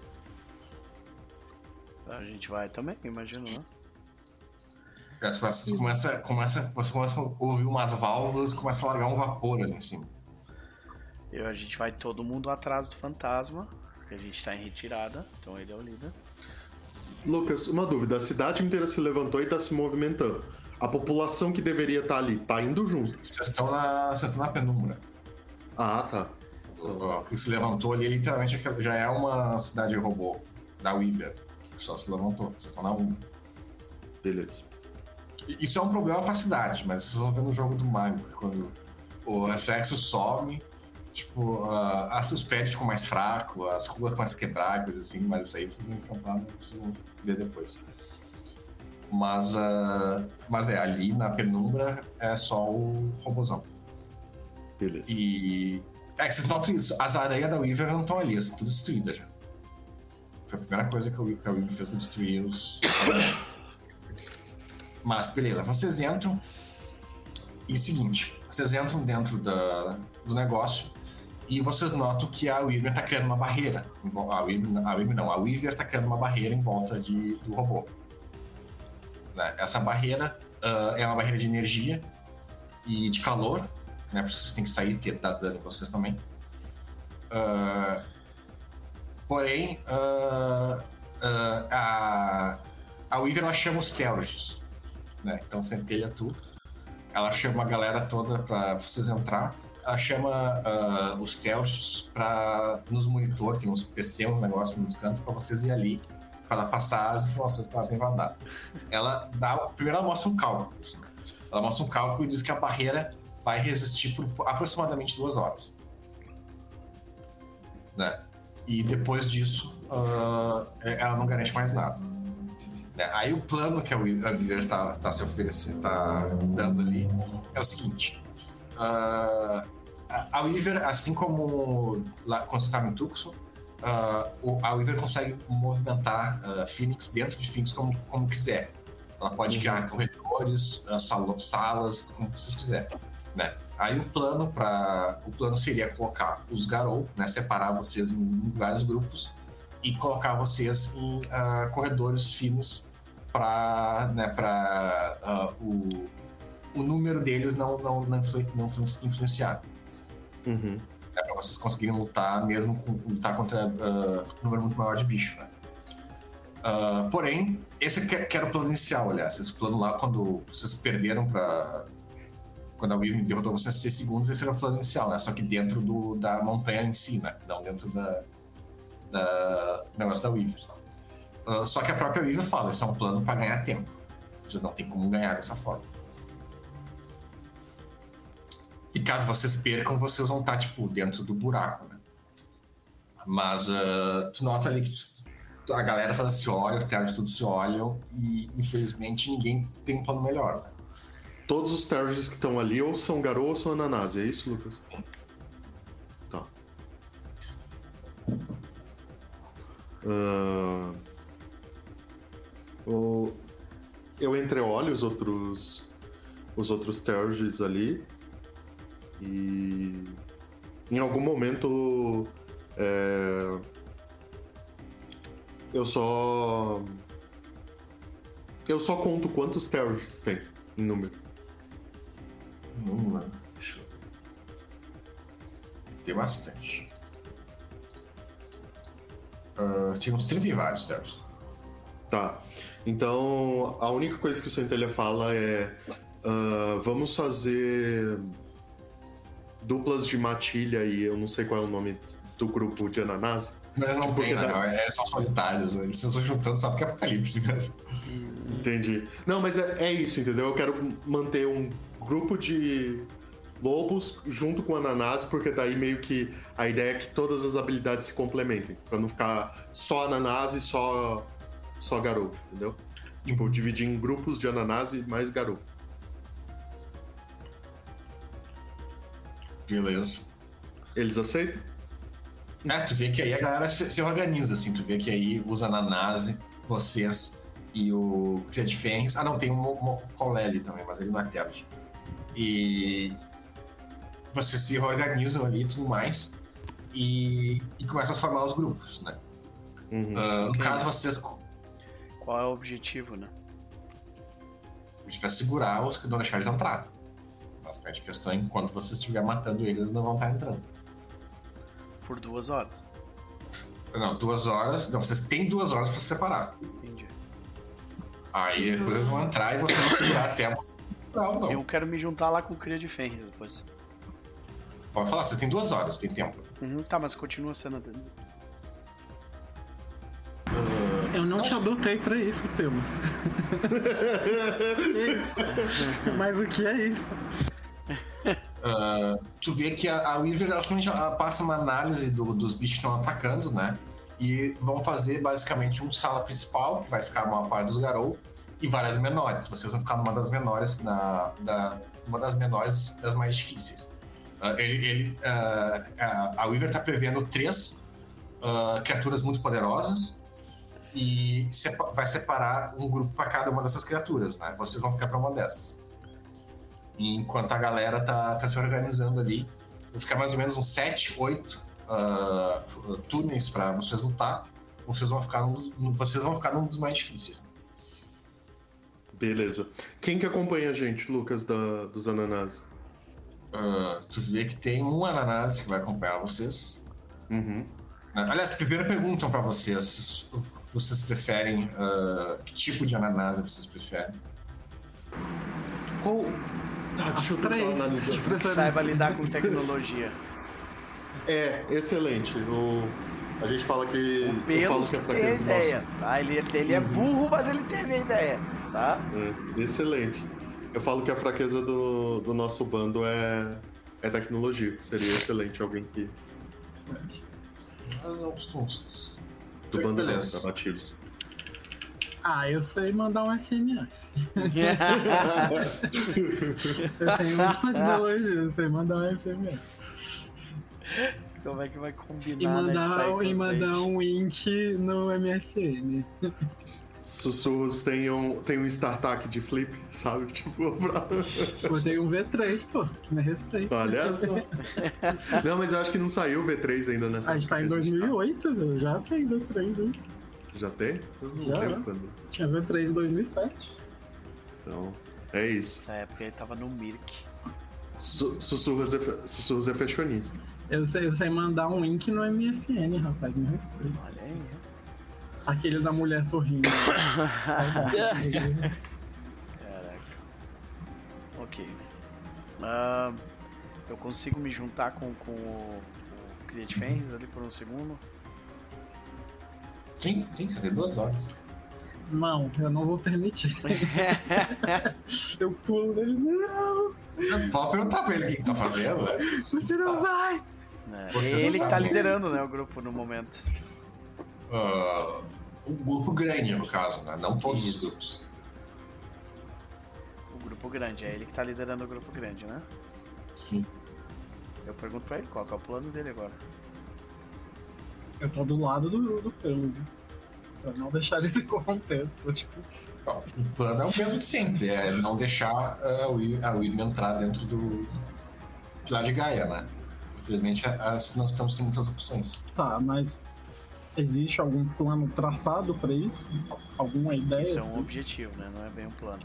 A gente vai também, imagino, né? Você começa a ouvir umas válvulas e começa a largar um vapor ali em cima. A gente vai todo mundo atrás do fantasma, porque a gente tá em retirada, então ele é o líder. Lucas, uma dúvida. A cidade inteira se levantou e tá se movimentando. A população que deveria estar ali tá indo junto. Vocês estão na penumbra. Ah, tá. O que se levantou ali, literalmente, já é uma cidade robô da Weaver. Só se levantou. Vocês estão na 1. Beleza. Isso é um problema pra cidade, mas vocês vão ver no jogo do mago, que quando o reflexo sobe, tipo, os prédios ficam mais fracos, as ruas começam a quebrar, coisas assim, mas isso aí vocês vão encontrar, vocês vão ver depois. Mas ali na penumbra é só o robôzão. Beleza. E que vocês notam isso, as aranhas da Weaver não estão ali, estão tudo destruídas já. Foi a primeira coisa que a Weaver fez, destruir os... Mas, beleza, vocês entram e o seguinte, vocês entram dentro do negócio E vocês notam que a Weaver tá criando uma barreira. A Weaver tá criando uma barreira em volta do robô. Né? Essa barreira é uma barreira de energia e de calor, né? Por isso vocês têm que sair, porque dá dano em vocês também. Porém, a Weaver, ela chama os Telges, né? Então, centelha tudo. Ela chama a galera toda pra vocês entrar. Ela chama os Telges nos monitor, tem uns PC, uns negócios nos cantos, pra vocês ir ali, pra ela passar as informações que ela tem pra dar. Primeiro ela mostra um cálculo, assim. Ela mostra um cálculo e diz que a barreira vai resistir por aproximadamente 2 horas. Né? E depois disso, ela não garante mais nada. Né? Aí o plano que a Weaver tá se oferecendo, tá dando ali, é o seguinte. A Weaver, assim como lá quando você estava em Tucson, a Weaver consegue movimentar Phoenix dentro de Phoenix como quiser. Ela pode criar corredores, salas, como vocês quiserem. Né? Aí o plano seria colocar os Garou, né? Separar vocês em vários grupos e colocar vocês em corredores finos para o número deles não influenciar. Uhum. Para vocês conseguirem lutar, mesmo lutar contra um número muito maior de bicho. Né? Porém, esse que era o plano inicial, aliás. Esse plano lá, quando vocês perderam quando a Weaver derrotou vocês em 6 segundos, esse era o plano inicial, né? Só que dentro da montanha em si, né? Não dentro do negócio da Weaver. Só que a própria Weaver fala, esse é um plano para ganhar tempo. Vocês não tem como ganhar dessa forma. E caso vocês percam, vocês vão estar, tipo, dentro do buraco, né? Mas tu nota ali que a galera fala assim, olha, os Telges todos se olham e, infelizmente, ninguém tem um plano melhor, né? Todos os Telges que estão ali ou são Garou ou são Ananás, é isso, Lucas? Tá. Eu entreolho os outros Telges ali e em algum momento eu só conto quantos Telges tem em número. Deixa eu ver. Tem bastante. Tinha uns 30 e vários Telges. Tá. Então, a única coisa que o Centelha fala é vamos fazer duplas de matilha e eu não sei qual é o nome do grupo de Ananás. Mas não tem, são solitários. Eles se estão juntando só porque é apocalipse mesmo. Entendi. Não, mas é isso, entendeu? Eu quero manter um grupo de lobos junto com Ananás, porque daí meio que a ideia é que todas as habilidades se complementem, pra não ficar só Ananás e só Garou, entendeu? Tipo, dividir em grupos de Ananás e mais Garou. Beleza. Eles aceitam? Tu vê que aí a galera se organiza, assim. Tu vê que aí os Ananás, vocês e o Cria de Fênix. Não, tem um Colelli também, mas ele não é Telge. E vocês se organizam ali e tudo mais. E começam a formar os grupos, né? Uhum. No caso, vocês... Qual é o objetivo, né? O objetivo é segurar os que não deixar eles entrar. Basicamente, a questão é que enquanto você estiver matando eles não vão estar entrando. Por 2 horas. Não, 2 horas... Não, vocês têm 2 horas pra se preparar. Entendi. Aí depois eles vão entrar e vocês vão segurar até você... Não. Eu quero me juntar lá com o Cria de Fênix depois. Pode falar, vocês têm 2 horas, tem tempo. Tá, mas continua a cena dele. Eu não te adotei pra isso, Pelos. Isso. Mas o que é isso? Tu vê que a Weaver ela passa uma análise dos bichos que estão atacando, né? E vão fazer basicamente uma sala principal, que vai ficar uma parte dos Garou, e várias menores. Vocês vão ficar numa das menores, uma das menores das mais difíceis. A Weaver tá prevendo 3 criaturas muito poderosas e vai separar um grupo para cada uma dessas criaturas, né? Vocês vão ficar para uma dessas. Enquanto a galera tá se organizando ali ficar mais ou menos uns 7, 8 túneis pra vocês lutar. Vocês vão ficar num dos mais difíceis. Beleza. Quem que acompanha a gente, Lucas, dos Ananás? Tu vê que tem um Ananás que vai acompanhar vocês. Uhum. Aliás, primeira pergunta pra vocês. Vocês preferem... que tipo de Ananás vocês preferem? Qual... Tá, deixa eu tentar analisar. Que saiba lidar com tecnologia. Excelente. A gente fala que... Eu falo que é fraqueza do nosso... Tá? Ele é burro, mas ele teve a ideia. Tá? Excelente. Eu falo que a fraqueza do nosso bando é tecnologia. Seria excelente alguém que... Do bando beleza. Da Batidos. Eu sei mandar um SMS. Eu tenho muita tecnologia, eu sei mandar um SMS. Como é que vai combinar, e mandar um wink no MSN. Sussurros tem um StarTAC de flip, sabe? Tipo, Botei um V3, pô. Me respeita. Olha só. Não, mas eu acho que não saiu o V3 ainda nessa. A gente tá em 2008, velho. Já tem V3, hein? Já tem? Já. Tinha V3 em 2007. Então, é isso. Nessa época ele tava no Mirk. Sussurros é fashionista. Eu sei mandar um link no MSN, rapaz. Me respeita. Olha aí. Aquele da mulher sorrindo. Caraca. Ok. Eu consigo me juntar com o Create Fans ali por um segundo? Sim, você tem 2 horas. Não, eu não vou permitir. Eu pulo dele, não! Pode perguntar pra ele o que tá fazendo, né? Você não vai! Ele que tá liderando, né, o grupo no momento. O grupo grande, no caso, né? Não todos os grupos. O grupo grande, é ele que tá liderando o grupo grande, né? Sim. Eu pergunto pra ele qual que é o plano dele agora. Eu tô do lado do Pelos, pra não deixar ele se corromper. Tipo... O plano é o mesmo de sempre, é não deixar a William entrar dentro do lado de Gaia, né? Infelizmente, nós estamos sem muitas opções. Tá, mas existe algum plano traçado pra isso? Alguma ideia? Isso é um objetivo, né? Não é bem um plano.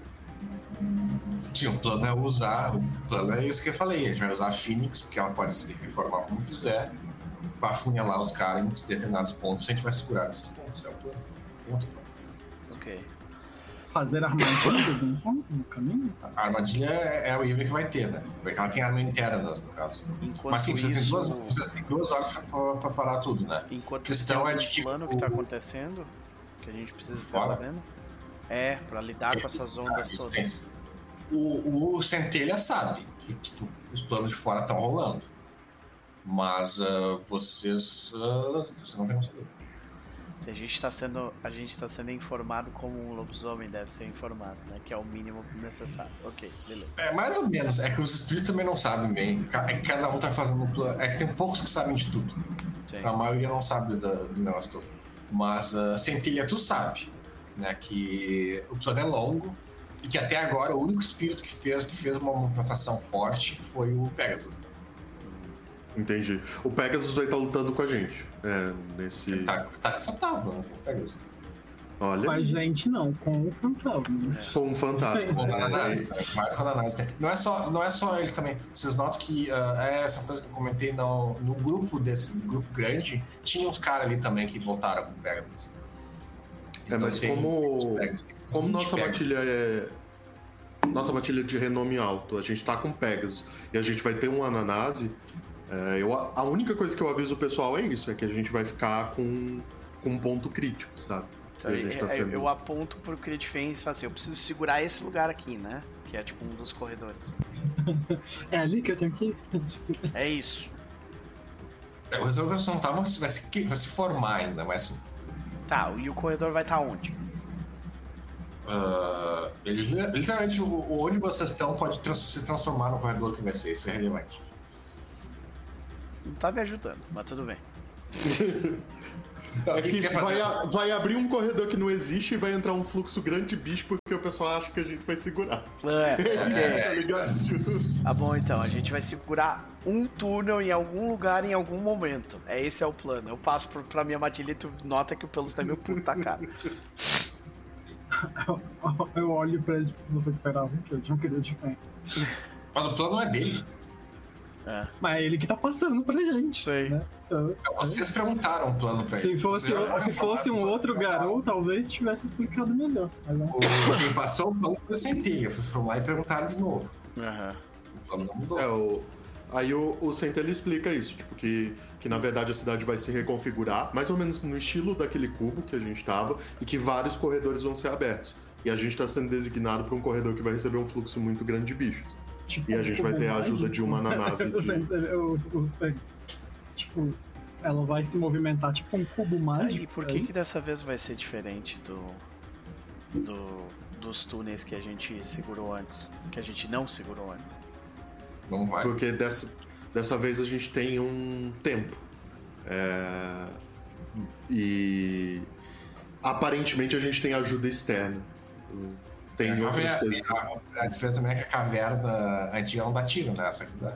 Sim, o plano é usar... O plano é isso que eu falei. A gente vai usar a Phoenix, porque ela pode se reformar como quiser, para afunilhar os caras em determinados pontos, a gente vai segurar esses pontos. É o plano. Ok. Fazer armadilha no caminho? A armadilha é a William que vai ter, né? Porque ela tem arma interna, no caso. Mas sim, vocês têm 2 horas pra parar tudo, né? Enquanto a questão é de que plano que tá acontecendo, que a gente precisa ficar sabendo, pra lidar com essas ondas todas. O Centelha sabe que tipo, os planos de fora estão rolando. Mas vocês não têm como saber. Se a gente tá sendo informado como um lobisomem deve ser informado, né? Que é o mínimo necessário. Ok, beleza. Mais ou menos. É que os espíritos também não sabem bem. É que cada um tá fazendo um plano. É que tem poucos que sabem de tudo. Sim. A maioria não sabe do negócio todo. Mas Centelha, tu sabe, né? Que o plano é longo e que até agora o único espírito que fez uma movimentação forte foi o Pegasus. Entendi. O Pegasus vai estar lutando com a gente. Nesse... Tá com o fantasma, não tem o Pegasus. Olha. Com a gente não, com o fantasma. Com o fantasma. Com os Ananás. Vários Ananás. Não é só eles também. Vocês notam que essa coisa que eu comentei no grupo desse grupo grande, tinha uns caras ali também que voltaram com o Pegasus. Então, mas como nossa matilha é... Nossa matilha de renome alto, a gente tá com Pegasus e a gente vai ter um Ananase. A única coisa que eu aviso o pessoal é isso, é que a gente vai ficar com um ponto crítico, sabe? Então, eu aponto pro Create Fans e falo assim, eu preciso segurar esse lugar aqui, né? Que é tipo um dos corredores. É ali que eu tenho que ir. É isso. O resolver não tá, mas vai se formar ainda, mas... Tá, e o corredor vai estar onde? Literalmente, onde vocês estão pode se transformar no corredor que vai ser, isso é relevante. Não tá me ajudando, mas tudo bem. Então, É que vai abrir um corredor que não existe e vai entrar um fluxo grande de bicho porque o pessoal acha que a gente vai segurar. Tá ligado? Tá bom, então. A gente vai segurar um túnel em algum lugar em algum momento. Esse é o plano. Eu passo pra minha matilha e tu nota que o Pelos tá meio puto da cara. Eu olho pra ele, tipo, você esperava que eu não queria diferente. Mas o plano não é dele. Mas é ele que tá passando pra gente. Sei. Né? Então, vocês perguntaram o plano pra ele. Se fosse um outro garoto, talvez tivesse explicado melhor. Mas não. Quem passou o plano foi o Centelha. Foram lá e perguntaram de novo. O plano não mudou. Aí o Centelha explica isso, tipo, que na verdade a cidade vai se reconfigurar, mais ou menos no estilo daquele cubo que a gente tava, e que vários corredores vão ser abertos. E a gente tá sendo designado pra um corredor que vai receber um fluxo muito grande de bichos. Tipo, e a gente vai ter a ajuda de uma ananase. Eu tipo, ela vai se movimentar tipo um cubo mágico. E por que dessa vez vai ser diferente dos túneis que a gente segurou antes? Que a gente não segurou antes? Não vai. Porque dessa vez a gente tem um tempo. E aparentemente a gente tem ajuda externa. Tem outras coisas. A diferença também é que a caverna antiga não dá tiro, né? Essa aqui dá.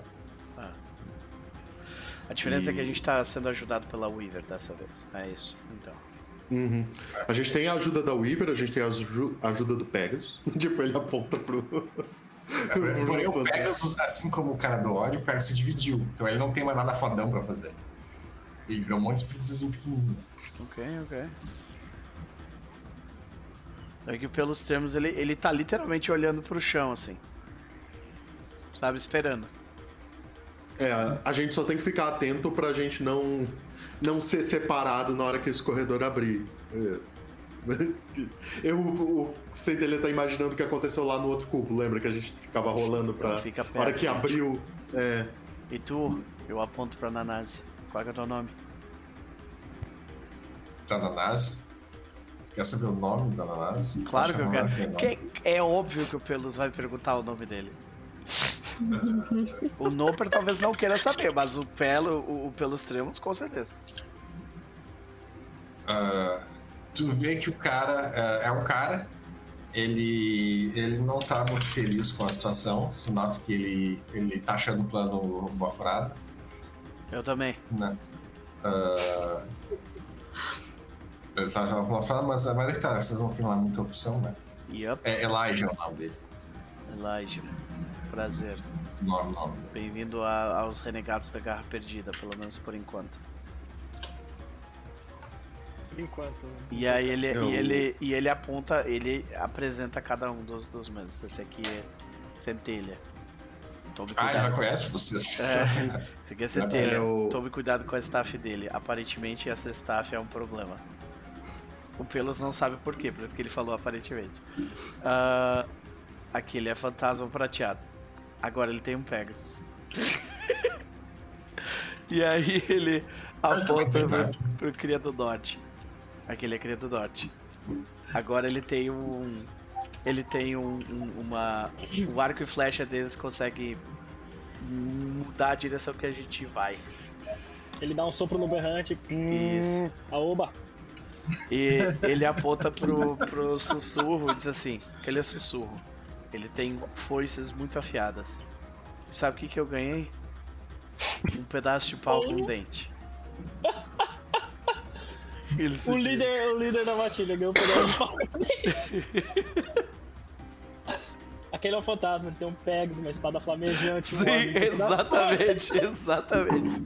A diferença é que a gente tá sendo ajudado pela Weaver dessa vez. É isso, então. Uhum. A gente tem a ajuda da Weaver, a gente tem a ajuda do Pegasus. Tipo, ele aponta pro... Porém, o Pegasus, assim como o cara do ódio, o Pegasus se dividiu. Então ele não tem mais nada fodão pra fazer. Ele virou um monte de sprintzinho pequenininho. Ok. É que pelos termos ele tá literalmente olhando pro chão, assim. Sabe, esperando. A gente só tem que ficar atento pra gente não ser separado na hora que esse corredor abrir. O Centelha tá imaginando o que aconteceu lá no outro cubo, lembra que a gente ficava rolando pra perto, hora que abriu. E tu? Eu aponto pra Nanase. Qual é o teu nome? Tá Nanase? Quer saber o nome da Nanase? Claro que eu quero. É óbvio que o Pelos vai perguntar o nome dele. O Noper talvez não queira saber, mas o Pelos Tremos com certeza. Tu vê que o cara é um cara, ele não tá muito feliz com a situação. Tu nota que ele tá achando o plano uma furada. Eu também. Né? Ele tá achando uma furada, mas é que tá, vocês não tem lá muita opção, né? Yep. É Elijah o nome dele. Elijah, prazer. Nome. Bem-vindo aos Renegados da Garra Perdida, pelo menos por enquanto. E aí ele aponta, ele apresenta cada um dos membros. Esse aqui é Centelha. Ele já conhece vocês? Esse aqui é Centelha. Tome cuidado com a staff dele. Aparentemente essa staff é um problema. O Pelos não sabe por quê, por isso que ele falou aparentemente. Aqui ele é fantasma prateado. Agora ele tem um Pegasus. E aí ele aponta pro Cria do Norte. Aquele é Cria do Norte. Agora ele tem um arco e flecha deles consegue mudar a direção que a gente vai. Ele dá um sopro no berrante. Isso. Aoba! E ele aponta pro sussurro e diz assim, ele é sussurro. Ele tem foices muito afiadas. E sabe o que eu ganhei? Um pedaço de pau com um dente. O líder da matilha ganhou um pedaço de pau com dente. Aquele é um fantasma, ele tem um Pegasus, uma espada flamejante. Sim, exatamente.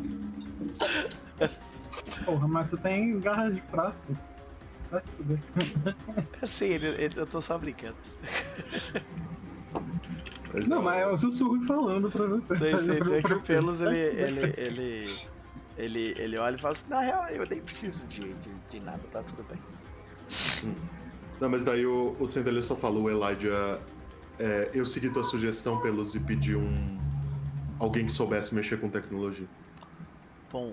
Porra, mas tu tem garras de prato. Vai se fuder. Sim, eu tô só brincando. Mas é o sussurro falando pra você. Sei, é que o Pelos ele olha e fala assim, na real eu nem preciso de nada, tá tudo bem. Não, mas daí o Centelha só falou, o Elijah, eu segui tua sugestão, Pelos, e pedi alguém que soubesse mexer com tecnologia. Bom,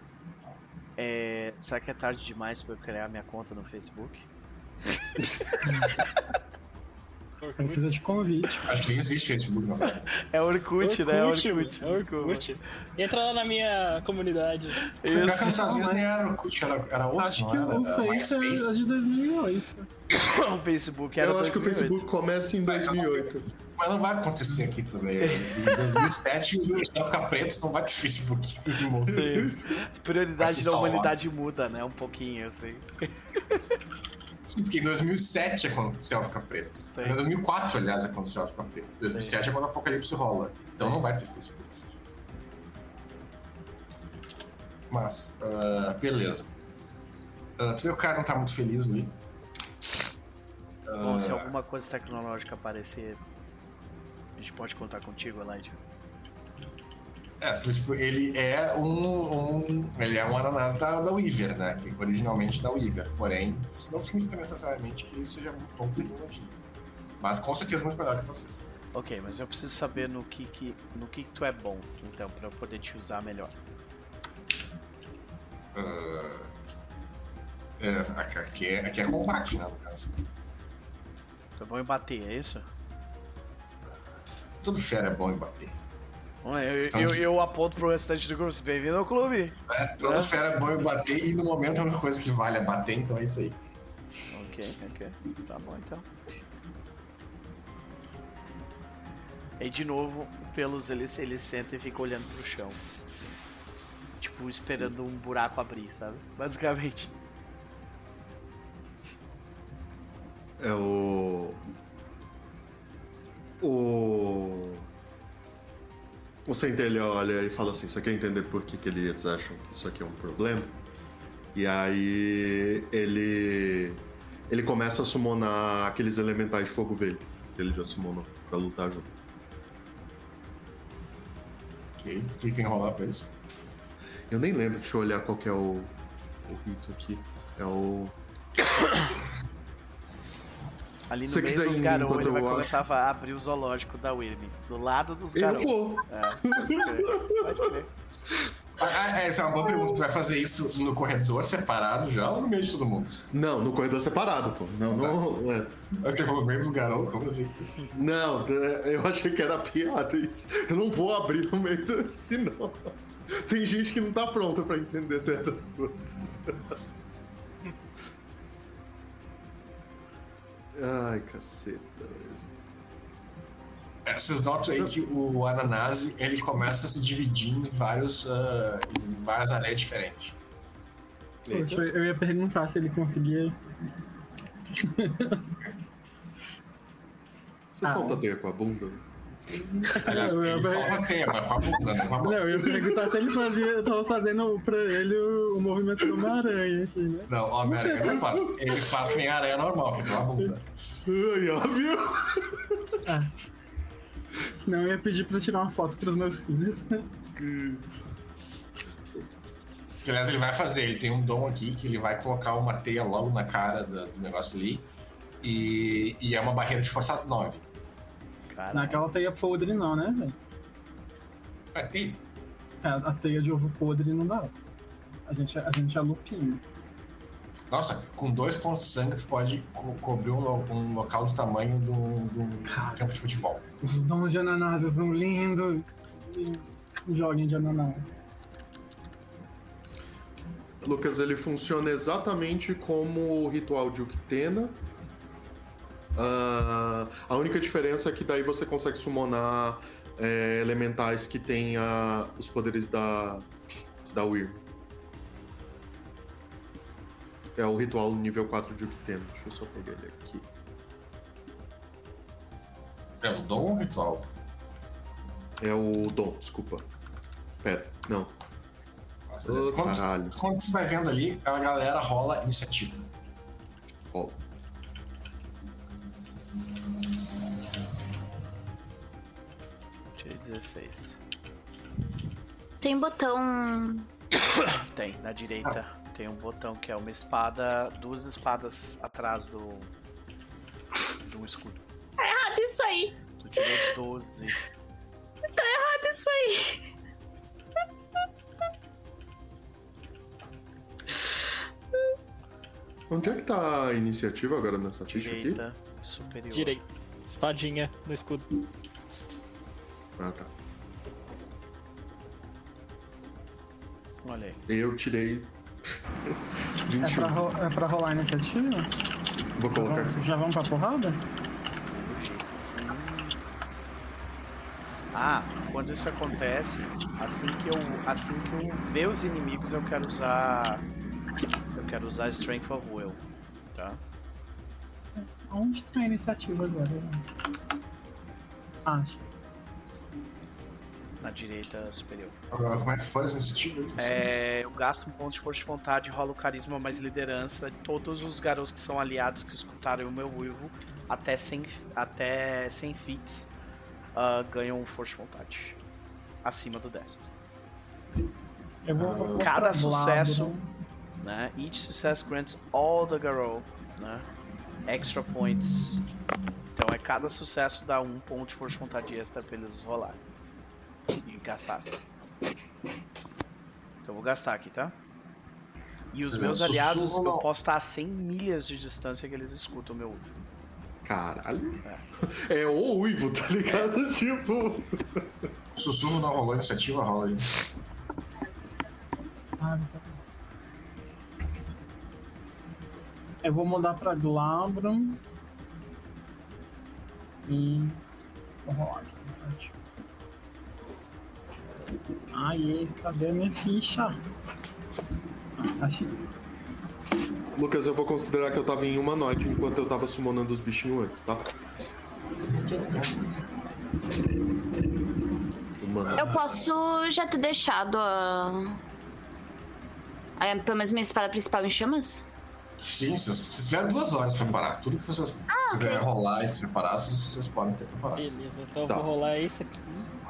será que é tarde demais pra eu criar minha conta no Facebook? Precisa de convite. Acho que nem existe Facebook, não. É Orkut, né? Orkut. Orkut. Entra lá na minha comunidade. Isso. Nos Estados Unidos nem era Orkut, era outro. Acho que o Face é de 2008. O Facebook era 2008. Eu acho que o Facebook começa em 2008. Mas não vai acontecer aqui também. Em 2007, o Universal ficar preto, não vai ter Facebook nesse mundo. Sim. A prioridade da humanidade muda, né? Um pouquinho, assim. Sim, porque em 2007 é quando o céu fica preto. Sim. Em 2004, aliás, é quando o céu fica preto. Em 2007 é quando o apocalipse rola. Então não vai ter Facebook. Mas, beleza. Tu vê que o cara não tá muito feliz ali. Bom, se alguma coisa tecnológica aparecer, a gente pode contar contigo, Elijah. Tipo, ele é ele é um ananás da Weaver, né? Que originalmente da Weaver. Porém, isso não significa necessariamente que ele seja muito bom tecnologia. Mas com certeza muito melhor que vocês. Ok, mas eu preciso saber no que tu é bom, então, pra eu poder te usar melhor. Aqui é combate, né, no caso. Tu é bom em bater, é isso? Tudo fera é bom em bater. Eu aponto pro restante do grupo, bem-vindo ao clube. Todo fera é bom em bater e no momento a única coisa que vale é bater, então é isso aí. Ok. Tá bom então. E de novo, pelos ele senta e fica olhando pro chão. Assim. Tipo, esperando um buraco abrir, sabe? Basicamente. É o Centelha olha e fala assim, você quer entender por que eles acham que isso aqui é um problema? E aí ele começa a summonar aqueles elementais de fogo verde que ele já summonou pra lutar junto. Ok, o que tem que rolar pra isso? Eu nem lembro, deixa eu olhar qual que é o rito aqui. É o... Ali no meio dos garou, ele vai começar a abrir o zoológico da Wyrm. Do lado dos garou. Eu vou! Pode crer. Essa é uma boa pergunta. Tu vai fazer isso no corredor separado já ou no meio de todo mundo? Não, no corredor separado, pô. Não. Ok, no meio dos garou, como assim? Não, eu achei que era piada isso. Eu não vou abrir no meio desse, não. Tem gente que não tá pronta pra entender certas coisas. Ai, caceta. Vocês notam aí que o ananás ele começa a se dividir em várias areias diferentes. Poxa, eu ia perguntar se ele conseguia. Você solta a teia com a bunda? Aliás, ele solta a teia, mas com a bunda, não com a mão. Não, eu ia perguntar se ele tava fazendo pra ele o movimento do Homem-Aranha aqui, né? Não, Homem-Aranha não faz. Ele faz que nem aranha normal, que é com a bunda. Ai, óbvio. Senão eu ia pedir pra tirar uma foto pros meus filhos. Que, aliás, ele vai fazer. Ele tem um dom aqui que ele vai colocar uma teia logo na cara do negócio ali. E é uma barreira de força 9. Não é aquela teia podre não, né, velho? É teia? A teia de ovo podre não dá. A gente é lupinho. Nossa, com 2 pontos de sangue tu pode cobrir um local do tamanho de um campo de futebol. Os dons de ananás são lindos. Joguem de ananás. Lucas, ele funciona exatamente como o ritual de Uktena. A única diferença é que daí você consegue summonar elementais que têm os poderes da Wyrm. É o ritual nível 4 de Uktena. Deixa eu só pegar ele aqui. É o dom ou o ritual? É o dom, desculpa. Pera, não. Quando tu vai vendo ali, a galera rola iniciativa. Rola. Tirei 16. Tem botão... Tem, na direita. Tem um botão que é uma espada, 2 espadas atrás do escudo. Tá errado isso aí. Tu tirou 12. Tá errado isso aí. Onde é que tá a iniciativa agora nessa ficha aqui? Direita superior. Direita. espadinha no escudo. Ah, tá. Olha aí. Eu tirei 21. É pra rolar a iniciativa? Vou colocar aqui. Já vamos pra porrada? Quando isso acontece, assim que eu ver os inimigos, eu quero usar Strength of Will, tá? Onde tá a iniciativa agora? Acho. Na direita superior. Como é que foi essa iniciativa? Eu gasto um ponto de força de vontade, rolo carisma mais liderança. Todos os garotos que são aliados que escutarem o meu uivo até 100 feats ganham força de vontade. Acima do 10. Cada sucesso, né? Each success grants all the Garou, né? Extra points. Então cada sucesso dá um ponto de força de vontade extra pra eles rolarem. E gastar. Então eu vou gastar aqui, tá? E os meus aliados, eu posso estar a 100 milhas de distância que eles escutam o meu uivo. Caralho. É o uivo, tá ligado? Tipo... O sussurro não rolou a iniciativa, rola aí. Eu vou mudar pra Glabrum. E... vou rolar aqui a iniciativa. Aí, cadê a minha ficha? Achei. Lucas, eu vou considerar que eu tava em humanoide enquanto eu tava summonando os bichinhos antes, tá? Eu posso já ter deixado pelo menos minha espada principal em chamas? Sim, vocês tiveram 2 horas pra preparar. Tudo que vocês quiserem rolar e se preparar, vocês podem ter preparado. Beleza, então eu vou rolar esse aqui.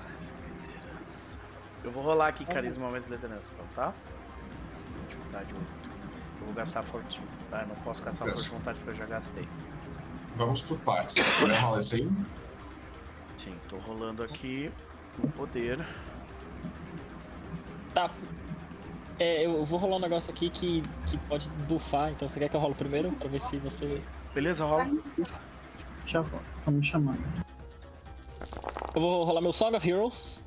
Eu vou rolar aqui carisma mais liderança, então, tá? Dificuldade 8. Eu vou gastar forte. Tá? Eu não posso gastar forte de vontade porque eu já gastei. Vamos por partes. Você rolar isso aí? Sim, tô rolando aqui o poder. Tá. Eu vou rolar um negócio aqui que pode buffar, então você quer que eu rolo primeiro? Pra ver se você... Beleza, rola. Já vou, tá me chamando. Eu vou rolar meu Song of Heroes.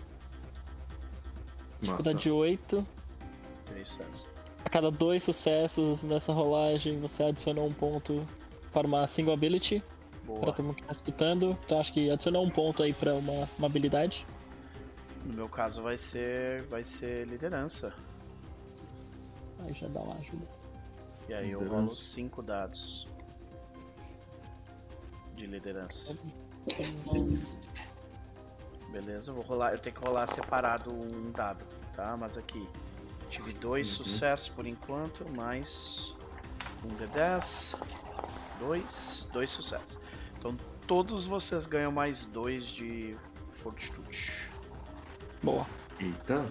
Dificuldade 8. 3 sucessos. A cada 2 sucessos nessa rolagem, você adiciona um ponto para uma single ability. Boa. Pra todo mundo que tá escutando. Então acho que adicionou um ponto aí pra uma habilidade. No meu caso vai ser liderança. Aí já dá uma ajuda. E aí eu rolo 5 dados de liderança. Beleza, eu vou rolar. Eu tenho que rolar separado um dado, tá? Mas aqui tive 2 sucessos por enquanto, mais um D10. 2 sucessos. Então todos vocês ganham mais 2 de fortitude. Boa. Eita.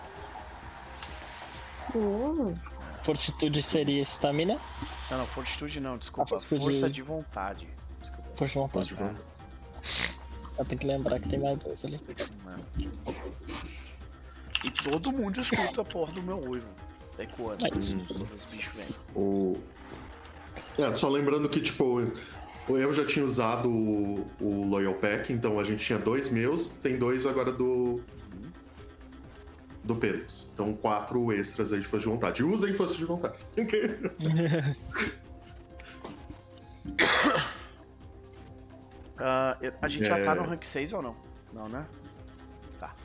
Fortitude seria estamina? Não, fortitude não, desculpa. Fortitude... Força de vontade. Desculpa. Força de vontade. Eu tenho que lembrar que tem mais 2 ali. E todo mundo escuta a porra do meu uivo. Ecoando. Os bichos vêm. Só lembrando que, tipo, eu já tinha usado o Loyal Pack, então a gente tinha 2 meus, tem 2 agora do Pedros. Então 4 extras aí de força de vontade. Usem força de vontade. A gente já tá no rank 6 ou não? Não, né? Tá.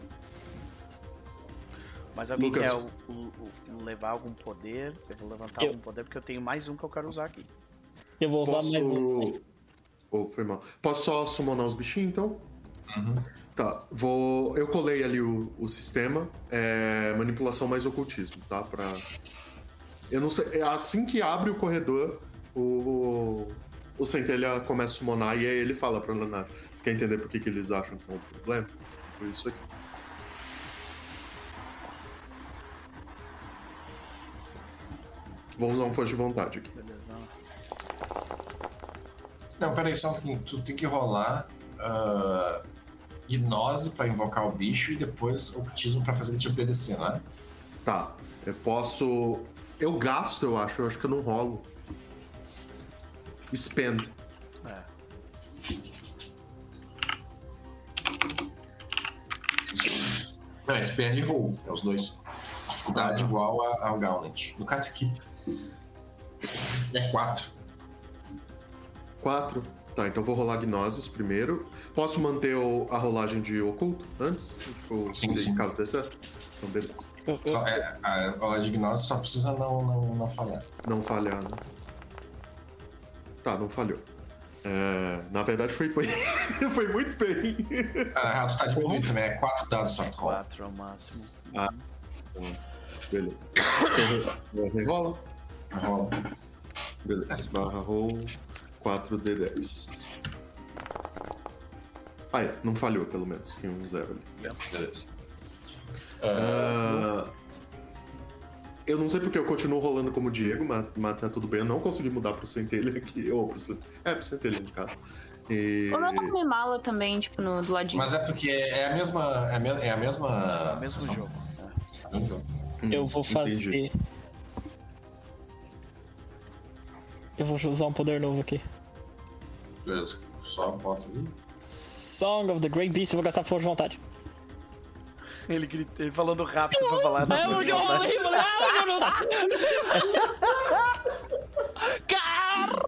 Mas alguém Lucas... quer levar algum poder? Eu vou levantar algum poder porque eu tenho mais um que eu quero usar aqui. Eu vou usar mais um. Foi mal. Posso só summonar os bichinhos, então? Tá, eu colei ali o sistema, manipulação mais ocultismo, tá? Eu não sei, assim que abre o corredor, o Centelha começa a summonar e aí ele fala pra Leonardo: você quer entender por que eles acham que é um problema? Por isso aqui. Vou usar um força de vontade aqui. Beleza. Não, peraí, só um pouquinho. Tu tem que rolar gnose pra invocar o bicho e depois ocultismo pra fazer ele te obedecer, né? Tá, eu posso... Eu gasto, eu acho que eu não rolo. Spend. Não, é Spell e Roll, é os dois. Dificuldade igual ao Gauntlet. No caso aqui, é 4. 4? Tá, então vou rolar Gnosis primeiro. Posso manter a rolagem de Oculto antes? Tipo, sim. Caso dê certo? Então, beleza. A rolagem de Gnosis só precisa não falhar. Não falhar, né? Tá, não falhou. Na verdade foi muito bem. Tu tá diminuindo também, é 4 dados só. 4 ao máximo. Beleza. Rola. Rola. Beleza. Barra roll 4d10. Não falhou, pelo menos. Tem um 0 ali. Beleza. Eu não sei porque eu continuo rolando como Diego, mas tá tudo bem. Eu não consegui mudar pro Centelha aqui. Ou pro Centelha, no caso. O meu tá com mala também, tipo, do ladinho. Mas é porque é a mesma. É a mesma. Mesmo jogo. Eu vou fazer. Entendi. Eu vou usar um poder novo aqui. Beleza, só bota ali. Song of the Great Beast, eu vou gastar força de vontade. Ele falando rápido pra falar da Caralho!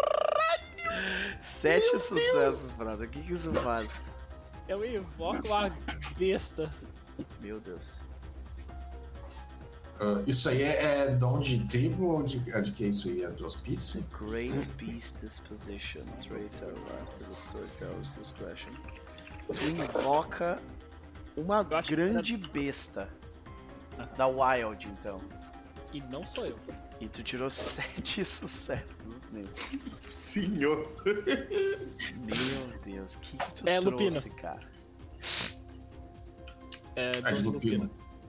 7 sucessos, brother. O que isso faz? Eu invoco a besta. Meu Deus. Isso aí é dom de tribo ou de que é isso aí? É do hospício? Great Beast Disposition. Traitor to the Storyteller's Discretion. Invoca uma grande besta da Wild, então. E não sou eu. E tu tirou 7 sucessos nesse. Senhor. Meu Deus, que tu trouxe, Lupino, cara? De Lupino.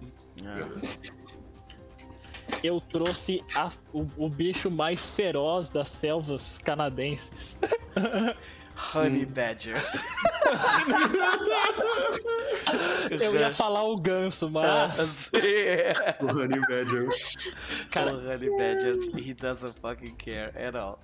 Eu trouxe o bicho mais feroz das selvas canadenses. Honey Badger. Eu ia falar o ganso, mas... O Honey Badger. Cara, o Honey Badger, he doesn't fucking care at all.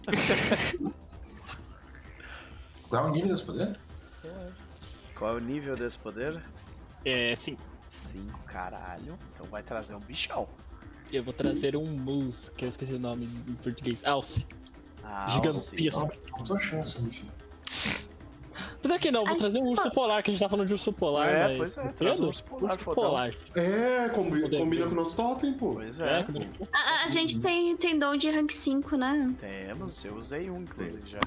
Qual é o nível desse poder? Qual é o nível desse poder? 5. 5, caralho. Então vai trazer um bichão. Eu vou trazer um Moose, que eu esqueci o nome em português. Alce. Gigantesco. Não tô achando esse bicho. Apesar que não, vou trazer um urso polar, que a gente tá falando de urso polar, pois é, traz um urso polar. Combina com o nosso totem, pô. Pois é. A gente tem dom de rank 5, né? Temos, eu usei um, inclusive, já.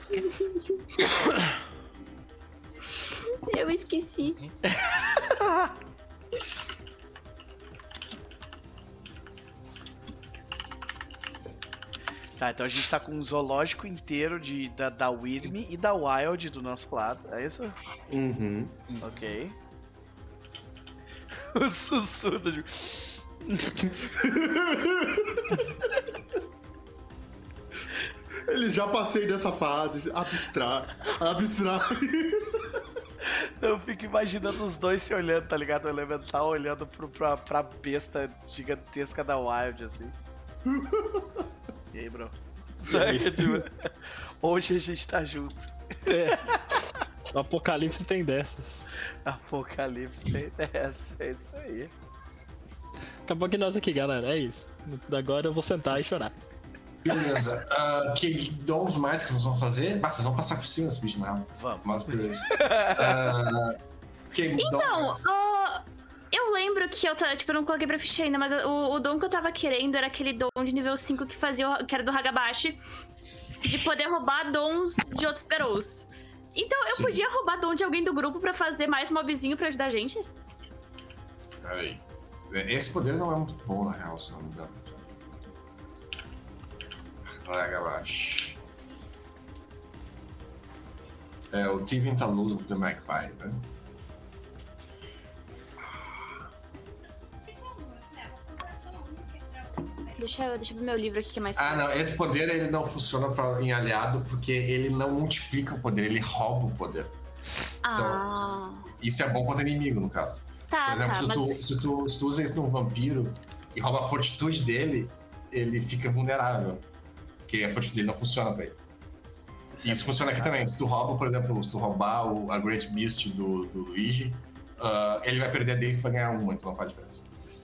Eu esqueci. Tá, então a gente tá com um zoológico inteiro da Wyrm e da Wild do nosso lado, é isso? Uhum. Ok. O sussurro de... Ele já passei dessa fase, abstrair. Eu fico imaginando os dois se olhando, tá ligado? O Elemental olhando pra besta gigantesca da Wild, assim. E aí, bro? Hoje a gente tá junto. O Apocalipse tem dessas. Apocalipse tem dessas, é isso aí. Acabou que nós aqui, galera, é isso. Agora eu vou sentar e chorar. Beleza. Que dons mais que nós vamos fazer? Vocês vão passar por cima desse bicho, não? Vamos. Mas beleza. Eu lembro que eu não coloquei pra ficha ainda, mas o dom que eu tava querendo era aquele dom de nível 5 que era do Hagabashi, de poder roubar dons de outros Garous. Então eu podia roubar dom de alguém do grupo pra fazer mais mobzinho pra ajudar a gente? Peraí. Esse poder não é muito bom, na real, se não me engano. Hagabashi. É o Tivin Taluz of the Magpie, né? Deixa eu ver meu livro aqui que é mais fácil. Não, esse poder ele não funciona em aliado porque ele não multiplica o poder, ele rouba o poder. Então, isso é bom contra inimigo, no caso. Tá, por exemplo, se tu usa isso num vampiro e rouba a fortitude dele, ele fica vulnerável. Porque a fortitude dele não funciona pra ele. E isso funciona aqui também. Se tu rouba, por exemplo, se tu roubar a Great Beast do Luigi, ele vai perder dele e vai ganhar uma, então não faz diferença.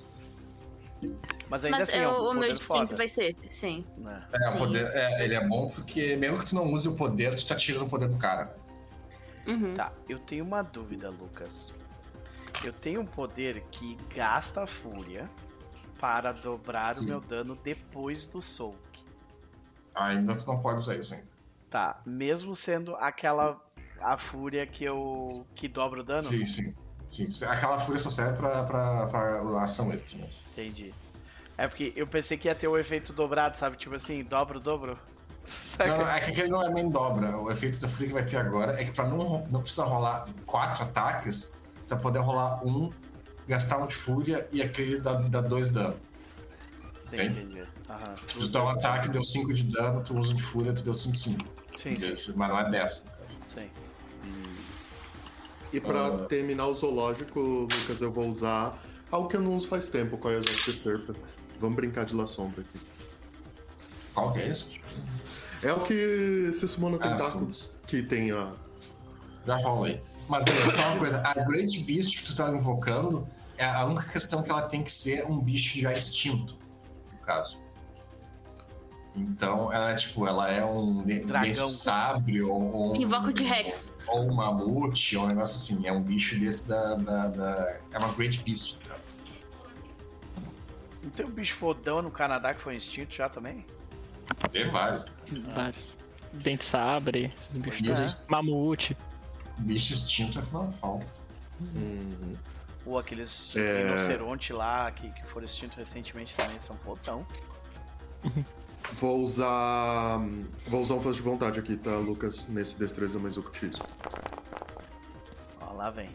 Mas ainda assim, é um o meu poder foda. instinto vai ser esse, sim. O poder, ele é bom porque mesmo que tu não use o poder, tu tá tirando o poder do cara. Uhum. Tá, eu tenho uma dúvida, Lucas. Eu tenho um poder que gasta a fúria para dobrar o meu dano depois do soak. Ainda tu não pode usar isso ainda. Tá, mesmo sendo a fúria que dobra o dano? Sim. Aquela fúria só serve pra ação extra. Né? Entendi. É porque eu pensei que ia ter o efeito dobrado, sabe? Tipo assim, dobro. Não, é que aquele não é nem dobra. O efeito da fúria que vai ter agora é que pra não precisar rolar 4 ataques, tu vai poder rolar um, gastar um de fúria e aquele dá 2 dano. Sim, entendi. Tu dá um ataque, deu 5 de dano, tu usa de fúria, tu deu 5. Sim. Mas não é 10. Sim. E pra terminar o zoológico, Lucas, eu vou usar algo que eu não uso faz tempo, qual é o the Serpent. Vamos brincar de La Sombra aqui. Qual que é isso? É o que se sumona tentáculos, que tem a... Já rola aí. Mas só uma coisa, a Great Beast que tu tá invocando, a única questão é que ela tem que ser um bicho já extinto, no caso. Então, ela é um dragão sabre ou Invoco de Rex. Ou um mamute, ou um negócio assim. É um bicho desse é uma Great Beast. Não tem um bicho fodão no Canadá que foi extinto já também? Tem vários. Vários. Dente sabre, esses bichos. Mamute. Bicho extinto é que não falta. Ou aqueles rinoceronte lá que foram extintos recentemente também são fodão. Vou usar um força de vontade aqui, tá, Lucas? Nesse destreza mais ocultismo. Ó, lá vem.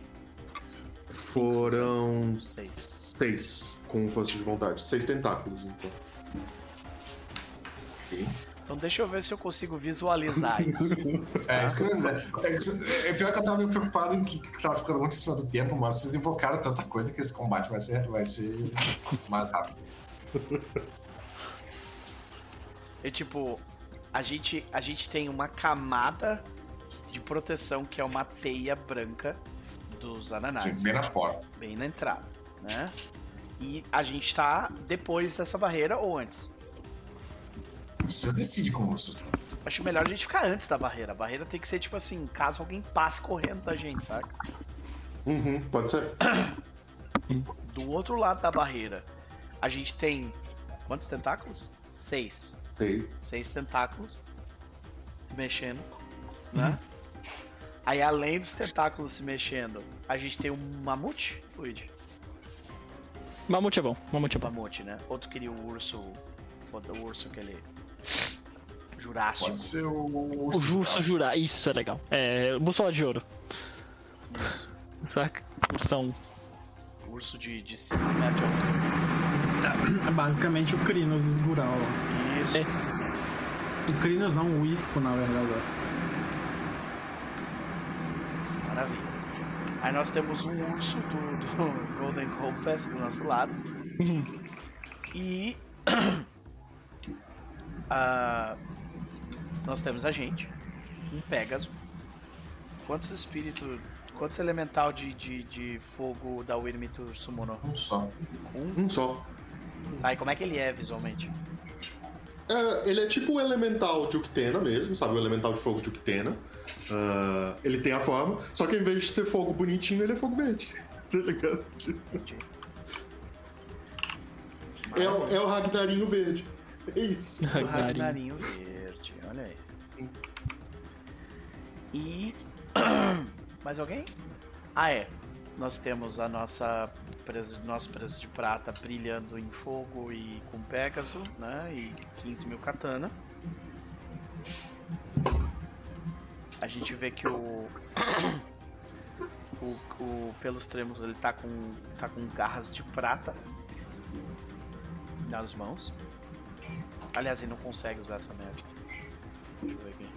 Foram 6 com força de vontade. 6 tentáculos, então. Sim. Então deixa eu ver se eu consigo visualizar isso. Isso que eu ia dizer. É pior que eu tava meio preocupado em que tava ficando muito em cima do tempo, mas vocês invocaram tanta coisa que esse combate vai ser mais rápido. E tipo, a gente tem uma camada de proteção que é uma teia branca dos ananás. Sim, bem na porta. Bem na entrada, né? E a gente tá depois dessa barreira ou antes? Vocês decidem como vocês estão. Acho melhor a gente ficar antes da barreira. A barreira tem que ser tipo assim, caso alguém passe correndo da gente, sabe? Pode ser. Do outro lado da barreira, a gente tem quantos tentáculos? 6. Sei. 6 tentáculos se mexendo, né? Aí além dos tentáculos se mexendo, a gente tem um mamute, Luigi? Mamute é bom, mamute é bom. Mamute, né? Outro queria o urso, o urso aquele jurássico. Pode ser o urso jurássico, isso é legal. É, bússola de ouro. Isso. Saca? São... Urso de 5 metros de altura. É basicamente o Crinos dos Gural. Isso. O Crinos não, o Ispo, na verdade. Maravilha. Aí nós temos um urso do Golden Compass do nosso lado. E nós temos a gente, um Pégaso. Quantos elemental de fogo da Wyrmith summonou? Um só. Um só. Aí como é que ele é visualmente? Ele é tipo o elemental de Uktena mesmo, sabe? O elemental de fogo de Uktena. Ele tem a forma, só que ao invés de ser fogo bonitinho, ele é fogo verde. Tá ligado? É o Ragnarinho verde. É isso. O Ragnarinho verde, olha aí. E... mais alguém? Nós temos a nosso preço de prata brilhando em fogo e com Pégaso, né? E 15 mil katana. A gente vê que o Pelos Tremos ele tá com garras de prata nas mãos. Aliás, ele não consegue usar essa merda. Deixa eu ver aqui.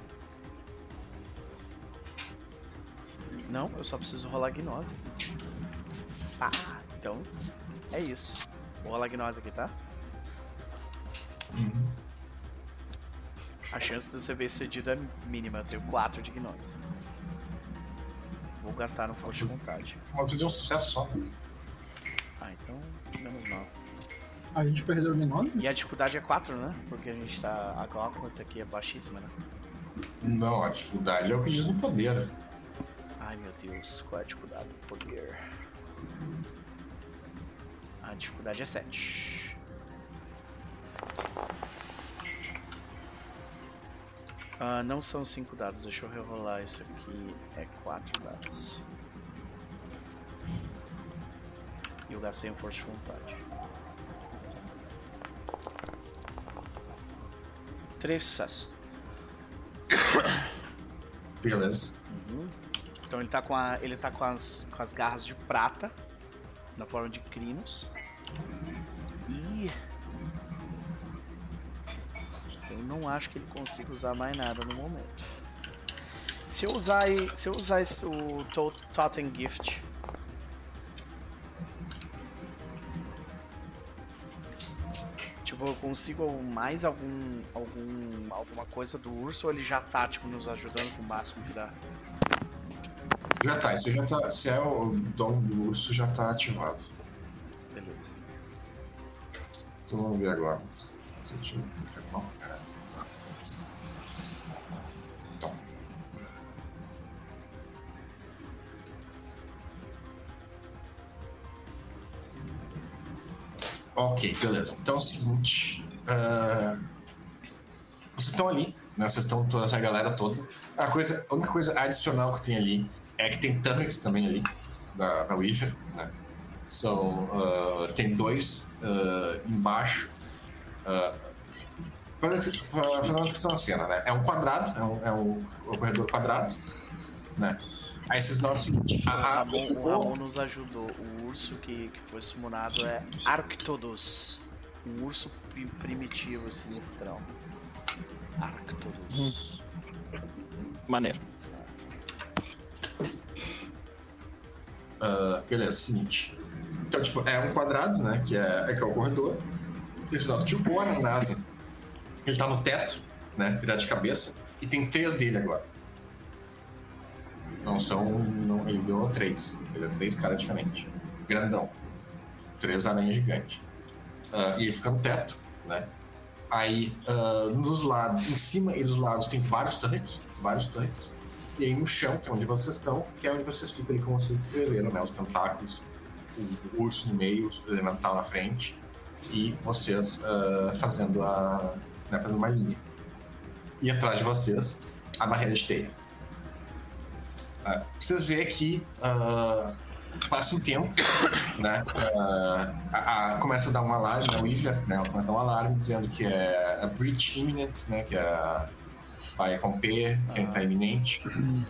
Não, eu só preciso rolar gnose. Então é isso. Vou rolar gnose aqui, tá? A chance de você ver sucedido é mínima. Eu tenho 4 de gnose. Vou gastar no forte de vontade. Mas de um sucesso só. Ah, então menos 9. A gente perdeu de 9? E a dificuldade é 4, né? Porque a gente tá. A conta aqui é baixíssima, né? Não, a dificuldade é o que diz no poder. Ai meu Deus, qual é a dificuldade do poder? A dificuldade é 7. Não são 5 dados, deixa eu rerolar isso aqui. É 4 dados. E eu gastei um força de vontade. 3 sucessos. Beleza. Então ele tá com as garras de prata na forma de crinos. E eu não acho que ele consiga usar mais nada no momento. Se eu usar o Totem Gift, tipo, eu consigo mais alguma coisa do urso, ou ele já tá tipo nos ajudando com o máximo que dá? Já tá, isso já tá. Se é o dom do urso, já tá ativado. Beleza. Então vamos ver agora. Então. Ok, beleza. Então é o seguinte. Vocês estão ali, né? Vocês estão toda essa galera toda. A única coisa adicional que tem ali é que tem turrets também ali da Weaver, né? Tem 2 embaixo. Para fazer uma descrição da cena, né? É um quadrado, é um corredor quadrado, né? Aí vocês dão o seguinte: o Ramon nos ajudou. O urso que foi summonado é Arctodus, um urso primitivo sinistrão. Arctodus. Maneiro. Beleza, seguinte. Então, tipo, é um quadrado, né? Que é o corredor. E você nota que o Boananazi, ele tá no teto, né? Virado de cabeça. E tem 3 dele agora. Ele virou 3. Ele é 3 caras diferentes. Grandão. 3 aranhas gigantes. E ele fica no teto, né? Aí, nos lados, em cima e dos lados, tem vários turrets. E aí no chão, que é onde vocês estão, que é onde vocês ficam ali, como vocês escreveram, né? Os tentáculos, o urso no meio, o elemental na frente, e vocês fazendo uma linha. E atrás de vocês, a barreira de teia. Vocês veem que passa um tempo, né? Começa a dar um alarme na Weaver, né? Ela começa a dar um alarme dizendo que é a breach imminent, né? Que vai romper, que tá iminente,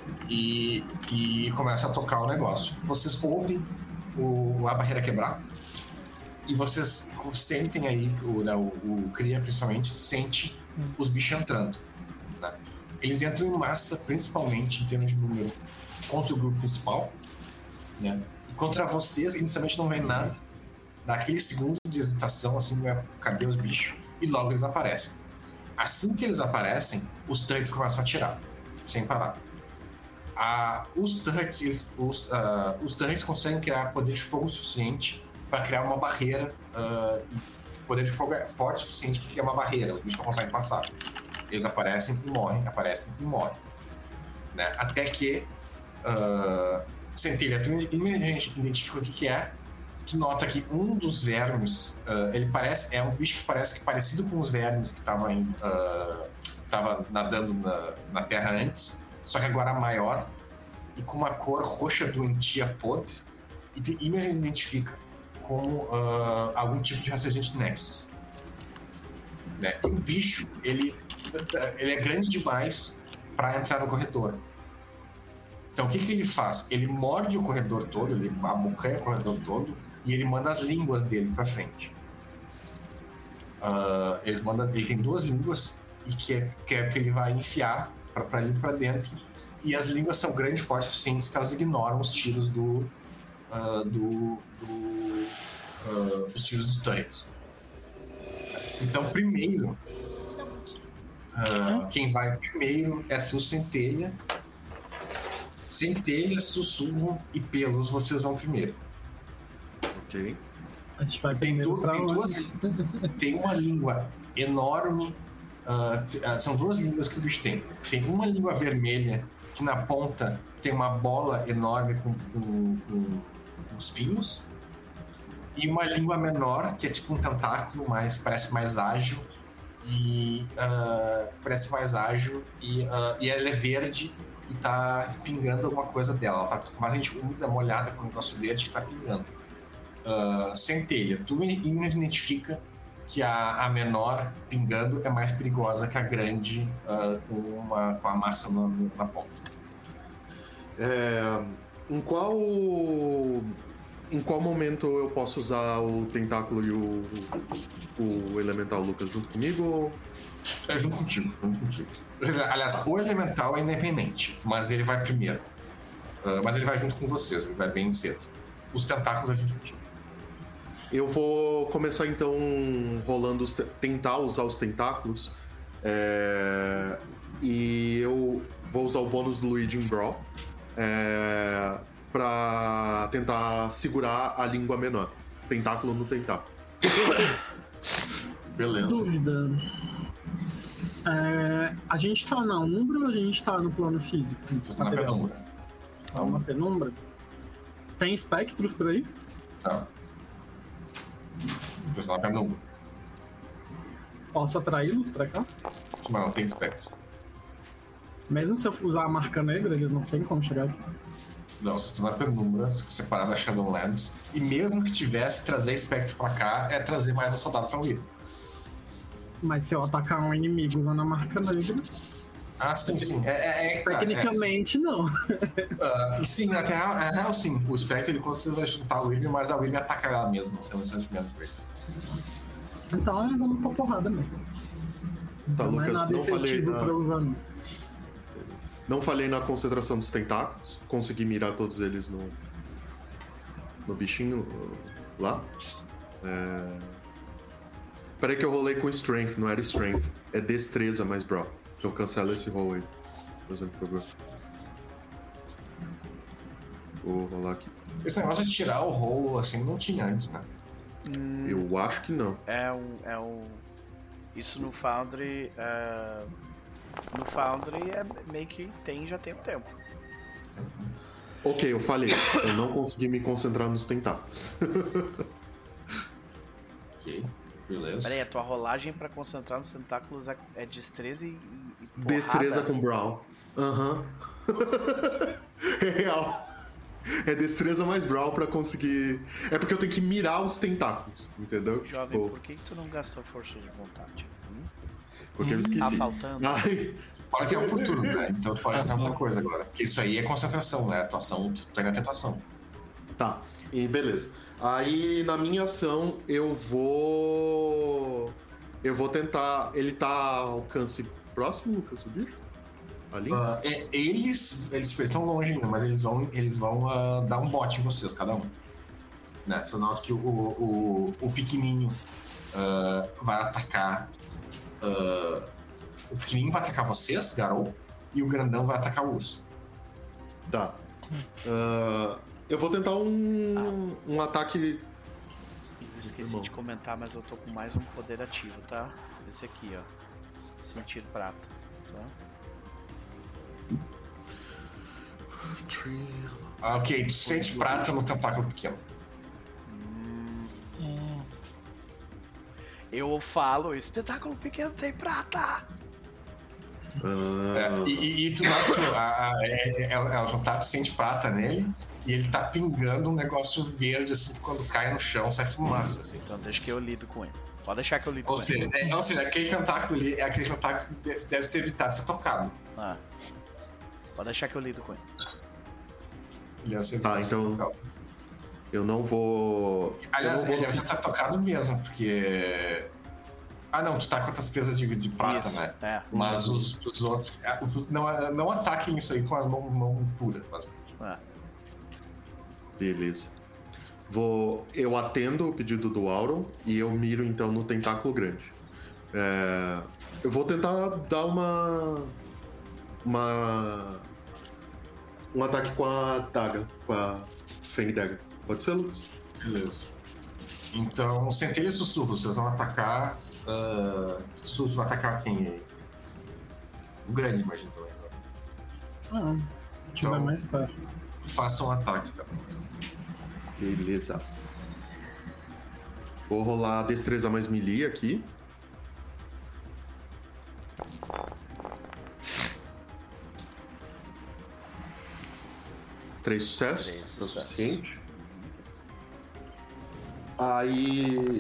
e começa a tocar o negócio. Vocês ouvem a barreira quebrar e vocês sentem aí, o Cria principalmente sente os bichos entrando, né? Eles entram em massa, principalmente em termos de número, contra o grupo principal, né? E contra vocês, inicialmente não vem nada. Dá aquele segundo de hesitação, assim, cadê os bichos? E logo eles aparecem. Assim que eles aparecem, os turrets começam a atirar, sem parar. Os turrets conseguem criar poder de fogo suficiente para criar uma barreira. Poder de fogo é forte o suficiente que cria uma barreira, os bichos não conseguem passar. Eles aparecem e morrem, né? Até que Centelha, tu identifica o que é. Tu nota que um dos vermes, é um bicho que parece parecido com os vermes que tava nadando na terra antes, só que agora maior e com uma cor roxa doentia podre, e tu imediatamente identifica como algum tipo de Resident Nexus, né? E o bicho, ele é grande demais para entrar no corredor. Então o que ele faz? Ele morde o corredor todo, ele abocanha o corredor todo e ele manda as línguas dele pra frente. Ele tem 2 línguas e quer que ele vai enfiar pra dentro. E as línguas são grandes e fortes o suficientes que elas ignoram os tiros os tiros dos turrets. Então primeiro, quem vai primeiro é tu, Centelha. Centelha, sussurro e pelos, vocês vão primeiro. Ok. A gente vai primeiro pra onde? Tem uma língua enorme. São duas línguas que o bicho tem. Tem uma língua vermelha que na ponta tem uma bola enorme com espinhos. E uma língua menor, que é tipo um tentáculo, mas parece mais ágil. E ela é verde e tá pingando alguma coisa dela. Ela tá completamente úmida, molhada com um negócio verde que tá pingando. Centelha, tu identifica que a menor pingando é mais perigosa que a grande com a massa na ponta. Em qual momento eu posso usar o tentáculo e o elemental, Lucas, junto comigo? Ou... Junto contigo. Aliás, o elemental é independente, mas ele vai primeiro. Mas ele vai junto com vocês, ele vai bem cedo. Os tentáculos é junto contigo. Eu vou começar então rolando tentar usar os tentáculos. E eu vou usar o bônus do Luigi em Brawl. Pra tentar segurar a língua menor. Tentáculo no tentáculo. Beleza. Dúvida. A gente tá na Umbra ou a gente tá no plano físico? Tá na penumbra. Tá na penumbra? Tem espectros por aí? Não. Tá na penumbra. Posso atraí-los pra cá? Não tem espectro. Mesmo se eu usar a marca negra, eles não tem como chegar aqui. Não, você está na penumbra, separado da Shadowlands. E mesmo que tivesse, trazer espectro pra cá é trazer mais um soldado pra ir. Mas se eu atacar um inimigo usando a marca negra... Sim. Tecnicamente, não. Sim, na real, sim. O espectro, ele consegue juntar o William, mas a William ataca ela mesma. Então, menos vezes. Então, é dando uma porrada mesmo. Tá, não Lucas, é nada efetivo pra usar, não. Não falhei na concentração dos tentáculos. Consegui mirar todos eles no bichinho lá. Peraí que eu rolei com Strength, não era Strength. É Destreza mais Brawl. Então cancela esse roll aí, fazendo favor. Vou rolar aqui. Esse negócio de tirar o roll assim não tinha antes, né? Eu acho que não. Isso no Foundry... No Foundry meio que já tem um tempo. Ok, eu falei. Eu não consegui me concentrar nos tentáculos. Ok, beleza. Peraí, a tua rolagem pra concentrar nos tentáculos é destreza e porrada? Destreza com Brawl. É real. É destreza mais Brawl pra conseguir... É porque eu tenho que mirar os tentáculos, entendeu? Jovem, por que tu não gastou força de vontade? Porque eu esqueci. Tá faltando. Fala que é um por turno, né? Então tu pode fazer outra coisa agora. Porque isso aí é concentração, né? Atuação, tu tá na tentação. Tá, e beleza. Aí na minha ação eu vou tentar... Ele tá ao alcance próximo, Lucas, o bicho? Ali? Eles estão longe ainda, mas eles vão dar um bote em vocês, cada um. Né? Só nota que o pequenininho vai atacar... o pequenininho vai atacar vocês, Garou, e o grandão vai atacar o urso. Tá. Eu vou tentar um ataque... Eu esqueci de comentar, mas eu tô com mais um poder ativo, tá? Esse aqui, ó. Sentir prata, tá? Ok, tu sente prata no tentáculo pequeno. Eu falo, esse tentáculo pequeno tem prata! E tu nota tu sente prata nele e ele tá pingando um negócio verde, assim, que quando cai no chão sai fumaça, assim. Então deixa que eu lido com ele. Pode deixar que eu lido Ou com seja, ele. Ou seja, aquele tentáculo ali é aquele tentáculo que deve ser evitar ser tocado. Pode deixar que eu lido com ele. Ele deve ser evitar ser tocado. Eu não vou... Aliás, ele deve estar tocado mesmo, porque... não, tu tá com outras presas de prata, isso, né? Mas os outros... Não ataquem isso aí com a mão pura, basicamente. Beleza. Eu atendo o pedido do Auron e eu miro então no tentáculo grande. Eu vou tentar dar uma Um ataque com a daga, com a Fang Dagger. Pode ser, Lucas? Beleza. Então, centelha e sussurro, vocês vão atacar. Sussurro vai atacar quem aí? O grande, imagina também. Ah, deixa eu ver mais perto. Faça um ataque, cara. Beleza. Vou rolar destreza mais melee aqui. Três sucessos. É o suficiente. Aí...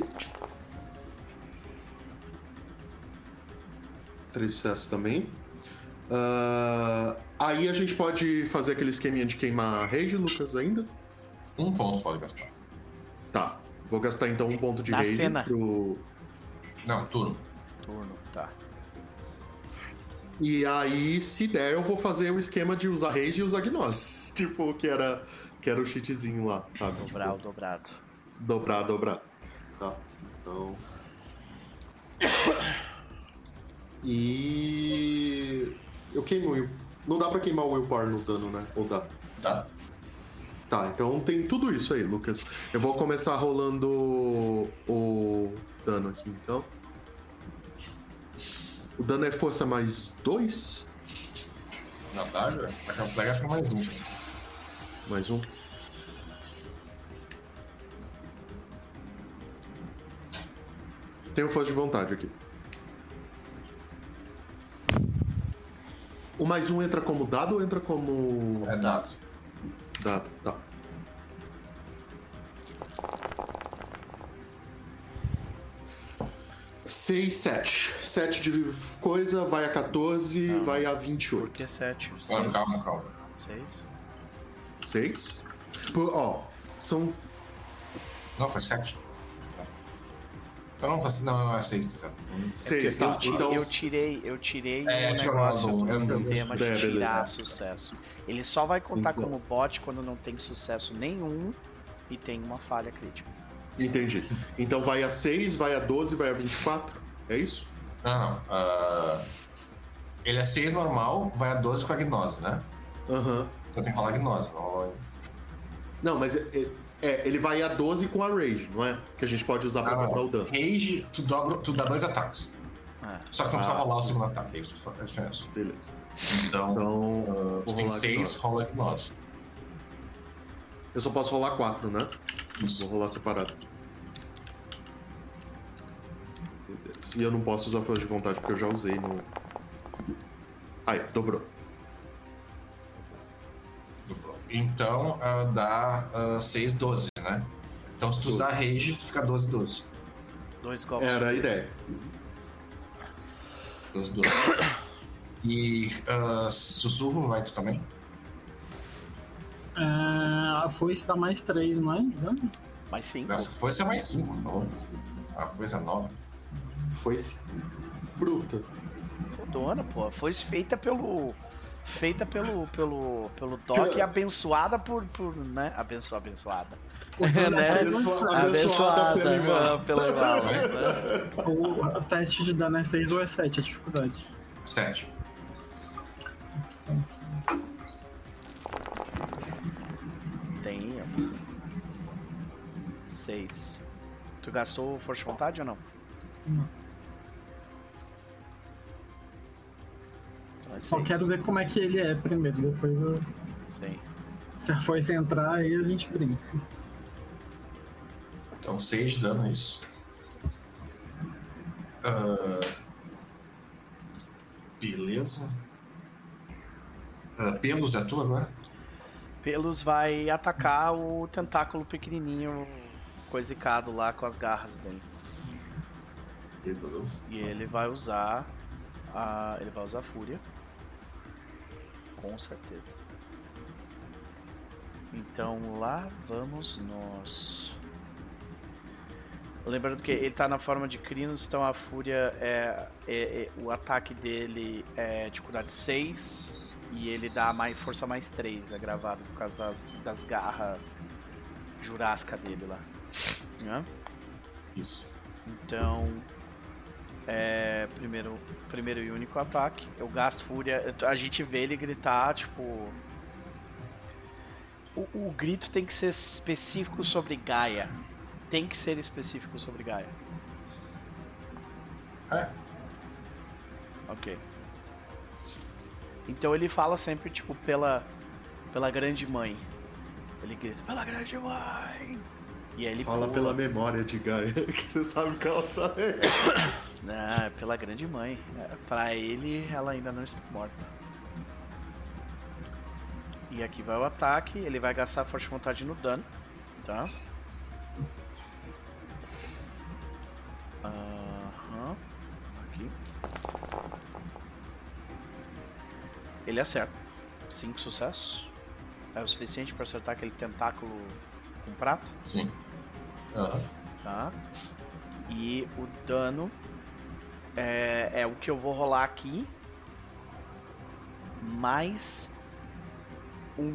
3 sucessos também. Aí a gente pode fazer aquele esqueminha de queimar a rage, Lucas, ainda? 1 ponto pode gastar. Tá. Vou gastar então 1 ponto de rage cena. pro... Não, turno. Turno, tá. E aí, se der, eu vou fazer o esquema de usar rage e usar gnose. Tipo, que era o cheatzinho lá, sabe? Dobrado, tipo, dobrado. Tá. Então... E... eu queimo o Will. Não dá pra queimar o Willpower no dano, né? Ou dá? Tá. Tá, então tem tudo isso aí, Lucas. Eu vou começar rolando o dano aqui, então. O dano é força mais 2? Na daga? A daga fica mais 1. Mais 1. Tenho força de vontade aqui. O mais 1 entra como dado ou entra como... É dado. Dado, tá. Seis, 7. 7 de coisa, vai a 14, não. Vai a 28. Por que 7? Calma. 6? 6? Ó, são... Não, foi 7. Então não é 6, tá certo? 6, tá. Então... Eu tirei É, o negócio do é um sistema de beleza. tirar sucesso. Ele só vai contar Então. como bot quando não tem sucesso nenhum e tem uma falha crítica. Entendi. Então vai a 6, vai a 12, vai a 24? É isso? Não. Ele é 6 normal, vai a 12 com a gnose, né? Aham. Então tem que rolar gnose, não rola. Não, mas ele vai a 12 com a rage, não é? Que a gente pode usar pra dobrar o dano. Rage, tu dá 2 ataques. Só que tu não precisa rolar o segundo ataque, é isso que é a diferença. Beleza. Então tu tem 6, rola gnose. Eu só posso rolar 4, né? Isso. Vou rolar separado. Beleza. E eu não posso usar força de vontade porque eu já usei no... Aí, dobrou. Então dá 6, 12, né? Então se tu usar rage, tu fica 12, 12. 2 golpes. Era a ideia. 12, 12. E sussurro vai tu também? A foice dá mais 3, não é? Mais 5. Essa força é mais 5. A força é 9. Foi bruta. Fodona, pô. Foi feita pelo Doc e abençoada por né? Abençoada. Abençoada pelo Ival, né? O teste de dano é 6 ou é 7 a dificuldade? 7. Tem 6. Tu gastou força de vontade ou não? Não. Só quero ver como é que ele é primeiro, depois eu... Sim. Se a foice entrar, aí a gente brinca. Então 6 de dano, é isso. Beleza. Pelos é tua agora? Pelos vai atacar o tentáculo pequenininho coisicado lá com as garras dele. Beleza. E ele vai usar a fúria. Com certeza. Então lá vamos nós. Lembrando que ele tá na forma de Crinos, então a fúria o ataque dele é dificuldade 6 e ele dá força mais 3, é gravado por causa das garras jurássica dele lá. Né? Isso. Então primeiro e único ataque. Eu gasto fúria. A gente vê ele gritar, tipo. O grito tem que ser específico sobre Gaia. Tem que ser específico sobre Gaia. É. Ok. Então ele fala sempre, tipo, pela grande mãe. Ele grita, pela grande mãe! E aí ele fala pula. Pela memória de Gaia, que você sabe que ela tá aí. Não, é pela grande mãe. Pra ele, ela ainda não está morta. E aqui vai o ataque. Ele vai gastar força de vontade no dano. Tá? Aqui. Ele acerta. 5 sucessos. É o suficiente para acertar aquele tentáculo com prata? Sim. Tá. E o dano é o que eu vou rolar aqui. Mais 1.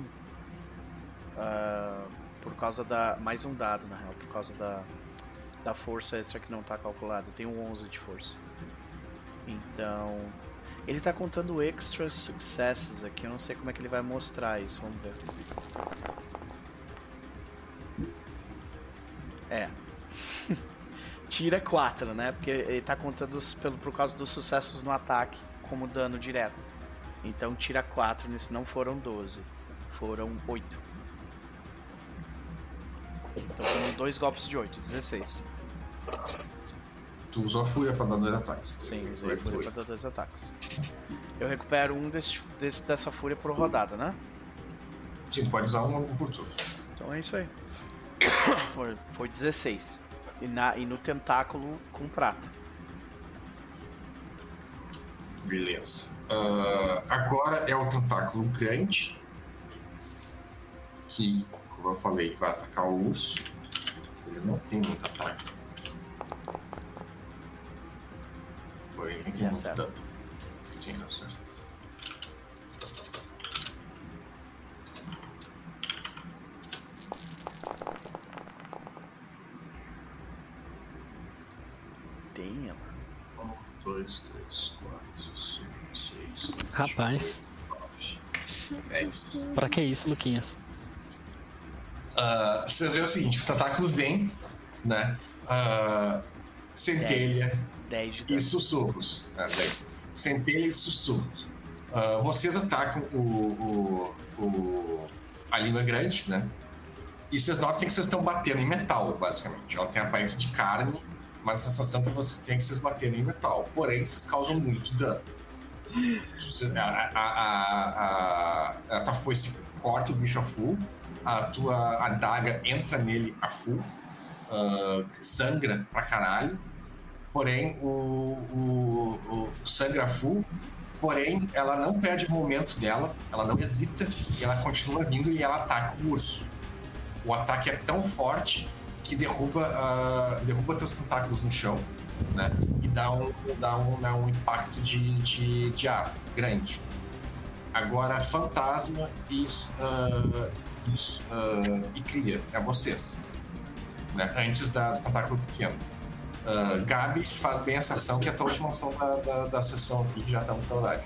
Por causa da... Mais um dado, na real. Por causa da força extra que não tá calculada. Eu tenho 11 de força. Então... Ele tá contando extra successes aqui. Eu não sei como é que ele vai mostrar isso. Vamos ver. Tira 4, né? Porque ele tá contando por causa dos sucessos no ataque como dano direto. Então tira 4 nisso. Não foram 12. Foram 8. Então foram 2 golpes de 8. 16. Tu usou a fúria pra dar 2 ataques. Sim, usei a fúria pra dar 2 ataques. Eu recupero um dessa fúria por rodada, né? Sim, pode usar um por turno. Então é isso aí. Foi 16. E no tentáculo com prata. Beleza. Agora é o tentáculo grande. Que, como eu falei, vai atacar o urso. Ele não tem muito ataque. Foi aqui no dano. Sim, acerta. Tem, 1, 2, 3, 4, 5, 6, 7, Rapaz. 8, 9, 10. Pra que isso, Luquinhas? Vocês veem o seguinte, o tentáculo vem, né? Centelha 10 e sussurros. 10. Centelha e sussurros. Vocês atacam a língua grande, né? E vocês notam que vocês estão batendo em metal, basicamente. Ela tem a aparência de carne, mas a sensação que vocês têm é que vocês bateram em metal. Porém, vocês causam muito dano. A tua foice corta o bicho a full, a tua adaga entra nele a full, sangra pra caralho. Porém, o sangra a full, porém, ela não perde o momento dela, ela não hesita, e ela continua vindo e ela ataca o urso. O ataque é tão forte que derruba teus tentáculos no chão, né? E dá um impacto de ar grande. Agora, fantasma e cria, é vocês, né? Antes do tentáculo pequeno. Gabi, faz bem essa ação, que é a tua última ação da sessão aqui, que já tá no teu horário.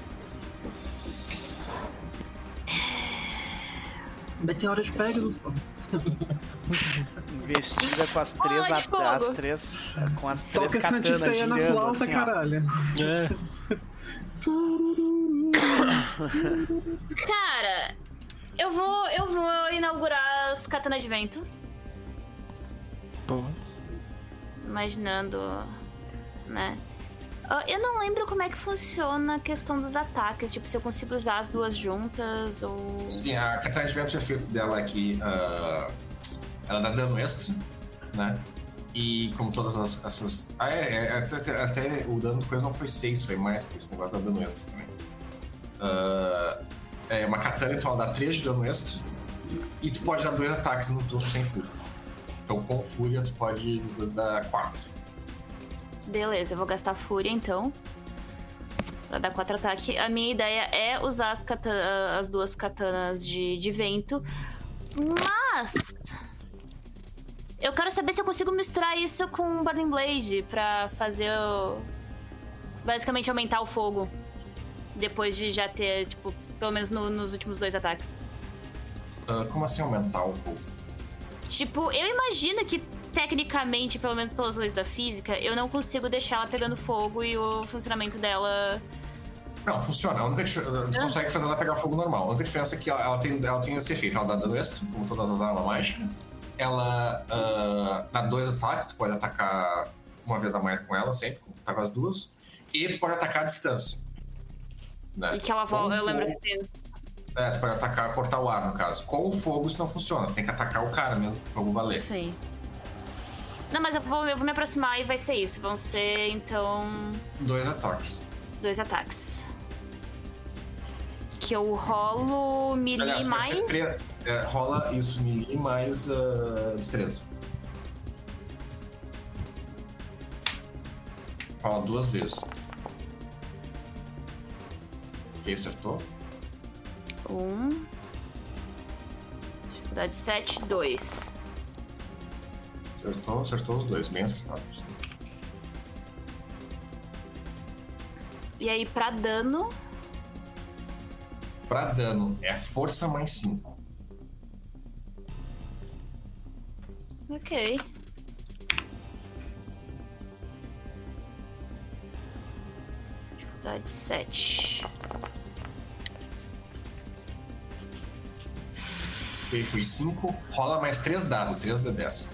Vai ter hora de Pegasus, pô. Investida com as três Toca katanas girando na flauta, assim, caralho. Cara, eu vou inaugurar as katanas de vento. Pô. Imaginando, né? Eu não lembro como é que funciona a questão dos ataques. Tipo, se eu consigo usar as duas juntas ou... Sim, a katana de vento, o efeito dela aqui, ela dá dano extra, né? E como todas essas... até o dano do coisa não foi 6, foi mais, porque esse negócio dá dano extra também. É uma katana, então ela dá 3 de dano extra. E tu pode dar 2 ataques no turno sem fúria. Então com fúria tu pode dar 4. Beleza, eu vou gastar fúria então. Pra dar 4 ataques. A minha ideia é usar as duas katanas de vento. Mas... eu quero saber se eu consigo misturar isso com Burning Blade pra fazer basicamente aumentar o fogo. Depois de já ter, tipo, pelo menos nos últimos 2 ataques. Como assim aumentar o fogo? Tipo, eu imagino que, tecnicamente, pelo menos pelas leis da física, eu não consigo deixar ela pegando fogo e o funcionamento dela... Não, funciona. Você consegue fazer ela pegar fogo normal. A única diferença é que ela tem esse efeito. Ela dá dano extra, como todas as armas mágicas. Ela dá 2 ataques, tu pode atacar uma vez a mais com ela, sempre, ataca as duas. E tu pode atacar à distância. Né? E que ela volta, eu lembro que tem... tu pode atacar, cortar o ar, no caso. Com o fogo isso não funciona, tu tem que atacar o cara mesmo, pro fogo valer. Sim. Não, mas eu vou me aproximar e vai ser isso. Vão ser, então... 2 ataques. 2 ataques. Que eu rolo melee. Aliás, mais... rola isso, melee mais destreza. Rola 2 vezes. Ok, acertou. 1. Dificuldade 7, 2. Acertou os 2, bem acertados. E aí, pra dano... Pra dano, é força mais 5. Ok. Dificuldade 7. Ok, foi 5. Rola mais 3 dados, 3 de 10.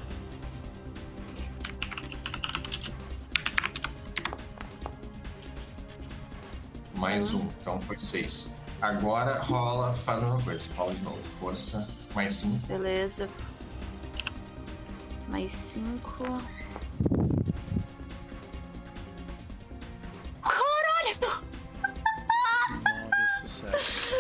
Mais 1, então foi 6. Agora rola, faz a mesma coisa. Rola de novo. Força, mais 5. Beleza. Mais 5. Caralho! 9, sucesso.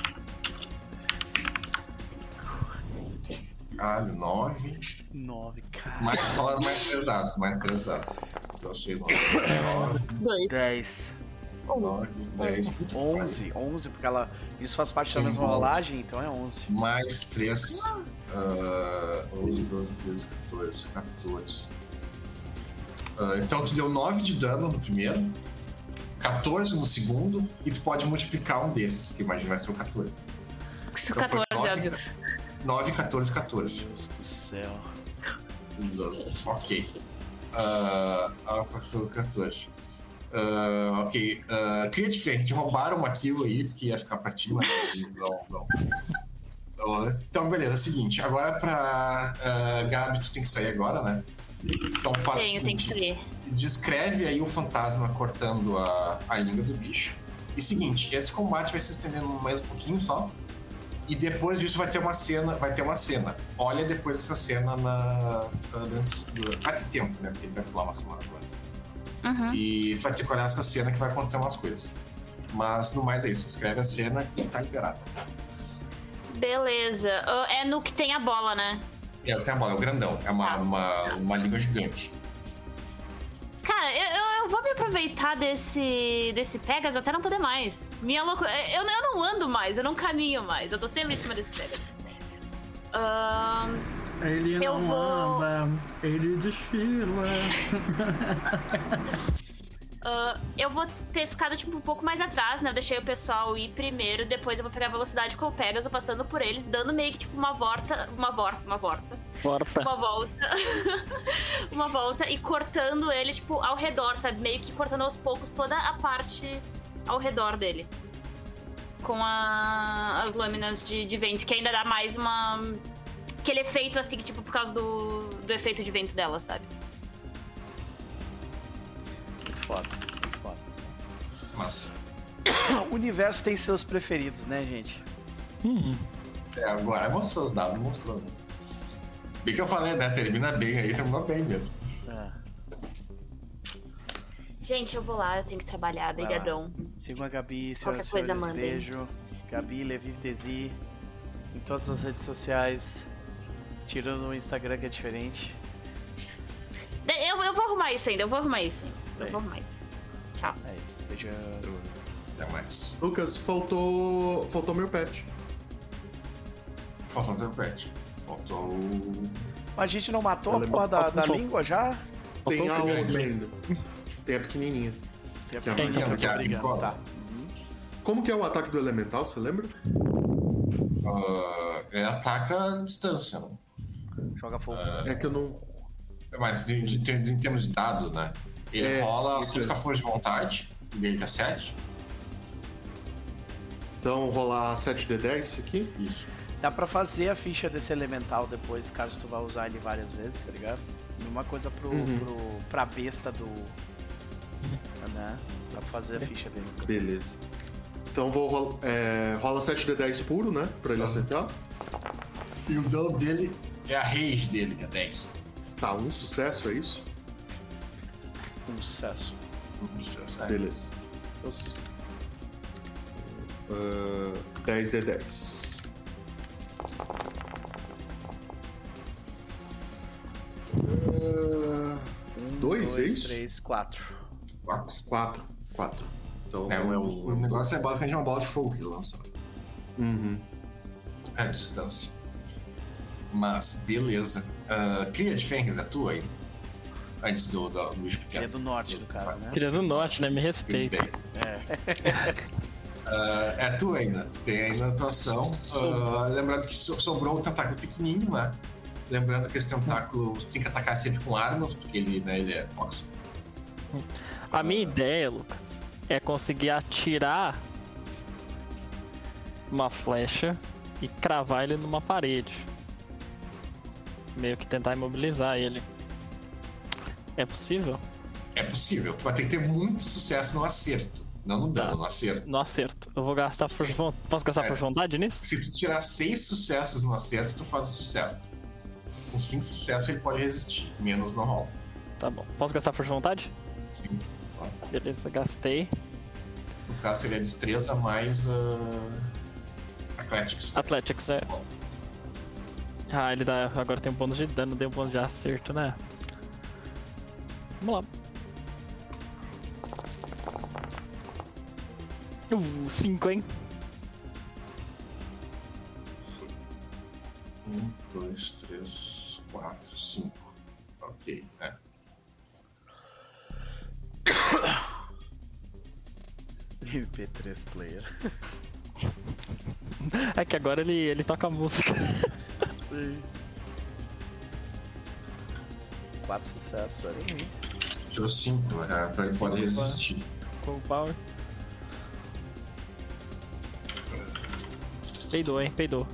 Caralho, 9. 9, cara. Mais rola mais 3 dados, mais 3 dados. Eu achei 9. 10. 9, 10. 11, porque ela. Isso faz parte da mesma rolagem, então é 11. Mais 3. 11, 12, 13, 14. Então tu deu 9 de dano no primeiro, 14 no segundo, e tu pode multiplicar um desses, que imagina vai ser o 14. Então 14, óbvio. 9, 14, 14. Meu Deus do céu. Ok. 14. Ok. Cria diferente. Roubaram uma kill aí, porque ia ficar pra ti, mas não. Então, beleza. É o seguinte. Agora pra Gabi, tu tem que sair agora, né? Então faz Tem que sair. Descreve aí o fantasma cortando a língua do bicho. E seguinte, esse combate vai se estendendo mais um pouquinho só. E depois disso vai ter uma cena. Olha depois essa cena vai ter tempo, né? Porque ele vai pular uma semana quase. Uhum. E tu vai ter que olhar essa cena que vai acontecer umas coisas. Mas no mais é isso, escreve a cena e tá liberado. Beleza. É no que tem a bola, né? Tem a bola, é o grandão. É uma língua gigante. Cara, eu vou me aproveitar desse Pegasus até não poder mais. Minha loucura. Eu não ando mais, eu não caminho mais. Eu tô sempre em cima desse Pegasus. Ele não anda, ele desfila. Eu vou ter ficado tipo um pouco mais atrás, né? Eu deixei o pessoal ir primeiro, depois eu vou pegar a velocidade com o Pegasus, passando por eles, dando meio que tipo uma volta. Uma volta e cortando ele, tipo, ao redor, sabe? Meio que cortando aos poucos toda a parte ao redor dele. Com as lâminas de vento, que ainda dá mais aquele efeito, assim, tipo, por causa do efeito de vento dela, sabe? Muito foda. Massa. O universo tem seus preferidos, né, gente? Agora mostrou os dados, mostrou. Bem que eu falei, né? Termina bem aí, terminou bem mesmo. Gente, eu vou lá, eu tenho que trabalhar, brigadão. Sigam a Gabi, qualquer coisa, senhoras, beijo. Gabi, Leviv Desi, em todas as redes sociais, tirando no Instagram que é diferente. Eu vou arrumar isso ainda, Tchau. É isso, beijo. Até mais. Lucas, faltou meu pet. Faltou teu pet. Faltou... A gente não matou a porra da língua já? Tem a outra ainda. Tem a pequenininha. Tem a pequenininha, que é a bigola. Tá. Como que é o ataque do elemental, você lembra? ele ataca a distância, né? Joga fogo. É que eu não... Mas em termos de dado, né? Ele rola 5 força de vontade, dele que é 7. Então rolar 7d10 aqui? Isso. Dá pra fazer a ficha desse elemental depois, caso tu vá usar ele várias vezes, tá ligado? Uma coisa pra besta do... né? Dá pra fazer a ficha dele. Beleza. Então vou rola 7d10 puro, né? Pra ele acertar. E o dano dele é a rage dele, que é 10. Tá, um sucesso, é isso? Um sucesso. Um sucesso, Beleza. 10d10. 2, é isso? 3, 4. 4. Então, o negócio é basicamente uma bola de fogo que ele lança. É a distância. Mas, beleza. Cria de Fenris é tua aí? Antes do bicho pequeno. Cria do norte, no caso, né? Cria do norte, né? Me respeita. É tua ainda. Tu tem aí na tua ação. Lembrando que sobrou o tentáculo pequenininho, né? Lembrando que esse tentáculo tem que atacar sempre com armas, porque ele é tóxico. A minha ideia, Lucas, é conseguir atirar uma flecha e cravar ele numa parede. Meio que tentar imobilizar ele. É possível? É possível. Tu vai ter que ter muito sucesso no acerto. Não no dano, no acerto. No acerto. Eu vou gastar força de vontade. Posso gastar força de vontade nisso? Se tu tirar 6 sucessos no acerto, tu faz isso certo. Com 5 sucessos ele pode resistir. Menos não rola. Tá bom. Posso gastar força de vontade? Sim. Claro. Beleza, gastei. No caso seria destreza mais Athletics. Athletics, é. Ah, ele dá. Agora tem um bônus de dano, deu um bônus de acerto, né? Vamos lá. 5, hein? 1, 2, 3, 4, 5. Ok, né? MP3 player. É que agora ele toca música. Sim. 4 sucessos ali. Tirou 5, então ele pode resistir. Com power. Peidou, hein? Peidou.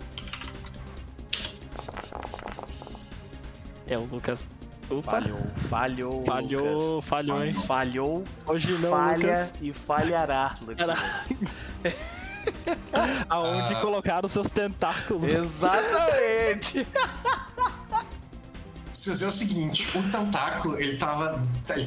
É o Lucas. Opa. Falhou, hein? Falhou. Hoje não, falha Lucas. E falhará, Lucas. Aonde colocaram seus tentáculos. Exatamente. Se você é o seguinte, o tentáculo, ele tava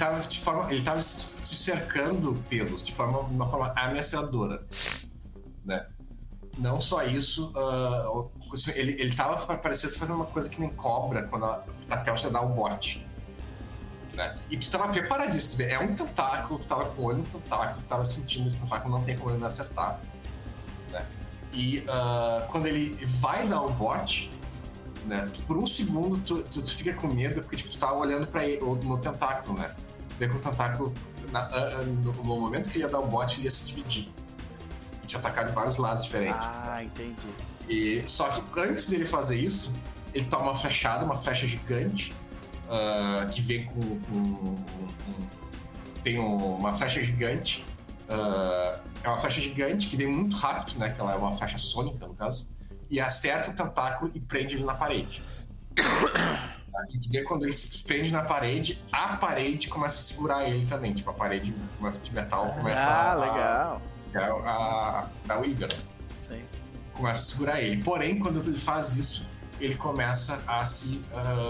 se cercando pelos de uma forma ameaçadora, né? Não só isso, ele tava parecendo fazendo uma coisa que nem cobra quando tá prestes a dar o bote, né? E tu tava preparadíssimo, tu vê, é um tentáculo, tu tava com o olho no tentáculo, tu tava sentindo esse tentáculo, não tem como ele me acertar, né? E quando ele vai dar o bote, né, por um segundo tu fica com medo, porque tipo, tu tá olhando pra ele, no tentáculo, né? Tu vê que o tentáculo, no momento que ele ia dar o bote, ele ia se dividir. Te atacar de vários lados diferentes. Ah, entendi. E, só que antes dele fazer isso, ele toma uma flechada, uma flecha gigante, que vem tem uma flecha gigante. É uma flecha gigante que vem muito rápido, né? Que ela é uma flecha sônica, no caso. E acerta o tentáculo e prende ele na parede. E tu vê quando ele se prende na parede, a parede começa a segurar ele também. Tipo, a parede começa de metal, começa legal. Da Weaver. Sim. Começa a segurar ele. Porém, quando ele faz isso, ele começa a se...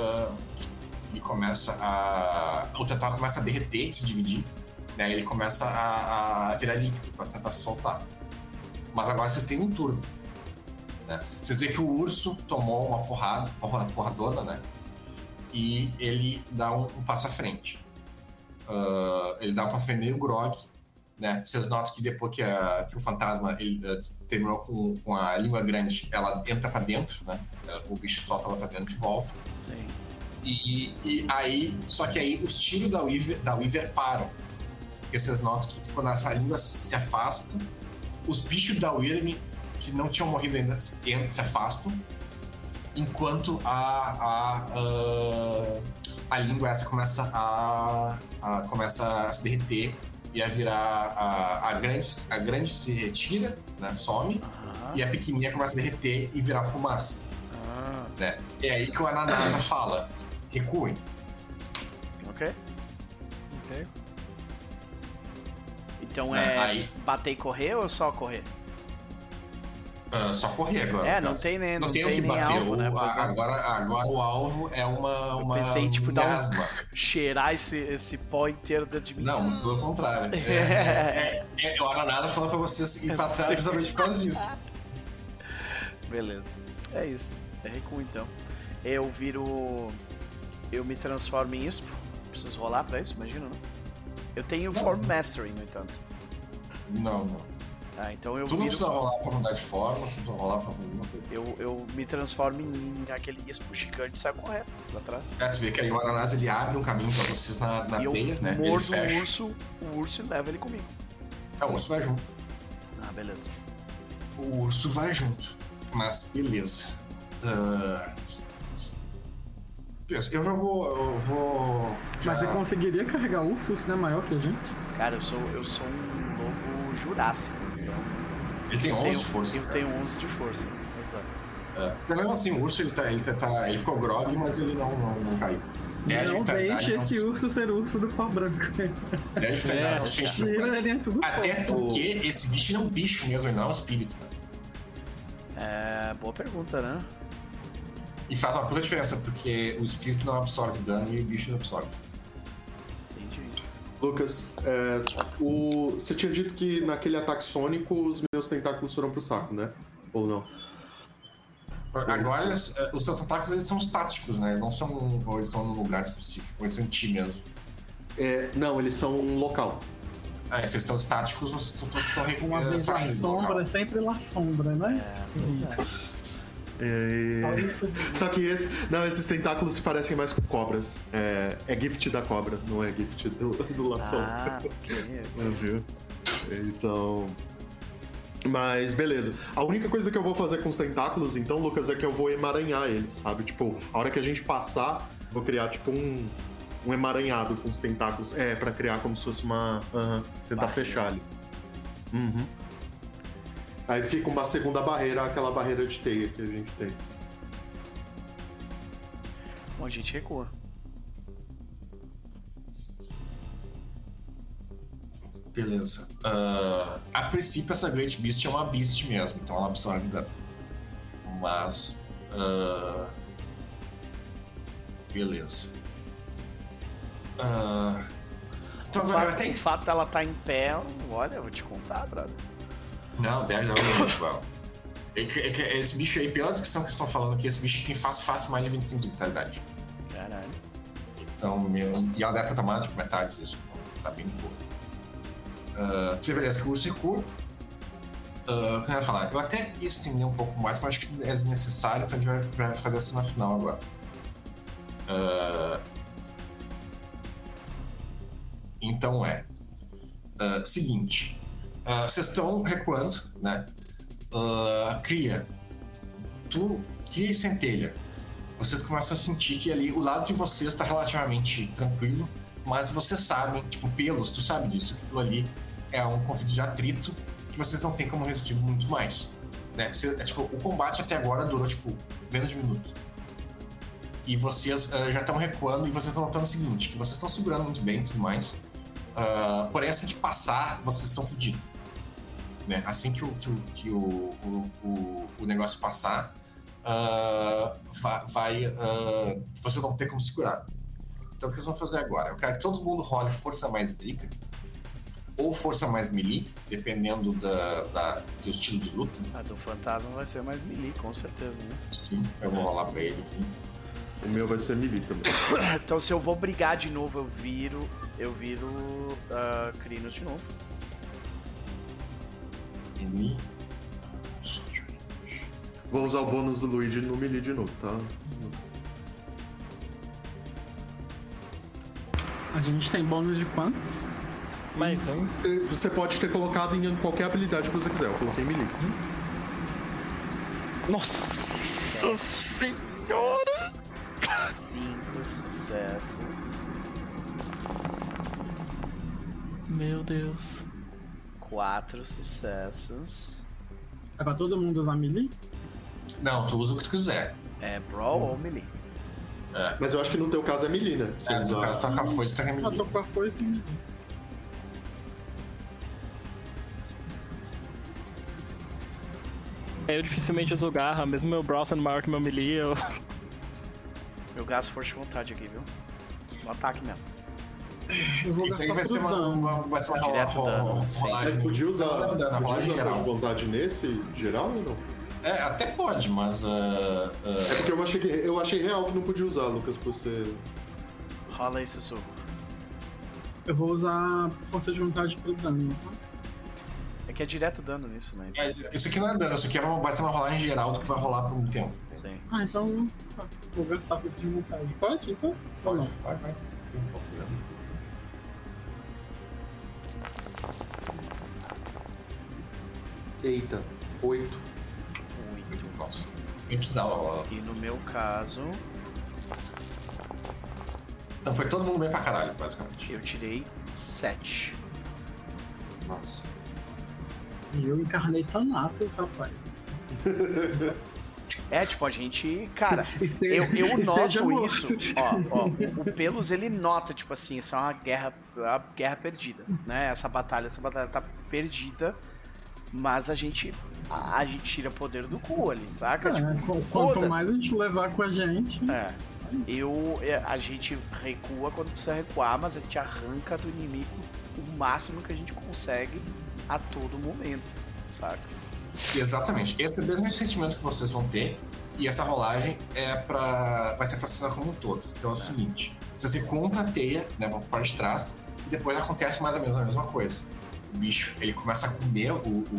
o tentáculo começa a derreter, se dividir. Né? Ele começa a virar líquido para tentar se soltar. Mas agora vocês têm um turno. Né? Vocês veem que o urso tomou uma porradona, né? E ele dá um passo à frente. Ele dá um passo à frente meio grog. Né? Vocês notam que depois que o fantasma ele, terminou com a língua grande, ela entra pra dentro, né? O bicho solta ela pra dentro de volta. Sim. E aí, só que aí os tiros da Weaver param. Porque vocês notam que quando essa língua se afasta, os bichos da Weaver que não tinham morrido ainda se afastam, enquanto a língua essa começa a se derreter e a virar a grande se retira, né, some, e a pequenininha começa a derreter e virar fumaça. Né? É aí que o Ananasa fala: recuem. Ok. Então aí... bater e correr ou só correr? Só correr agora. Não tem nem o que bater. Alvo, né? Agora o alvo é uma pensei, tipo, cheirar esse pó inteiro dentro de mim. Não, pelo contrário. O Ananasa falando pra vocês ir pra trás justamente por causa disso. Beleza. É isso. É recuo, então. Eu me transformo em Ispo. Preciso rolar pra isso? Imagina, não? Eu tenho Form Mastery, no entanto. Não. Então eu tu não precisa rolar pra mudar de forma, tu precisa rolar pra alguma coisa. Eu me transformo em aquele Ispo gigante e saio correto pra trás. Tu vê que aí o Ananás ele abre um caminho pra vocês na teia, né? Ele fecha. O urso e leva ele comigo. O urso vai junto. Beleza. O urso vai junto. Mas beleza. Eu já vou. Mas você conseguiria carregar o urso? Isso não é maior que a gente? Cara, eu sou um lobo jurássico. Então... Ele tem 11 de força. Eu tenho 11 de força, exato. Mesmo assim, o urso ele ficou grog, mas ele não caiu. Não deixe esse urso ser o urso do pau branco. Tira ele antes do Até porque esse bicho não é um bicho mesmo, ele não é um espírito, né? Boa pergunta, né? E faz uma puta diferença, porque o espírito não absorve dano e o bicho não absorve. Entendi. Lucas, você tinha dito que naquele ataque sônico os meus tentáculos foram pro saco, né? Ou não? Agora, os seus tentáculos eles são estáticos, né? Eles não são, eles são num lugar específico, eles são em ti mesmo. Não, eles são um local. Se eles são estáticos, vocês estão uma vez lá sombra, sempre lá sombra, né? Só que esses tentáculos se parecem mais com cobras. É gift da cobra, não é gift do lação. Viu? Então... Mas beleza. A única coisa que eu vou fazer com os tentáculos, então, Lucas, é que eu vou emaranhar eles, sabe? Tipo, a hora que a gente passar, vou criar tipo um emaranhado com os tentáculos. Pra criar como se fosse uma... tentar fechar ali. Aí fica uma segunda barreira, aquela barreira de teia que a gente tem. Bom, a gente recua. Beleza. A princípio, essa Great Beast é uma Beast mesmo, então ela absorve dano. Mas... beleza. Então, o fato dela estar em pé, olha, eu vou te contar, brother. Não, 10 não é muito bom. Esse bicho aí, pela descrição que vocês estão falando aqui, esse bicho tem fácil mais de 25 de vitalidade. Caralho. Então, e ela deve estar tomando tipo metade disso. Tá bem boa. Beleza, que o urso recua. O que eu ia falar? Eu até ia estender um pouco mais, mas acho que é desnecessário, então a gente vai fazer a cena final agora. Então seguinte. Vocês estão recuando, né? Cria e centelha. Vocês começam a sentir que ali o lado de vocês está relativamente tranquilo, mas vocês sabem, tipo, pelos, tu sabe disso, que aquilo ali é um conflito de atrito que vocês não tem como resistir muito mais, né? Tipo, o combate até agora durou, tipo, menos de um minuto. E vocês já estão recuando e vocês estão notando o seguinte, que vocês estão segurando muito bem e tudo mais, porém assim que passar, vocês estão fodidos. Né? Assim que o negócio passar, vocês vão ter como segurar. Então o que vocês vão fazer agora? Eu quero que todo mundo role força mais briga ou força mais melee, dependendo do estilo de luta. A do fantasma vai ser mais melee, com certeza, né? Sim, eu vou rolar pra ele aqui. O meu vai ser melee também. Então se eu vou brigar de novo, eu viro Crinos de novo. Vou usar o bônus do Luigi no melee de novo, tá? A gente tem bônus de quanto? Mais um. Você pode ter colocado em qualquer habilidade que você quiser. Eu coloquei em melee. Nossa senhora! 5 sucessos. Meu Deus. 4 sucessos. É pra todo mundo usar melee? Não, tu usa o que tu quiser. É brawl ou melee? Mas eu acho que no teu caso é melee, né? No teu caso tá com a foice, tá com a melee. Tô com a foice e melee. Eu dificilmente uso garra, mesmo meu brawl sendo maior que meu melee, eu... Eu gasto força de vontade aqui, viu? No ataque mesmo. Eu vou Isso aí gastar vai ser uma Direto dano, sim. rolagem. Mas podia usar rolagem força geral. de vontade nesse geral ou não? Até pode, mas... É porque eu achei real que não podia usar, Lucas, por você... Rola aí, sussurro. Eu vou usar força de vontade pro dano. É que é direto dano nisso, né? Isso aqui não é dano, isso aqui vai ser uma rolagem geral do que vai rolar por um tempo. Sim. Então vou gastar força de vontade. Pode, então? Ou não? Vai. Tem um pouco de dano. Eita, 8. 8. Nossa, nem precisava. E no meu caso, Então foi todo mundo bem pra caralho, basicamente. eu tirei 7. Nossa. E eu encarnei Thanatos, rapaz. É, tipo, a gente... Cara, Esteja eu noto morto. isso. Ó, o Pelos, ele nota, tipo assim, isso é uma guerra perdida, né? Essa batalha tá perdida, mas a gente tira poder do cu ali, saca? Tipo, Quanto mais a gente levar com a gente... A gente recua quando precisa recuar, mas a gente arranca do inimigo o máximo que a gente consegue a todo momento, saca? Exatamente. Esse é o mesmo sentimento que vocês vão ter. E essa rolagem vai ser pra cena como um todo. Então é o seguinte: você compra a teia, né, pra parte de trás, e depois acontece mais ou menos a mesma coisa. O bicho, ele começa a comer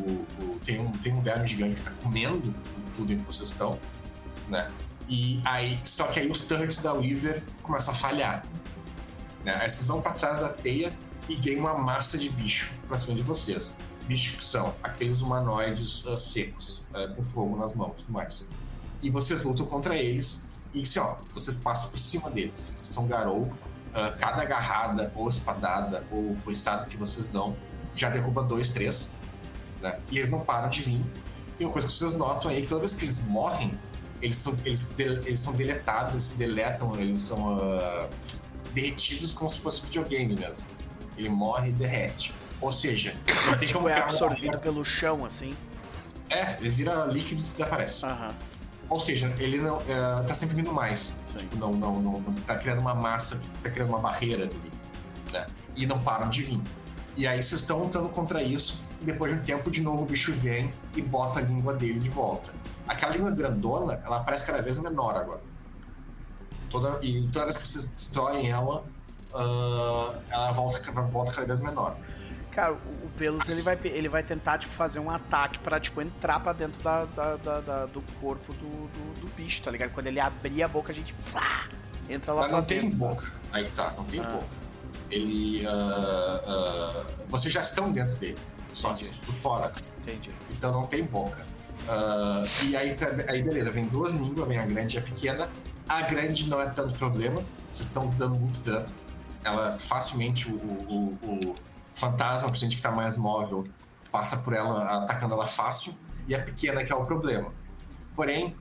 tem um verme gigante que tá comendo tudo em que vocês estão, né? E aí, só que aí os turrets da Weaver começam a falhar, né? Aí vocês vão pra trás da teia e ganham uma massa de bicho pra cima de vocês. Bichos que são aqueles humanoides secos, com fogo nas mãos e tudo mais. E vocês lutam contra eles e assim, vocês passam por cima deles. Vocês são Garou, cada agarrada ou espadada ou foiçada que vocês dão já derruba 2, 3, né? E eles não param de vir. E uma coisa que vocês notam aí é que toda vez que eles morrem, eles são deletados, eles se deletam, eles são derretidos como se fosse videogame mesmo. Ele morre e derrete. Ou seja, não tem como é absorvido pelo chão, assim. Ele vira líquido e desaparece. Ou seja, ele não tá sempre vindo mais. Tipo, não tá criando uma massa, tá criando uma barreira dele, né? E não param de vir. E aí vocês estão lutando contra isso, e depois de um tempo, de novo, o bicho vem e bota a língua dele de volta. Aquela língua grandona, ela parece cada vez menor agora. Toda vez que vocês destroem ela, ela volta cada vez menor. Cara, o Pelos, ele vai tentar, tipo, fazer um ataque pra, tipo, entrar pra dentro do corpo do bicho, tá ligado? Quando ele abrir a boca, a gente entra lá. Mas não tem boca. Aí tá, não tem boca. Ele... vocês já estão dentro dele, só por fora. Entendi. Então não tem boca. E aí beleza, vem 2 línguas, vem a grande e a pequena. A grande não é tanto problema, vocês estão dando muito dano. Ela facilmente, o fantasma, principalmente que tá mais móvel, passa por ela, atacando ela fácil. E a pequena que é o problema. Porém,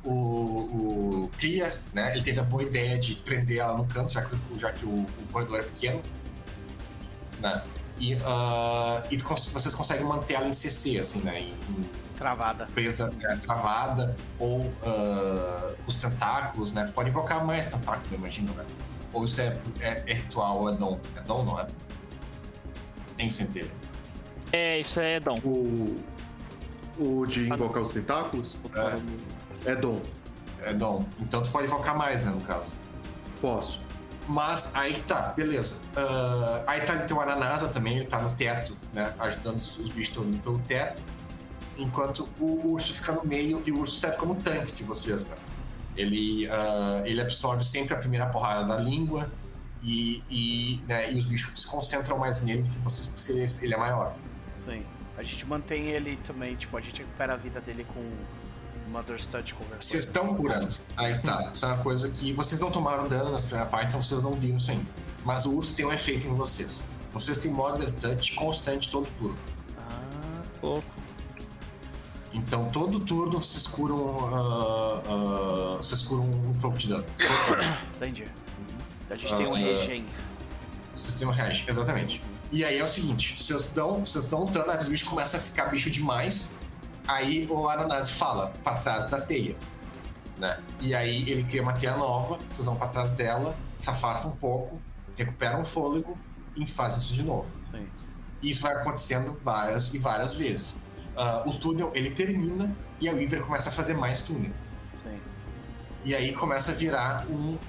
o Cria, né, ele teve a boa ideia de prender ela no canto, já que o corredor é pequeno, né? E vocês conseguem manter ela em CC, assim, né? Travada. Presa, travada, ou os tentáculos, né? Tu pode invocar mais tentáculos, eu imagino, né? Ou isso é ritual, ou é dom? É dom, não é? Tem centelha. Isso é dom. O de invocar os tentáculos? É dom. É dom. Então tu pode invocar mais, né, no caso? Posso. Mas aí tá, beleza. Aí tem o Aranasa também, ele tá no teto, né? Ajudando os bichos todos indo pelo teto. Enquanto o urso fica no meio e o urso serve como tanque de vocês, né? Ele absorve sempre a primeira porrada da língua e os bichos se concentram mais nele do que vocês, porque ele é maior. Sim. A gente mantém ele também, tipo, a gente recupera a vida dele com Mother's Touch conversando. Vocês estão curando. Aí tá. Isso é uma coisa que vocês não tomaram dano nas primeiras partes, então vocês não viram isso ainda. Mas o urso tem um efeito em vocês. Vocês têm Mother's Touch constante todo turno. Louco. Então todo turno vocês curam. Vocês curam um pouco de dano. Entendi. A gente tem um regen. Vocês têm um regen, exatamente. E aí é o seguinte, vocês estão lutando, as bichos começam a ficar bicho demais. Aí o Aranase fala, pra trás da teia. Né? E aí ele cria uma teia nova, vocês vão pra trás dela, se afastam um pouco, recuperam o fôlego e fazem isso de novo. Sim. E isso vai acontecendo várias e várias vezes. O túnel, ele termina e a Weaver começa a fazer mais túnel. Sim. E aí começa a virar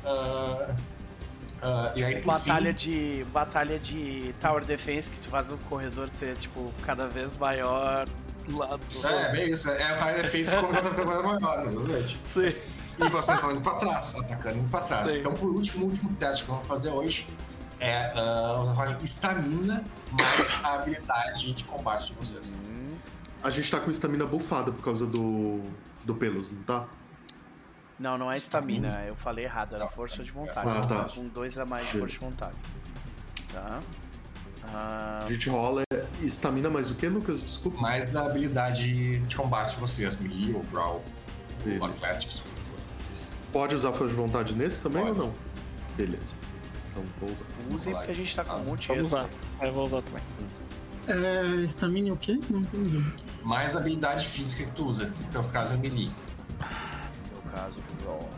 e aí, batalha de Tower Defense, que tu faz o corredor ser, tipo, cada vez maior do lado do... bem isso. É a Tower Defense como cada vez maior, exatamente. Sim. E vocês vão indo pra trás, atacando indo pra trás. Sim. Então, por último, o último teste que vamos fazer hoje é usar estamina mais a habilidade de combate de vocês. A gente tá com estamina bufada por causa do Pelos, não tá? Não é estamina, eu falei errado, era força de vontade. Você tá com 2 a mais de força de vontade. Tá? A gente rola estamina mais do que, Lucas? Desculpa. Mais a habilidade de combate de vocês, melee ou brawl, ou athletics. Pode usar força de vontade nesse também Pode. ou não? Beleza. Então vou usar. Usem porque a gente tá com um monte de Vamos usar. Eu vou usar também. Stamina o quê? Não entendi. Mais a habilidade física que tu usa, então no caso é melee. No meu caso, brawl.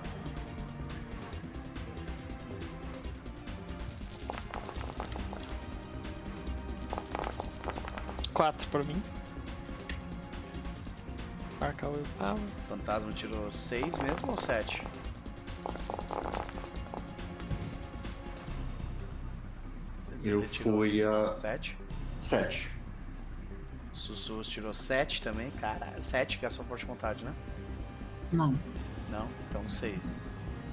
Quatro pra mim. Marca o power. Fantasma tirou 6 mesmo ou 7? Eu fui a 7. 7. Sussurros tirou 7 também, cara. 7 que é a sua força de vontade, né? Não. Não? Então 6.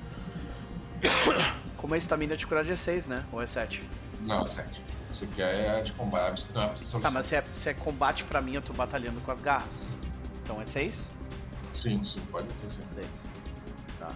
Como a estamina de curar de 6, né? Ou é 7? Não, é 7. Isso aqui é de combate, não é proteção. Tá, mas se é combate pra mim, eu tô batalhando com as garras. Então é 6? Sim, pode ter 6. 6. Tá.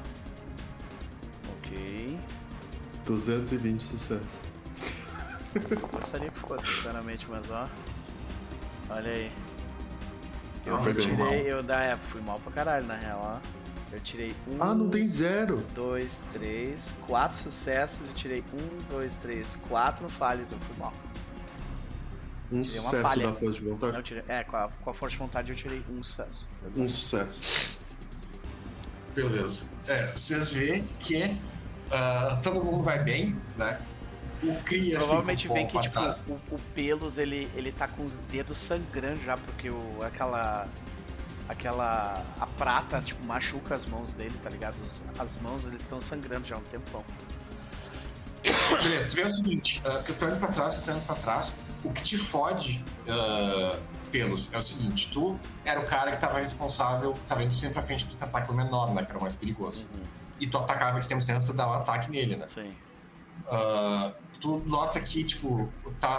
Ok. 220 sucesso. Gostaria que fosse, sinceramente, mas ó. Olha aí. Eu Foi bem mal. tirei. Fui mal pra caralho, na real, ó. Eu tirei 1. Ah, não tem 0. 2, 3, 4 sucessos e tirei 1, 2, 3, 4 falhas, eu fui mal. Um Tirei uma sucesso falha. da força de vontade? Não, eu tirei, com a força de vontade eu tirei 1 sucesso. Um sucesso. Beleza. Vocês veem que todo mundo vai bem, né? O Cria Provavelmente fica um vem que pouco tipo, atrás. o Pelos ele tá com os dedos sangrando já, porque a prata tipo machuca as mãos dele, tá ligado? As mãos eles estão sangrando já há um tempão. Beleza, tu vê o seguinte, vocês estão indo pra trás, o que te fode, Pelos, é o seguinte, tu era o cara que tava responsável, tava indo sempre pra frente do tentáculo menor, né, que era o mais perigoso. E tu atacava esse tempo sempre, tu dava um ataque nele, né? Sim. Tu nota que, tipo,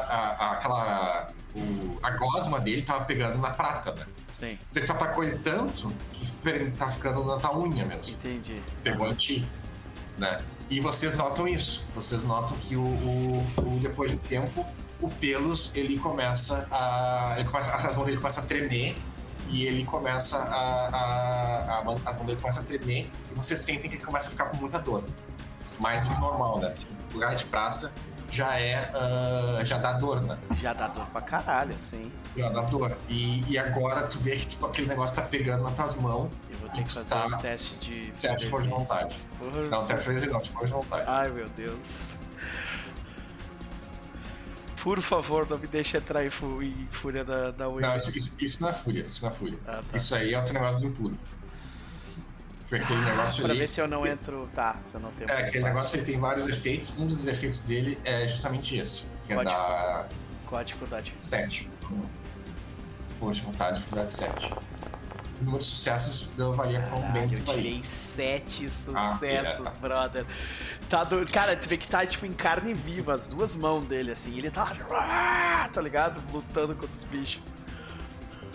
a gosma dele tava pegando na prata, né? Sim. Você que tu atacou ele tanto, que tá ficando na tua unha mesmo. Entendi. Pegou em ti, né? E vocês notam isso. Vocês notam que depois de um tempo, o Pelos, ele começa as mãos dele começam a tremer e ele começa as mãos dele começam a tremer e vocês sentem que ele começa a ficar com muita dor. Mais do que normal, né? O lugar de prata já dá dor, né? Já dá dor pra caralho, assim. Já dá dor. E agora tu vê que tipo, aquele negócio tá pegando nas tuas mãos. Eu vou ter que fazer um teste de... Teste de força de vontade. Não, teste de força de vontade. Ai, meu Deus. Por favor, não me deixe entrar em fúria da Wii. Não, isso não é fúria. Isso não é fúria. Ah, tá. Isso aí é outro negócio do impuro. Aquele negócio pra ali, ver se eu não entro... Tá, se eu não tenho... aquele negócio ele tem vários efeitos. Um dos efeitos dele é justamente esse. Que Pode. É da... Qual a dificuldade? 7. Força de vontade, dificuldade 7. O número de sucessos varia com bem que eu varia. tirei 7 sucessos, brother. Tá doido. Cara, tu vê que tá tipo em carne viva, as duas mãos dele, assim. Ele tá ligado? Lutando contra os bichos.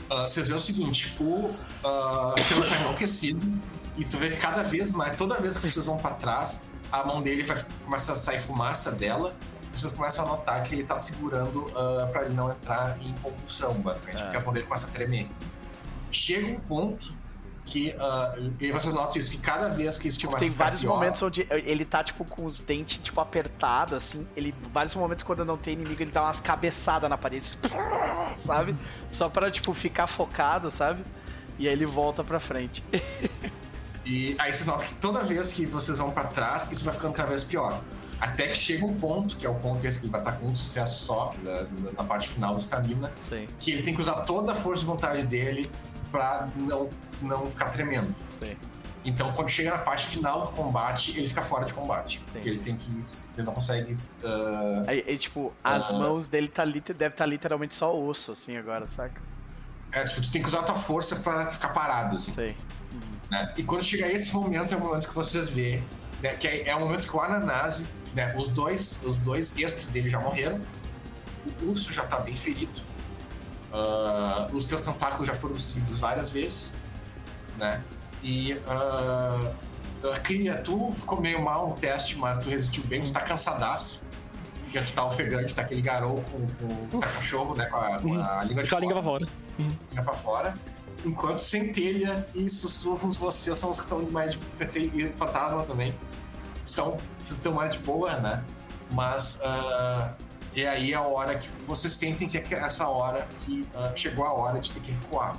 Vocês veem o seguinte, o Taylor tá enlouquecido e tu vê que cada vez mais, toda vez que vocês vão pra trás, a mão dele começa a sair fumaça dela. Vocês começam a notar que ele tá segurando pra ele não entrar em convulsão, basicamente, porque a mão dele começa a tremer. Chega um ponto que, e vocês notam isso, que cada vez que isso começa a ficar vários pior, momentos onde ele tá, tipo, com os dentes, tipo, apertados, assim. Vários momentos quando não tem inimigo, ele dá umas cabeçadas na parede, sabe? Só pra, tipo, ficar focado, sabe? E aí ele volta pra frente. E aí vocês notam que toda vez que vocês vão pra trás, isso vai ficando cada vez pior. Até que chega um ponto, que é o ponto esse que ele vai estar com um sucesso só, na parte final do estamina, que ele tem que usar toda a força de vontade dele pra não ficar tremendo. Sim. Então, quando chega na parte final do combate, ele fica fora de combate. Porque ele não consegue... tipo, as mãos dele deve estar literalmente só osso, assim, agora, saca? Tipo, tu tem que usar a tua força pra ficar parado, assim. Sei. Né? E quando chegar esse momento, é o momento que vocês vê, né? Que é o momento que o Ananase, né? Os dois extras dele já morreram. O urso já tá bem ferido. Os teus tentáculos já foram destruídos várias vezes, né? E Cria, tu ficou meio mal no teste, mas tu resistiu bem, tu tá cansadaço. Porque tu tá ofegante, tá aquele garou com cachorro, né? Com a língua de fora. A língua pra fora. Língua pra fora. Enquanto Centelha e Sussurros, vocês são os que estão mais de... E Fantasma também. Vocês estão mais de boa, né? Mas... E aí é a hora que vocês sentem que é essa hora que chegou a hora de ter que recuar.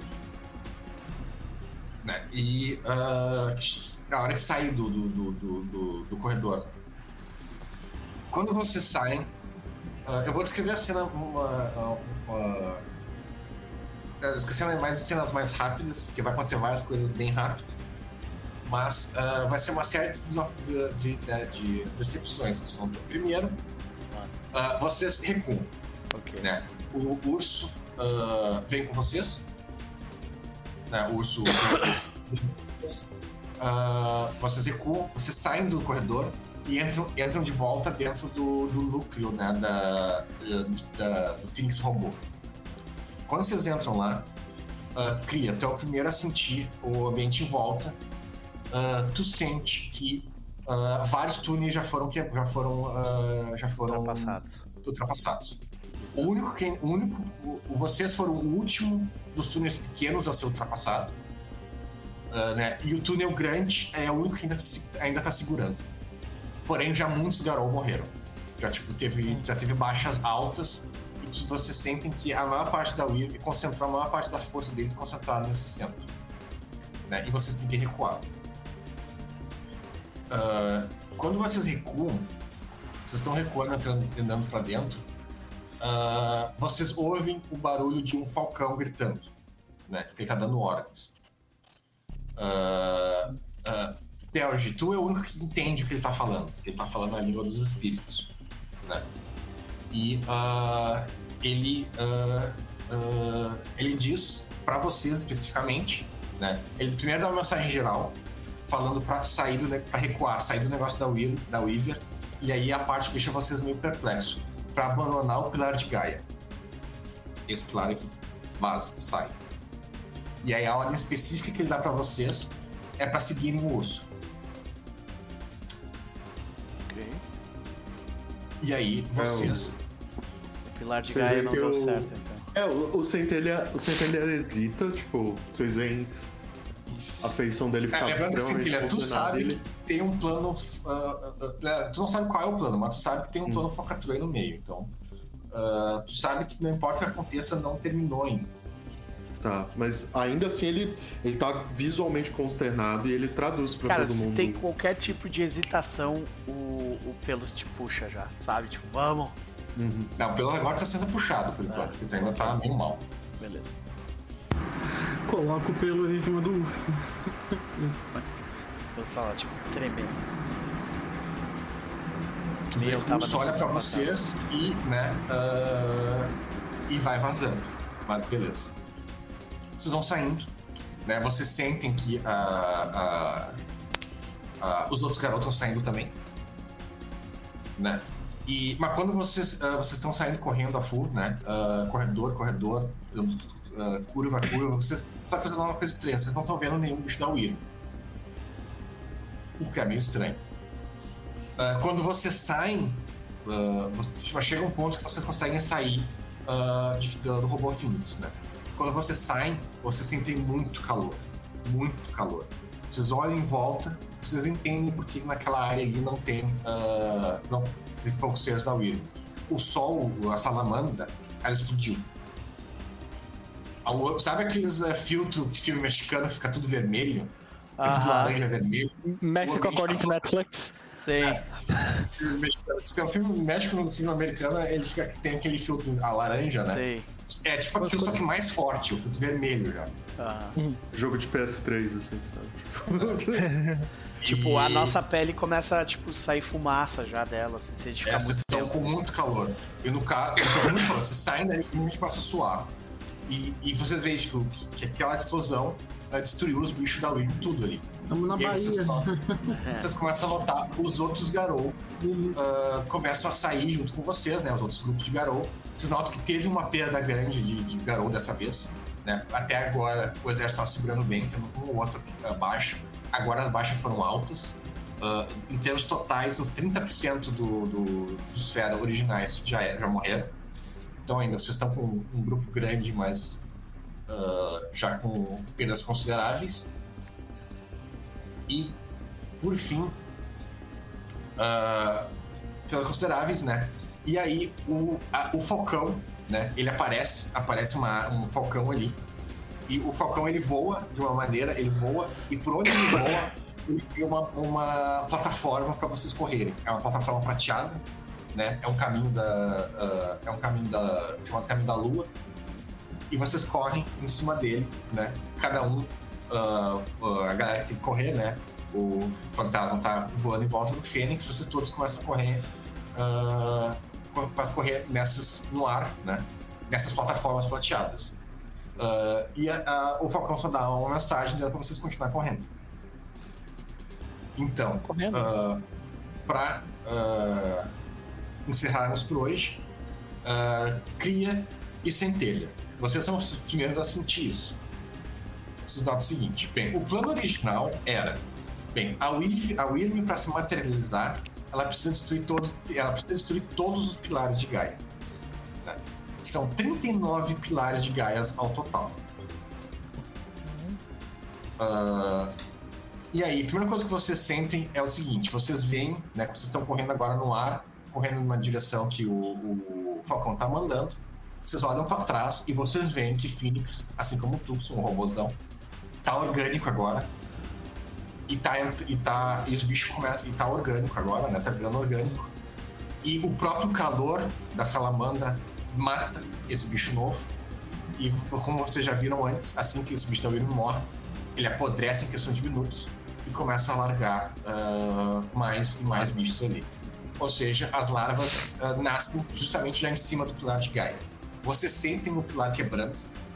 Né? E a hora de sair do corredor. Quando vocês saem, eu vou descrever a cena cenas mais rápidas, porque vai acontecer várias coisas bem rápido. Mas vai ser uma série de decepções. Primeiro, vocês recuam. Okay. Né? O urso vem com vocês. Né? O urso vocês recuam, vocês saem do corredor e entram de volta dentro do núcleo, né? Do Phoenix Robô. Quando vocês entram lá, Cria, tu é o primeiro a sentir o ambiente em volta. Tu sente que vários túneis já foram ultrapassados. Vocês foram o último dos túneis pequenos a ser ultrapassado, né? E o túnel grande é o único que ainda está segurando. Porém, já muitos Garou morreram. Já teve baixas altas. E vocês sentem que a maior parte da Weave concentrou, a maior parte da força deles concentraram nesse centro, né? E vocês têm que recuar. Quando vocês recuam, vocês estão recuando, andando para dentro, vocês ouvem o barulho de um falcão gritando, né? Que ele tá dando ordens. Belgi, tu é o único que entende o que ele tá falando, porque ele tá falando a língua dos espíritos, né? E ele diz para vocês especificamente, né? Ele primeiro dá uma mensagem geral, falando para sair para recuar, sair do negócio da Weaver, e aí a parte que deixa vocês meio perplexos, para abandonar o pilar de Gaia. Esse pilar aqui, básico, sai. E aí a ordem específica que ele dá para vocês é para seguirem o urso. Ok. E aí vocês... O pilar de Gaia não deu certo, então. O Centelha hesita, tipo, vocês veem a feição dele ficar extremamente tu sabe que tem um plano... tu não sabe qual é o plano, mas tu sabe que tem um plano falcatrua aí no meio. Então, tu sabe que não importa o que aconteça, não terminou ainda. Tá, mas ainda assim ele tá visualmente consternado e ele traduz pra todo mundo. Cara, se tem qualquer tipo de hesitação, o Pelos te puxa já, sabe? Tipo, vamos. Uhum. Não, o Pelos agora tá sendo puxado por enquanto, porque ainda tá meio mal. Beleza. Coloca o Pelos em cima do urso. Eu só lá, tipo, tremendo. Tu vê que o urso olha pra vocês e, né, e vai vazando. Mas beleza. Vocês vão saindo, né? Vocês sentem que os outros garotos estão saindo também, né? Mas quando vocês estão saindo correndo a full, né? Corredor, curva, vocês estão fazendo uma coisa estranha, vocês não estão vendo nenhum bicho da Wyrm. O que é meio estranho. Quando vocês saem, chega um ponto que vocês conseguem sair do robô Phoenix, né? Quando vocês saem, vocês sentem muito calor. Muito calor. Vocês olham em volta, vocês entendem porque naquela área ali não tem poucos seres da Wyrm. O sol, a salamandra, ela explodiu. Sabe aqueles filtros de filme mexicano que fica tudo vermelho? Fica tudo laranja vermelho? México according to Netflix. Sei. Se é um filme México, no filme americano, ele tem aquele filtro laranja, né? Sei. É tipo aquilo, só que mais forte, o filtro vermelho já. Jogo de PS3, assim, sabe? Tipo, a nossa pele começa a sair fumaça já dela, assim, se a gente ficar muito vocês estão com muito calor. E no caso, vocês saem daí e a gente passa a suar. E vocês veem que aquela explosão destruiu os bichos da Wyrm, tudo ali. Estamos na Bahia. Vocês começam a notar os outros Garou começam a sair junto com vocês, né? Os outros grupos de Garou. Vocês notam que teve uma perda grande de Garou dessa vez, né? Até agora o exército estava segurando bem, tendo um ou outro baixo. Agora as baixas foram altas. Em termos totais, os 30% dos Fera originais já morreram. Então ainda vocês estão com um grupo grande, mas já com perdas consideráveis. E, por fim, pelas consideráveis, né? E aí o falcão, né? Ele aparece um falcão ali. E o falcão ele voa de uma maneira, e por onde ele voa, ele tem uma plataforma para vocês correrem. É uma plataforma prateada, né? É um caminho chamado Caminho da Lua. E vocês correm em cima dele, né? Cada um, a galera tem que correr, né? O fantasma tá voando em volta do Fênix, vocês todos começam a correr, no ar, né? Nessas plataformas prateadas. O Falcão só dá uma mensagem dizendo pra vocês continuarem correndo. Então, para encerrarmos por hoje, Cria e Centelha. Vocês são os primeiros a sentir isso. Vocês notam o seguinte: bem, o plano original era, a Wyrm para se materializar, ela precisa destruir todos os pilares de Gaia. Né? São 39 pilares de Gaia ao total. E aí, a primeira coisa que vocês sentem é o seguinte: vocês veem, né, que vocês estão correndo agora no ar, correndo numa direção que o Falcão tá mandando. Vocês olham para trás e vocês veem que Phoenix, assim como o Tucson, um robôzão, tá orgânico agora. E os bichos começam. E tá orgânico agora, né? Tá virando orgânico. E o próprio calor da salamandra mata esse bicho novo. E como vocês já viram antes, assim que esse bicho da Wyrm morre, ele apodrece em questão de minutos e começa a largar mais e mais bichos ali. Ou seja, as larvas nascem justamente já em cima do pilar de Gaia. Vocês sentem o pilar quebrando.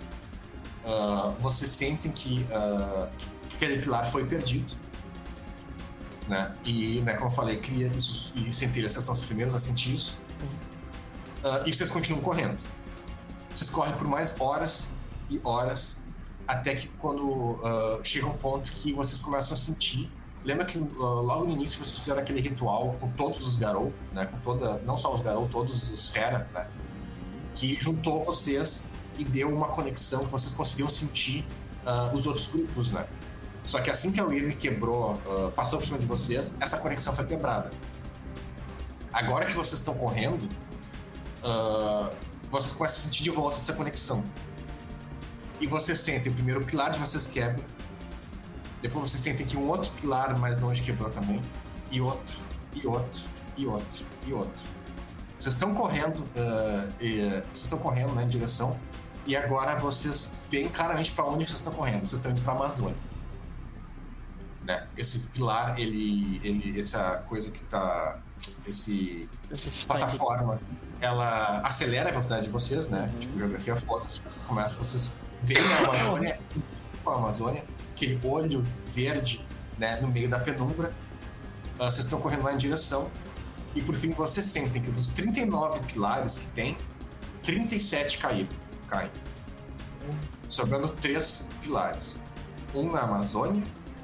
Vocês sentem que aquele pilar foi perdido. Né? E, né, como eu falei, Cria e Centelha, vocês são os primeiros a sentir isso. E vocês continuam correndo. Vocês correm por mais horas e horas, até que quando chega um ponto que vocês começam a sentir. Lembra que logo no início vocês fizeram aquele ritual com todos os Garou, né? Não só os Garou, todos os Fera, né? Que juntou vocês e deu uma conexão que vocês conseguiam sentir os outros grupos, né? Só que assim que a Wyrm quebrou, passou por cima de vocês, essa conexão foi quebrada. Agora que vocês estão correndo, vocês começam a sentir de volta essa conexão. E vocês sentem o primeiro pilar de vocês quebra, depois vocês sentem que um outro pilar mais longe quebrou também, e outro, e outro, e outro, e outro. Vocês estão correndo, né, em direção, e agora vocês veem claramente para onde vocês estão correndo. Vocês estão indo para a Amazônia. Né? Esse pilar, essa coisa que tá, plataforma, ela acelera a velocidade de vocês, né? Tipo, geografia foda-se. Vocês veem a Amazônia, aquele olho verde, né, no meio da penumbra. Vocês estão correndo lá em direção. E por fim vocês sentem que dos 39 pilares que tem, 37 caem. sobrando 3 pilares. Um na Amazônia,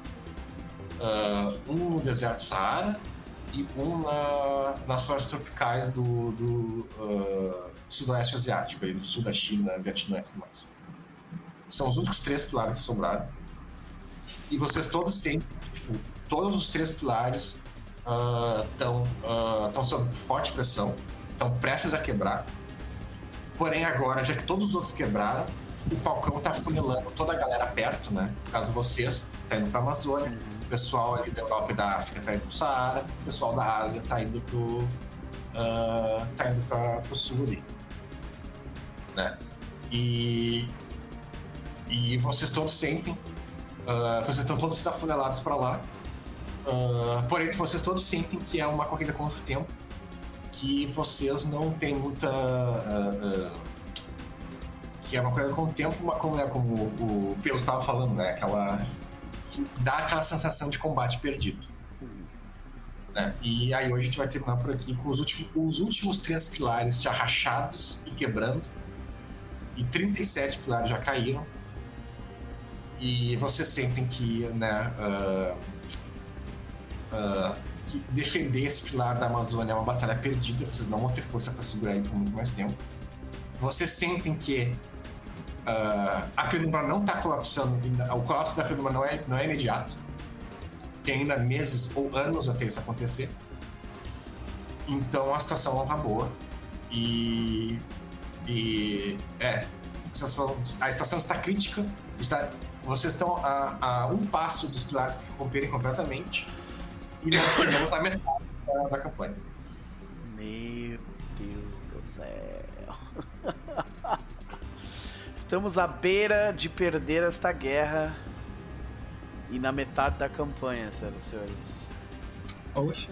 um no deserto Saara e um nas florestas tropicais do sudoeste asiático, aí do sul da China, Vietnã e tudo mais. São os únicos 3 pilares que sobraram. E vocês todos sentem, tipo, todos os 3 pilares estão sob forte pressão, estão prestes a quebrar. Porém agora, já que todos os outros quebraram, o Falcão tá funilando toda a galera perto, né? No caso, vocês tá indo pra Amazônia, o pessoal ali da Europa e da África tá indo pro Saara, o pessoal da Ásia tá indo pro sul ali, né? E vocês todos sentem, vocês estão todos sendo afunelados pra lá, porém vocês todos sentem que é uma corrida contra o tempo, que vocês não têm muita... que é uma coisa com o tempo, como o Pedro estava falando, né? Que dá aquela sensação de combate perdido. Né? E aí hoje a gente vai terminar por aqui com os últimos 3 pilares já rachados e quebrando. E 37 pilares já caíram. E vocês sentem que, né, que defender esse pilar da Amazônia é uma batalha perdida. Vocês não vão ter força para segurar ele por muito mais tempo. Vocês sentem que a penumbra não está colapsando, o colapso da penumbra não é imediato, tem ainda meses ou anos até isso acontecer, então a situação não está boa a situação está crítica, vocês estão a um passo dos pilares que romperem completamente e nós chegamos na metade da campanha. Meu Deus do céu. Estamos à beira de perder esta guerra e na metade da campanha, senhoras e senhores. Poxa.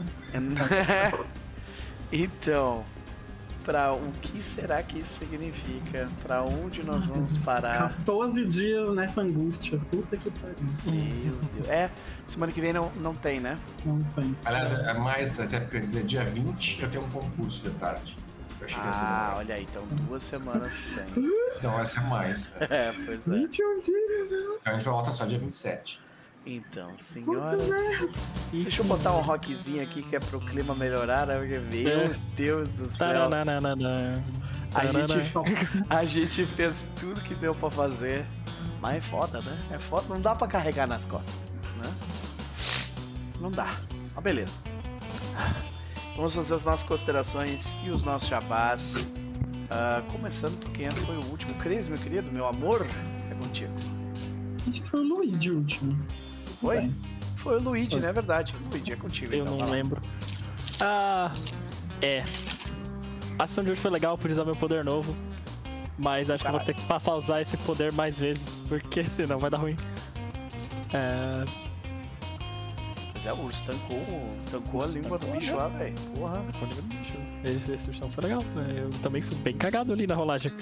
Então, para o que será que isso significa? Para onde nós vamos parar? 14 dias nessa angústia. Puta que pariu. Meu Deus. Semana que vem não tem, né? Não tem. Aliás, é mais, até porque dizer, dia 20 eu tenho um concurso de tarde. Olha aí, então 2 semanas sem. Então vai ser mais. Pois é. 21 dias, né? Então a gente volta só dia 27. Então, senhoras. Deixa eu botar um rockzinho aqui que é pro clima melhorar, né? Porque, meu Deus do céu. A gente fez tudo que deu pra fazer. Mas é foda, né? É foda, não dá pra carregar nas costas, né? Não dá. Mas beleza. Vamos fazer as nossas considerações e os nossos jabás. Começando por quem antes foi o último. Cris, meu querido, meu amor, é contigo. Acho que foi o Luigi o último. Foi? Foi o Luigi, né? É verdade. O Luigi é contigo. Eu então, não lembro. A ação de hoje foi legal por usar meu poder novo. Mas acho que eu vou ter que passar a usar esse poder mais vezes, porque senão vai dar ruim. O urso tancou a língua do bicho lá, velho. Porra. Tancou a língua do bicho. Esse urso foi legal. Eu também fui bem cagado ali na rolagem.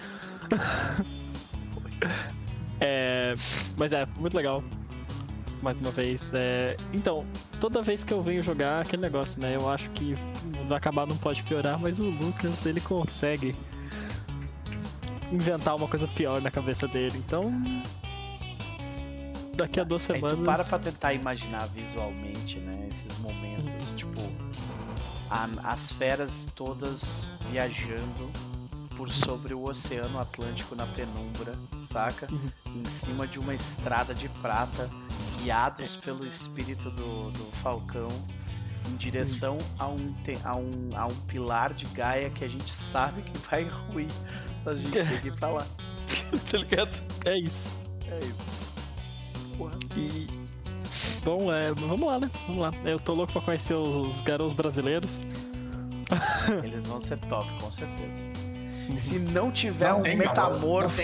Mas foi muito legal. Mais uma vez. Então, toda vez que eu venho jogar, aquele negócio, né? Eu acho que vai acabar, não pode piorar, mas o Lucas, ele consegue inventar uma coisa pior na cabeça dele. Então, daqui a 2 semanas... Tu pra tentar imaginar visualmente, né? Esses momentos, tipo... As feras todas viajando por sobre o Oceano Atlântico na penumbra, saca? Em cima de uma estrada de prata, guiados pelo espírito do Falcão, em direção a um pilar de Gaia que a gente sabe que vai ruir. A gente tem que ir pra lá. Tá ligado? É isso. Porra. E... Bom, vamos lá, né? Vamos lá. Eu tô louco pra conhecer os garotos brasileiros. Eles vão ser top, com certeza. Se não tiver um metamorfo.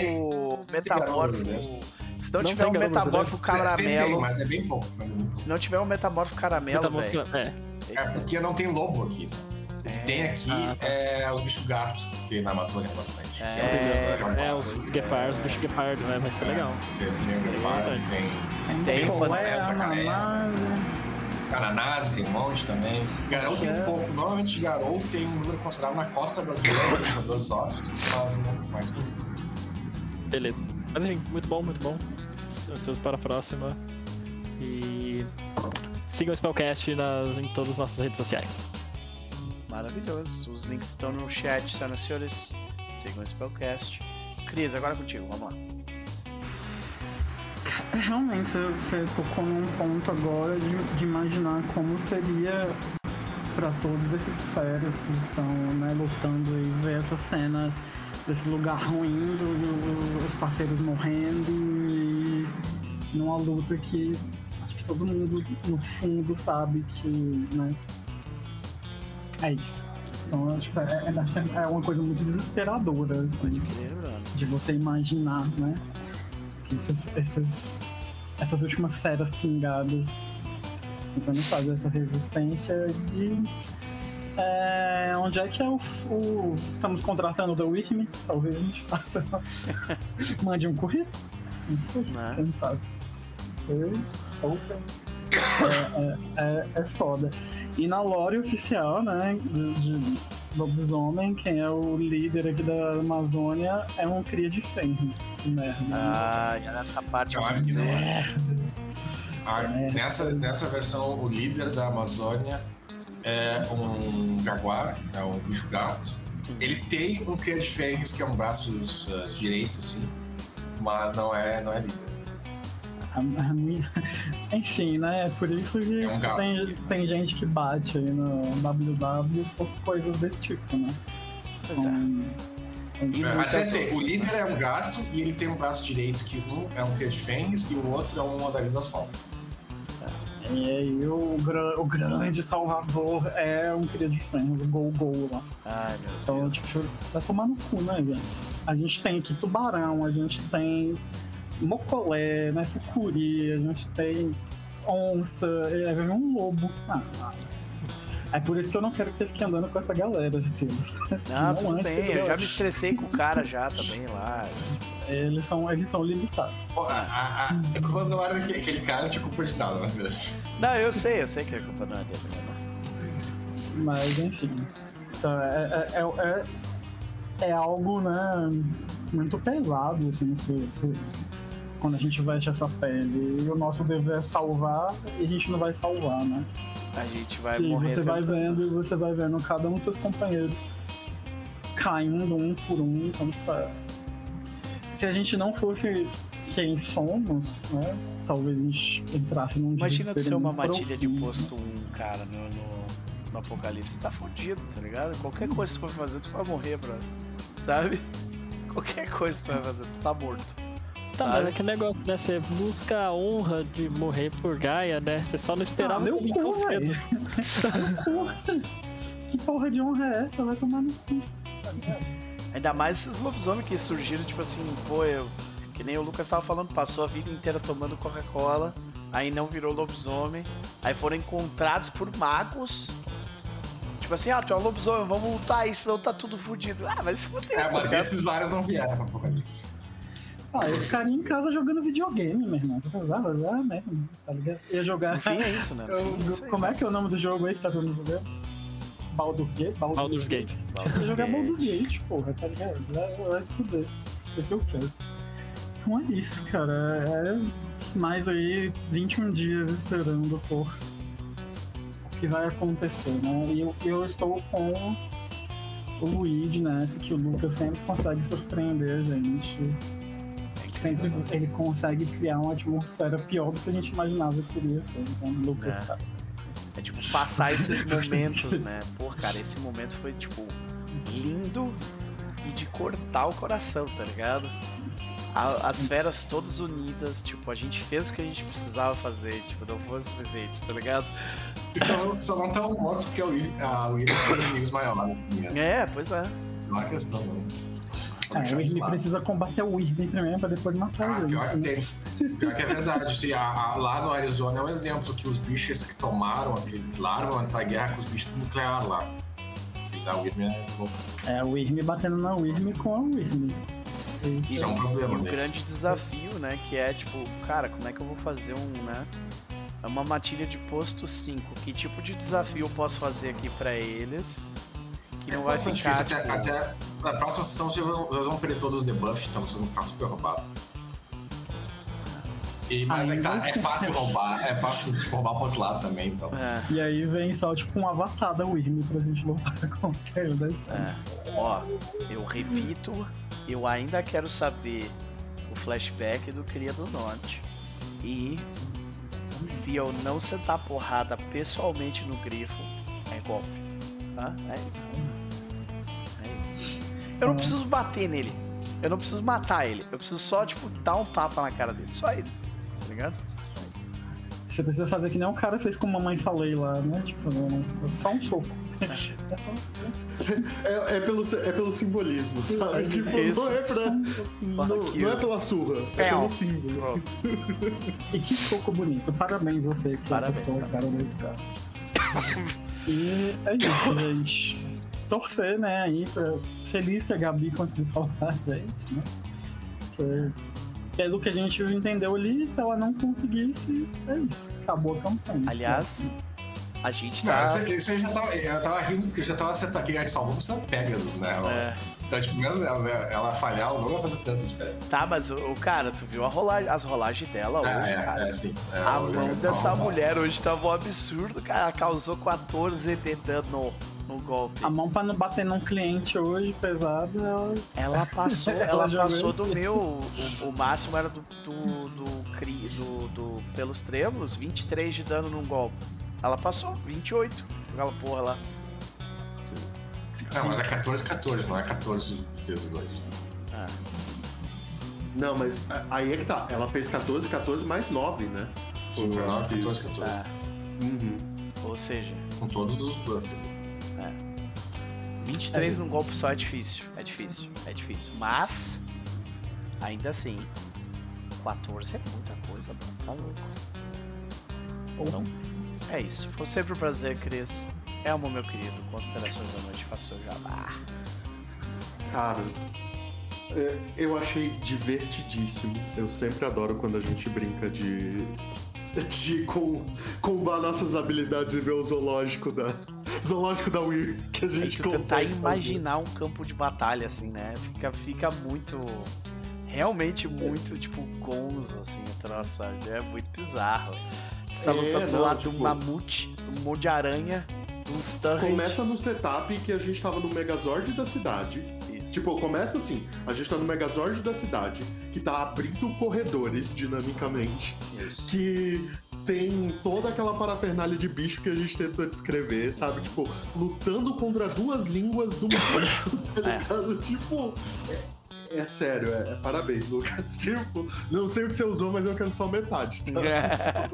Se não tiver um metamorfo caramelo. Tem, mas é bem pouco. Se não tiver um metamorfo caramelo, velho. É porque não tem lobo aqui. Tem aqui os bichos gato, que tem na Amazônia bastante. Os guepardos, os bichos guepardo, né? Vai ser legal. Esse meio guepardo tem Cananase tem um monte também. Garou tem um pouco. Normalmente Garou tem um número considerável na costa brasileira dos jogadores ósseos, mas não mais coisa. Beleza. Mas enfim, muito bom. Ansioso para a próxima. E sigam o Spellcast em todas as nossas redes sociais. Maravilhoso. Os links estão no chat, senhoras e senhores. Sigam o Spellcast. Cris, agora é contigo, vamos lá. Realmente, você tocou num ponto agora de imaginar como seria para todos esses feras que estão, né, lutando e ver essa cena desse lugar ruim, os parceiros morrendo e numa luta que acho que todo mundo no fundo sabe que, né, é isso. Então acho que é uma coisa muito desesperadora, assim, de você imaginar, né, que essas últimas feras pingadas tentando fazer essa resistência e onde é que é estamos contratando o The Wyrm? Talvez a gente faça mande um currículo, não sei, quem sabe. É foda. E na lore oficial, né, de lobisomem, quem é o líder aqui da Amazônia é um cria de Fenris. Que merda. Ah, e nessa parte eu dizer. Nessa versão, o líder da Amazônia é um jaguar, é um bicho gato. Ele tem um cria de Fenris, que é um braço direito, assim, mas não é líder. Enfim, né? É por isso que tem gente que bate aí no WW por coisas desse tipo, né? Pois é. O líder é um gato e ele tem um braço direito, que um é um cria de Fenris e o outro é um andarilho do asfalto. E aí o grande salvador é um cria de Fenris, o Gol lá. Ai, meu então, Deus. Tipo, vai tomar no cu, né, velho? A gente tem aqui tubarão, a gente tem mocolé, né, sucuri, a gente tem onça, um lobo. É por isso que eu não quero que você fique andando com essa galera, filhos. Não, tudo bem, eu já me estressei com o cara já também lá. Eles são limitados. Quando não era aquele cara, não tinha culpa de nada, né? Não, eu sei que a culpa não é dele. Mas, enfim. Então, é algo, né, muito pesado, assim, quando a gente veste essa pele. E o nosso dever é salvar, e a gente não vai salvar, né? A gente vai e morrer. Você vai vendo cada um dos seus companheiros caindo um por um. Então, se a gente não fosse quem somos, né? Talvez a gente entrasse num Imagina tu ser uma profundo. matilha de posto 1, cara, no apocalipse. Você tá fudido, tá ligado? Qualquer coisa que você for fazer, tu vai morrer, brother. Sabe? Qualquer coisa que tu vai fazer, tu tá morto. Tá, mas aquele negócio, né? Você busca a honra de morrer por Gaia, né? Você só não esperava meu cu, velho. Que porra de honra é essa? Vai tomar no cu. Ainda mais esses lobisomens que surgiram, tipo assim, que nem o Lucas tava falando, passou a vida inteira tomando Coca-Cola, aí não virou lobisomem, aí foram encontrados por magos. Tipo assim, tu é um lobisomem, vamos lutar aí, senão tá tudo fudido. Mas se fuder. Mas esses vários não vieram pra Apocalipse. Eu ficaria em casa jogando videogame, meu irmão. Você tá merda, tá ligado? Ia jogar. Enfim, é isso, né? Como é que é o nome do jogo aí que tá todo mundo jogando? Baldur's Gate. Ia jogar Baldur's Gate, porra, tá ligado? Vai se fuder. É o que eu quero. Então é isso, cara. É mais aí 21 dias esperando por o que vai acontecer, né? E eu estou com o Luigi nessa, que o Lucas sempre consegue surpreender a gente. Sempre ele consegue criar uma atmosfera pior do que a gente imaginava que iria ser. Então, Lucas, cara. É tipo, passar esses momentos, né? Pô, cara, esse momento foi, tipo, lindo e de cortar o coração, tá ligado? As feras todas unidas, tipo, a gente fez o que a gente precisava fazer, tipo, não foi o suficiente, tá ligado? E só não tão mortos porque a Wyrm tem inimigos maiores. Pois é. Não é uma questão, não. O Wyrm precisa combater o Wyrm primeiro pra depois matar ele. Pior que é verdade. Lá no Arizona é um exemplo que os bichos que tomaram aquele larva vão entrar em guerra com os bichos nucleares lá. E da Wyrm o Wyrm batendo na Wyrm com a Wyrm. Isso é um problema. E o grande desafio, né, que é tipo, cara, como é que eu vou fazer uma matilha de posto 5? Que tipo de desafio eu posso fazer aqui pra eles? Que não vai ficar, até na próxima sessão vocês vão perder todos os debuffs, então vocês vão ficar super roubados. Mas é fácil roubar, é fácil tipo, roubar pro outro lado também, então. E aí vem só tipo um avatar da Wyrm pra gente lutar contra ele das Ó, eu repito, eu ainda quero saber o flashback do Cria do Norte. E se eu não sentar porrada pessoalmente no grifo, é golpe. Tá? É isso. Eu não preciso bater nele. Eu não preciso matar ele. Eu preciso só, tipo, dar um tapa na cara dele. Só isso. Tá ligado? Só isso. Você precisa fazer que nem o cara fez com a Mamãe Falei lá, né? Tipo, só um soco. É pelo simbolismo, sabe? Tipo, não é pela surra, é pelo símbolo. E que soco bonito. Parabéns você que acertou a cara desse cara. E é isso, gente. Torcer, né, aí, feliz que a Gabi conseguiu salvar a gente, né? Porque, pelo que a gente entendeu ali, se ela não conseguisse, é isso. Acabou a campanha. Aliás, a gente tá... Não, isso aí eu tava rindo, porque já tava acertando aqui, a gente salvou o Pegasus, né? Então, tipo, mesmo ela falhar, não vai fazer tanta diferença. Tá, mas, cara, tu viu as rolagens dela hoje, cara? Sim. A mão dessa mulher hoje tava um absurdo, cara. Ela causou 14 de dano no golpe. A mão pra não bater num cliente hoje, pesado, ela passou, ela passou do meu. O máximo era do pelos trevos, 23 de dano num golpe. Ela passou, 28. Aquela porra lá. Não, mas é 14, não é 14 vezes 2. Não, mas aí é que tá. Ela fez 14 mais 9, né? Sim, foi 9, 14. Ou seja... Com todos os buffs. 23 num golpe só é difícil. É difícil. Mas, ainda assim, 14 é muita coisa, mano. Tá louco. Então, é isso. Foi sempre um prazer, Cris. Elmo, meu querido, considerações da noite, faça o jabá. Cara, eu achei divertidíssimo. Eu sempre adoro quando a gente brinca de combar nossas habilidades e ver o zoológico da Wyrm que a gente consegue tentar imaginar um campo de batalha, assim, né? Fica muito... Realmente muito, tipo, gonzo, assim, o troço, sabe? É muito bizarro. Você tá lutando do lado de um mamute, um monte de aranha... Começa no setup que a gente tava no Megazord da cidade. Isso. Tipo, começa assim, a gente tá no Megazord da cidade, que tá abrindo corredores dinamicamente. Isso. Que tem toda aquela parafernália de bicho que a gente tentou descrever, sabe? Tipo, lutando contra duas línguas do mundo, tá ligado? Tipo... É sério, parabéns, Lucas. Tipo, não sei o que você usou, mas eu quero só metade, tá?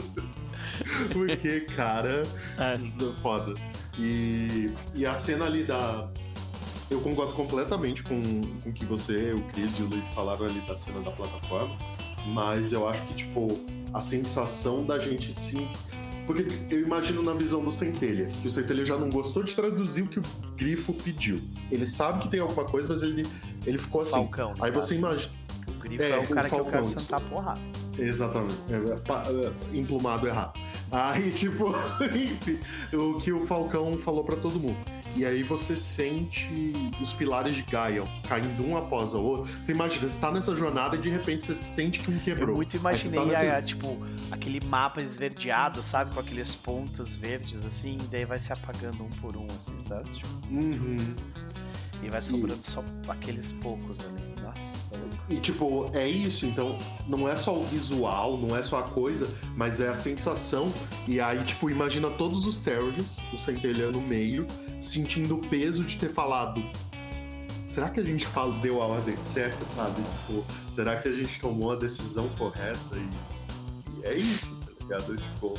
Porque, cara, foda. E a cena ali eu concordo completamente com o que você, o Chris e o Luiz falaram ali da cena da plataforma, mas eu acho que, tipo, a sensação da gente sim... Porque eu imagino na visão do Centelha, que o Centelha já não gostou de traduzir o que o Grifo pediu. Ele sabe que tem alguma coisa, mas ele ficou assim. Falcão, aí você imagina... O Grifo é o cara Falcão, que eu quero sentar porrada. Exatamente. Emplumado errado. Aí, tipo, enfim, o que o Falcão falou pra todo mundo. E aí você sente os pilares de Gaia caindo um após o outro. Você imagina, você tá nessa jornada e de repente você sente que um quebrou. Eu muito imaginei, tipo, aquele mapa esverdeado, sabe? Com aqueles pontos verdes, assim, e daí vai se apagando um por um, assim, sabe? Tipo, e vai sobrando só aqueles poucos ali. Nossa. E tipo, é isso, então não é só o visual, não é só a coisa, mas é a sensação. E aí, tipo, imagina todos os Terriers, o Centelha no meio, sentindo o peso de ter falado: será que a gente deu a ordem certa, sabe? Tipo, será que a gente tomou a decisão correta? E é isso, tá ligado? Tipo,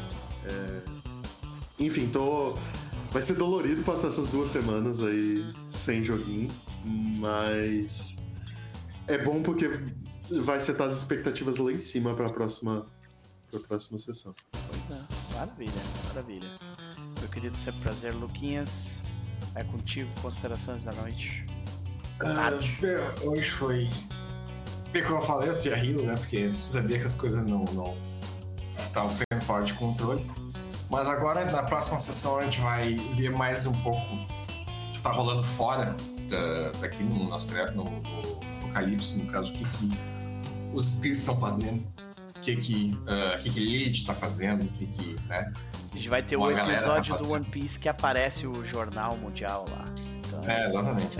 enfim, vai ser dolorido passar essas 2 semanas aí sem joguinho, mas é bom porque vai setar as expectativas lá em cima pra próxima sessão. Pois é, maravilha. Meu querido, sempre prazer, Luquinhas. É contigo, considerações da noite. Hoje foi... Como eu falei, eu tinha rido, né? Porque você sabia que as coisas não estavam sendo fora de controle. Mas agora, na próxima sessão, a gente vai ver mais um pouco que tá rolando fora daqui no nosso no Calypso, no caso, o que os espíritos estão fazendo. que Lilith tá fazendo, né? A gente vai ter um episódio do One Piece que aparece o Jornal Mundial lá. Então... exatamente.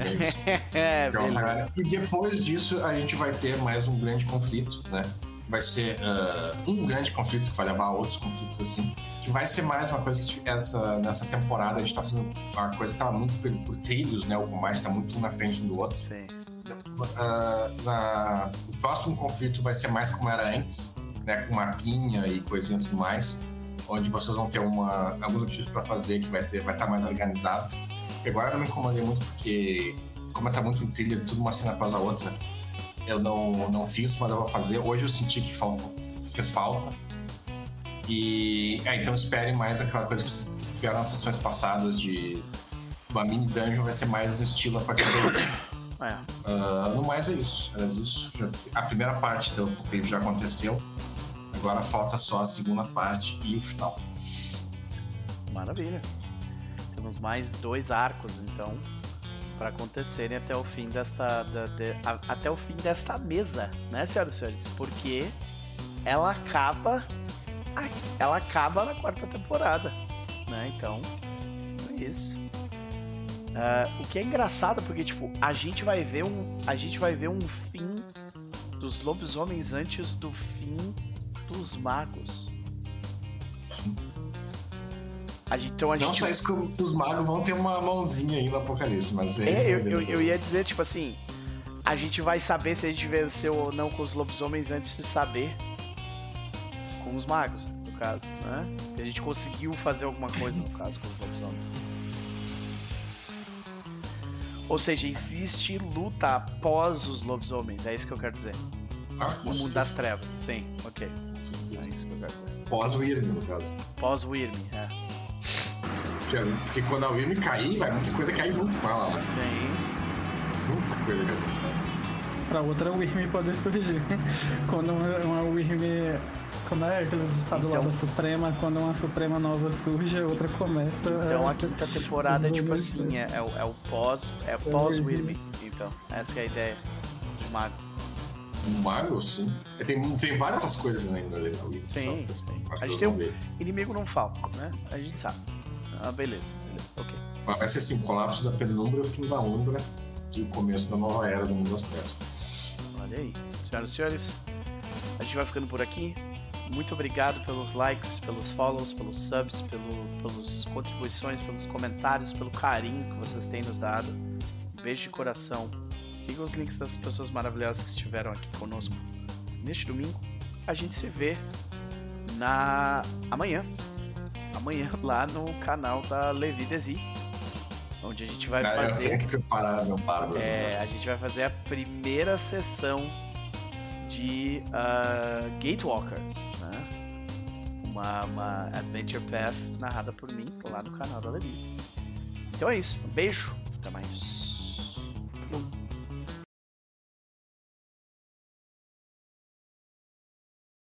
E depois disso, a gente vai ter mais um grande conflito, né? Vai ser um grande conflito que vai levar a outros conflitos assim. Que vai ser mais uma coisa que nessa temporada a gente tá fazendo uma coisa que tá muito por trilhos, né? O combate tá muito um na frente um do outro. Sim. O próximo conflito vai ser mais como era antes, né? Com mapinha e coisinha e tudo mais. Onde vocês vão ter alguns objetivos para fazer que vai estar mais organizado. E agora eu não me incomodei muito porque, como tá muito em trilha, tudo uma cena após a outra, eu não fiz, mas eu vou fazer. Hoje eu senti que fez falta. E então esperem mais aquela coisa que vocês tiveram nas sessões passadas de uma mini dungeon, vai ser mais no estilo a partir do. No mais é isso. A primeira parte do clipe já aconteceu. Agora falta só a segunda parte e o final. Maravilha. Temos mais 2 arcos, então, para acontecerem até o fim até o fim desta mesa, né, senhoras e senhores? Porque ela acaba na 4ª temporada, né? Então, é isso. O que é engraçado, porque tipo, a gente vai ver um fim dos lobisomens antes do fim dos magos. Sim. Não só isso que os magos vão ter uma mãozinha aí no Apocalipse, mas eu ia dizer, tipo assim, a gente vai saber se a gente venceu ou não com os lobisomens antes de saber com os magos, no caso, né? Que a gente conseguiu fazer alguma coisa, no caso, com os lobisomens. Ou seja, existe luta após os lobisomens, é isso que eu quero dizer. No mundo das trevas, sim, ok. É isso que eu quero dizer. Pós-Wyrm, no caso. Pós-Wyrm, Porque quando a Wyrm cair, vai muita coisa cair junto com ela, né? Sim. Muita coisa cair. Pra outra Wyrm poder surgir. Quando uma Wyrm... Como é aquele ditado lá da Suprema? Quando uma Suprema nova surge, a outra começa... Então a 5ª temporada é tipo assim, é o pós-Wyrm. Então, essa é a ideia de mago. Um mago, sim. Tem várias coisas ainda ali na Wyrm. Sim. A gente tem um inimigo não falta, né? A gente sabe. Beleza, ok. Mas vai ser assim, colapso da penumbra e o fim da Umbra e o começo da nova era do mundo das trevas. Olha aí. Senhoras e senhores, a gente vai ficando por aqui. Muito obrigado pelos likes, pelos follows, pelos subs, pelas contribuições, pelos comentários, pelo carinho que vocês têm nos dado. Um beijo de coração. Sigam os links das pessoas maravilhosas que estiveram aqui conosco neste domingo. A gente se vê amanhã lá no canal da Levi Desi, onde a gente vai fazer... Eu tenho que preparar meu pardo. A gente vai fazer a primeira sessão de Gatewalkers, né? Uma Adventure Path narrada por mim lá no canal da Levi. Então é isso, um beijo, até mais.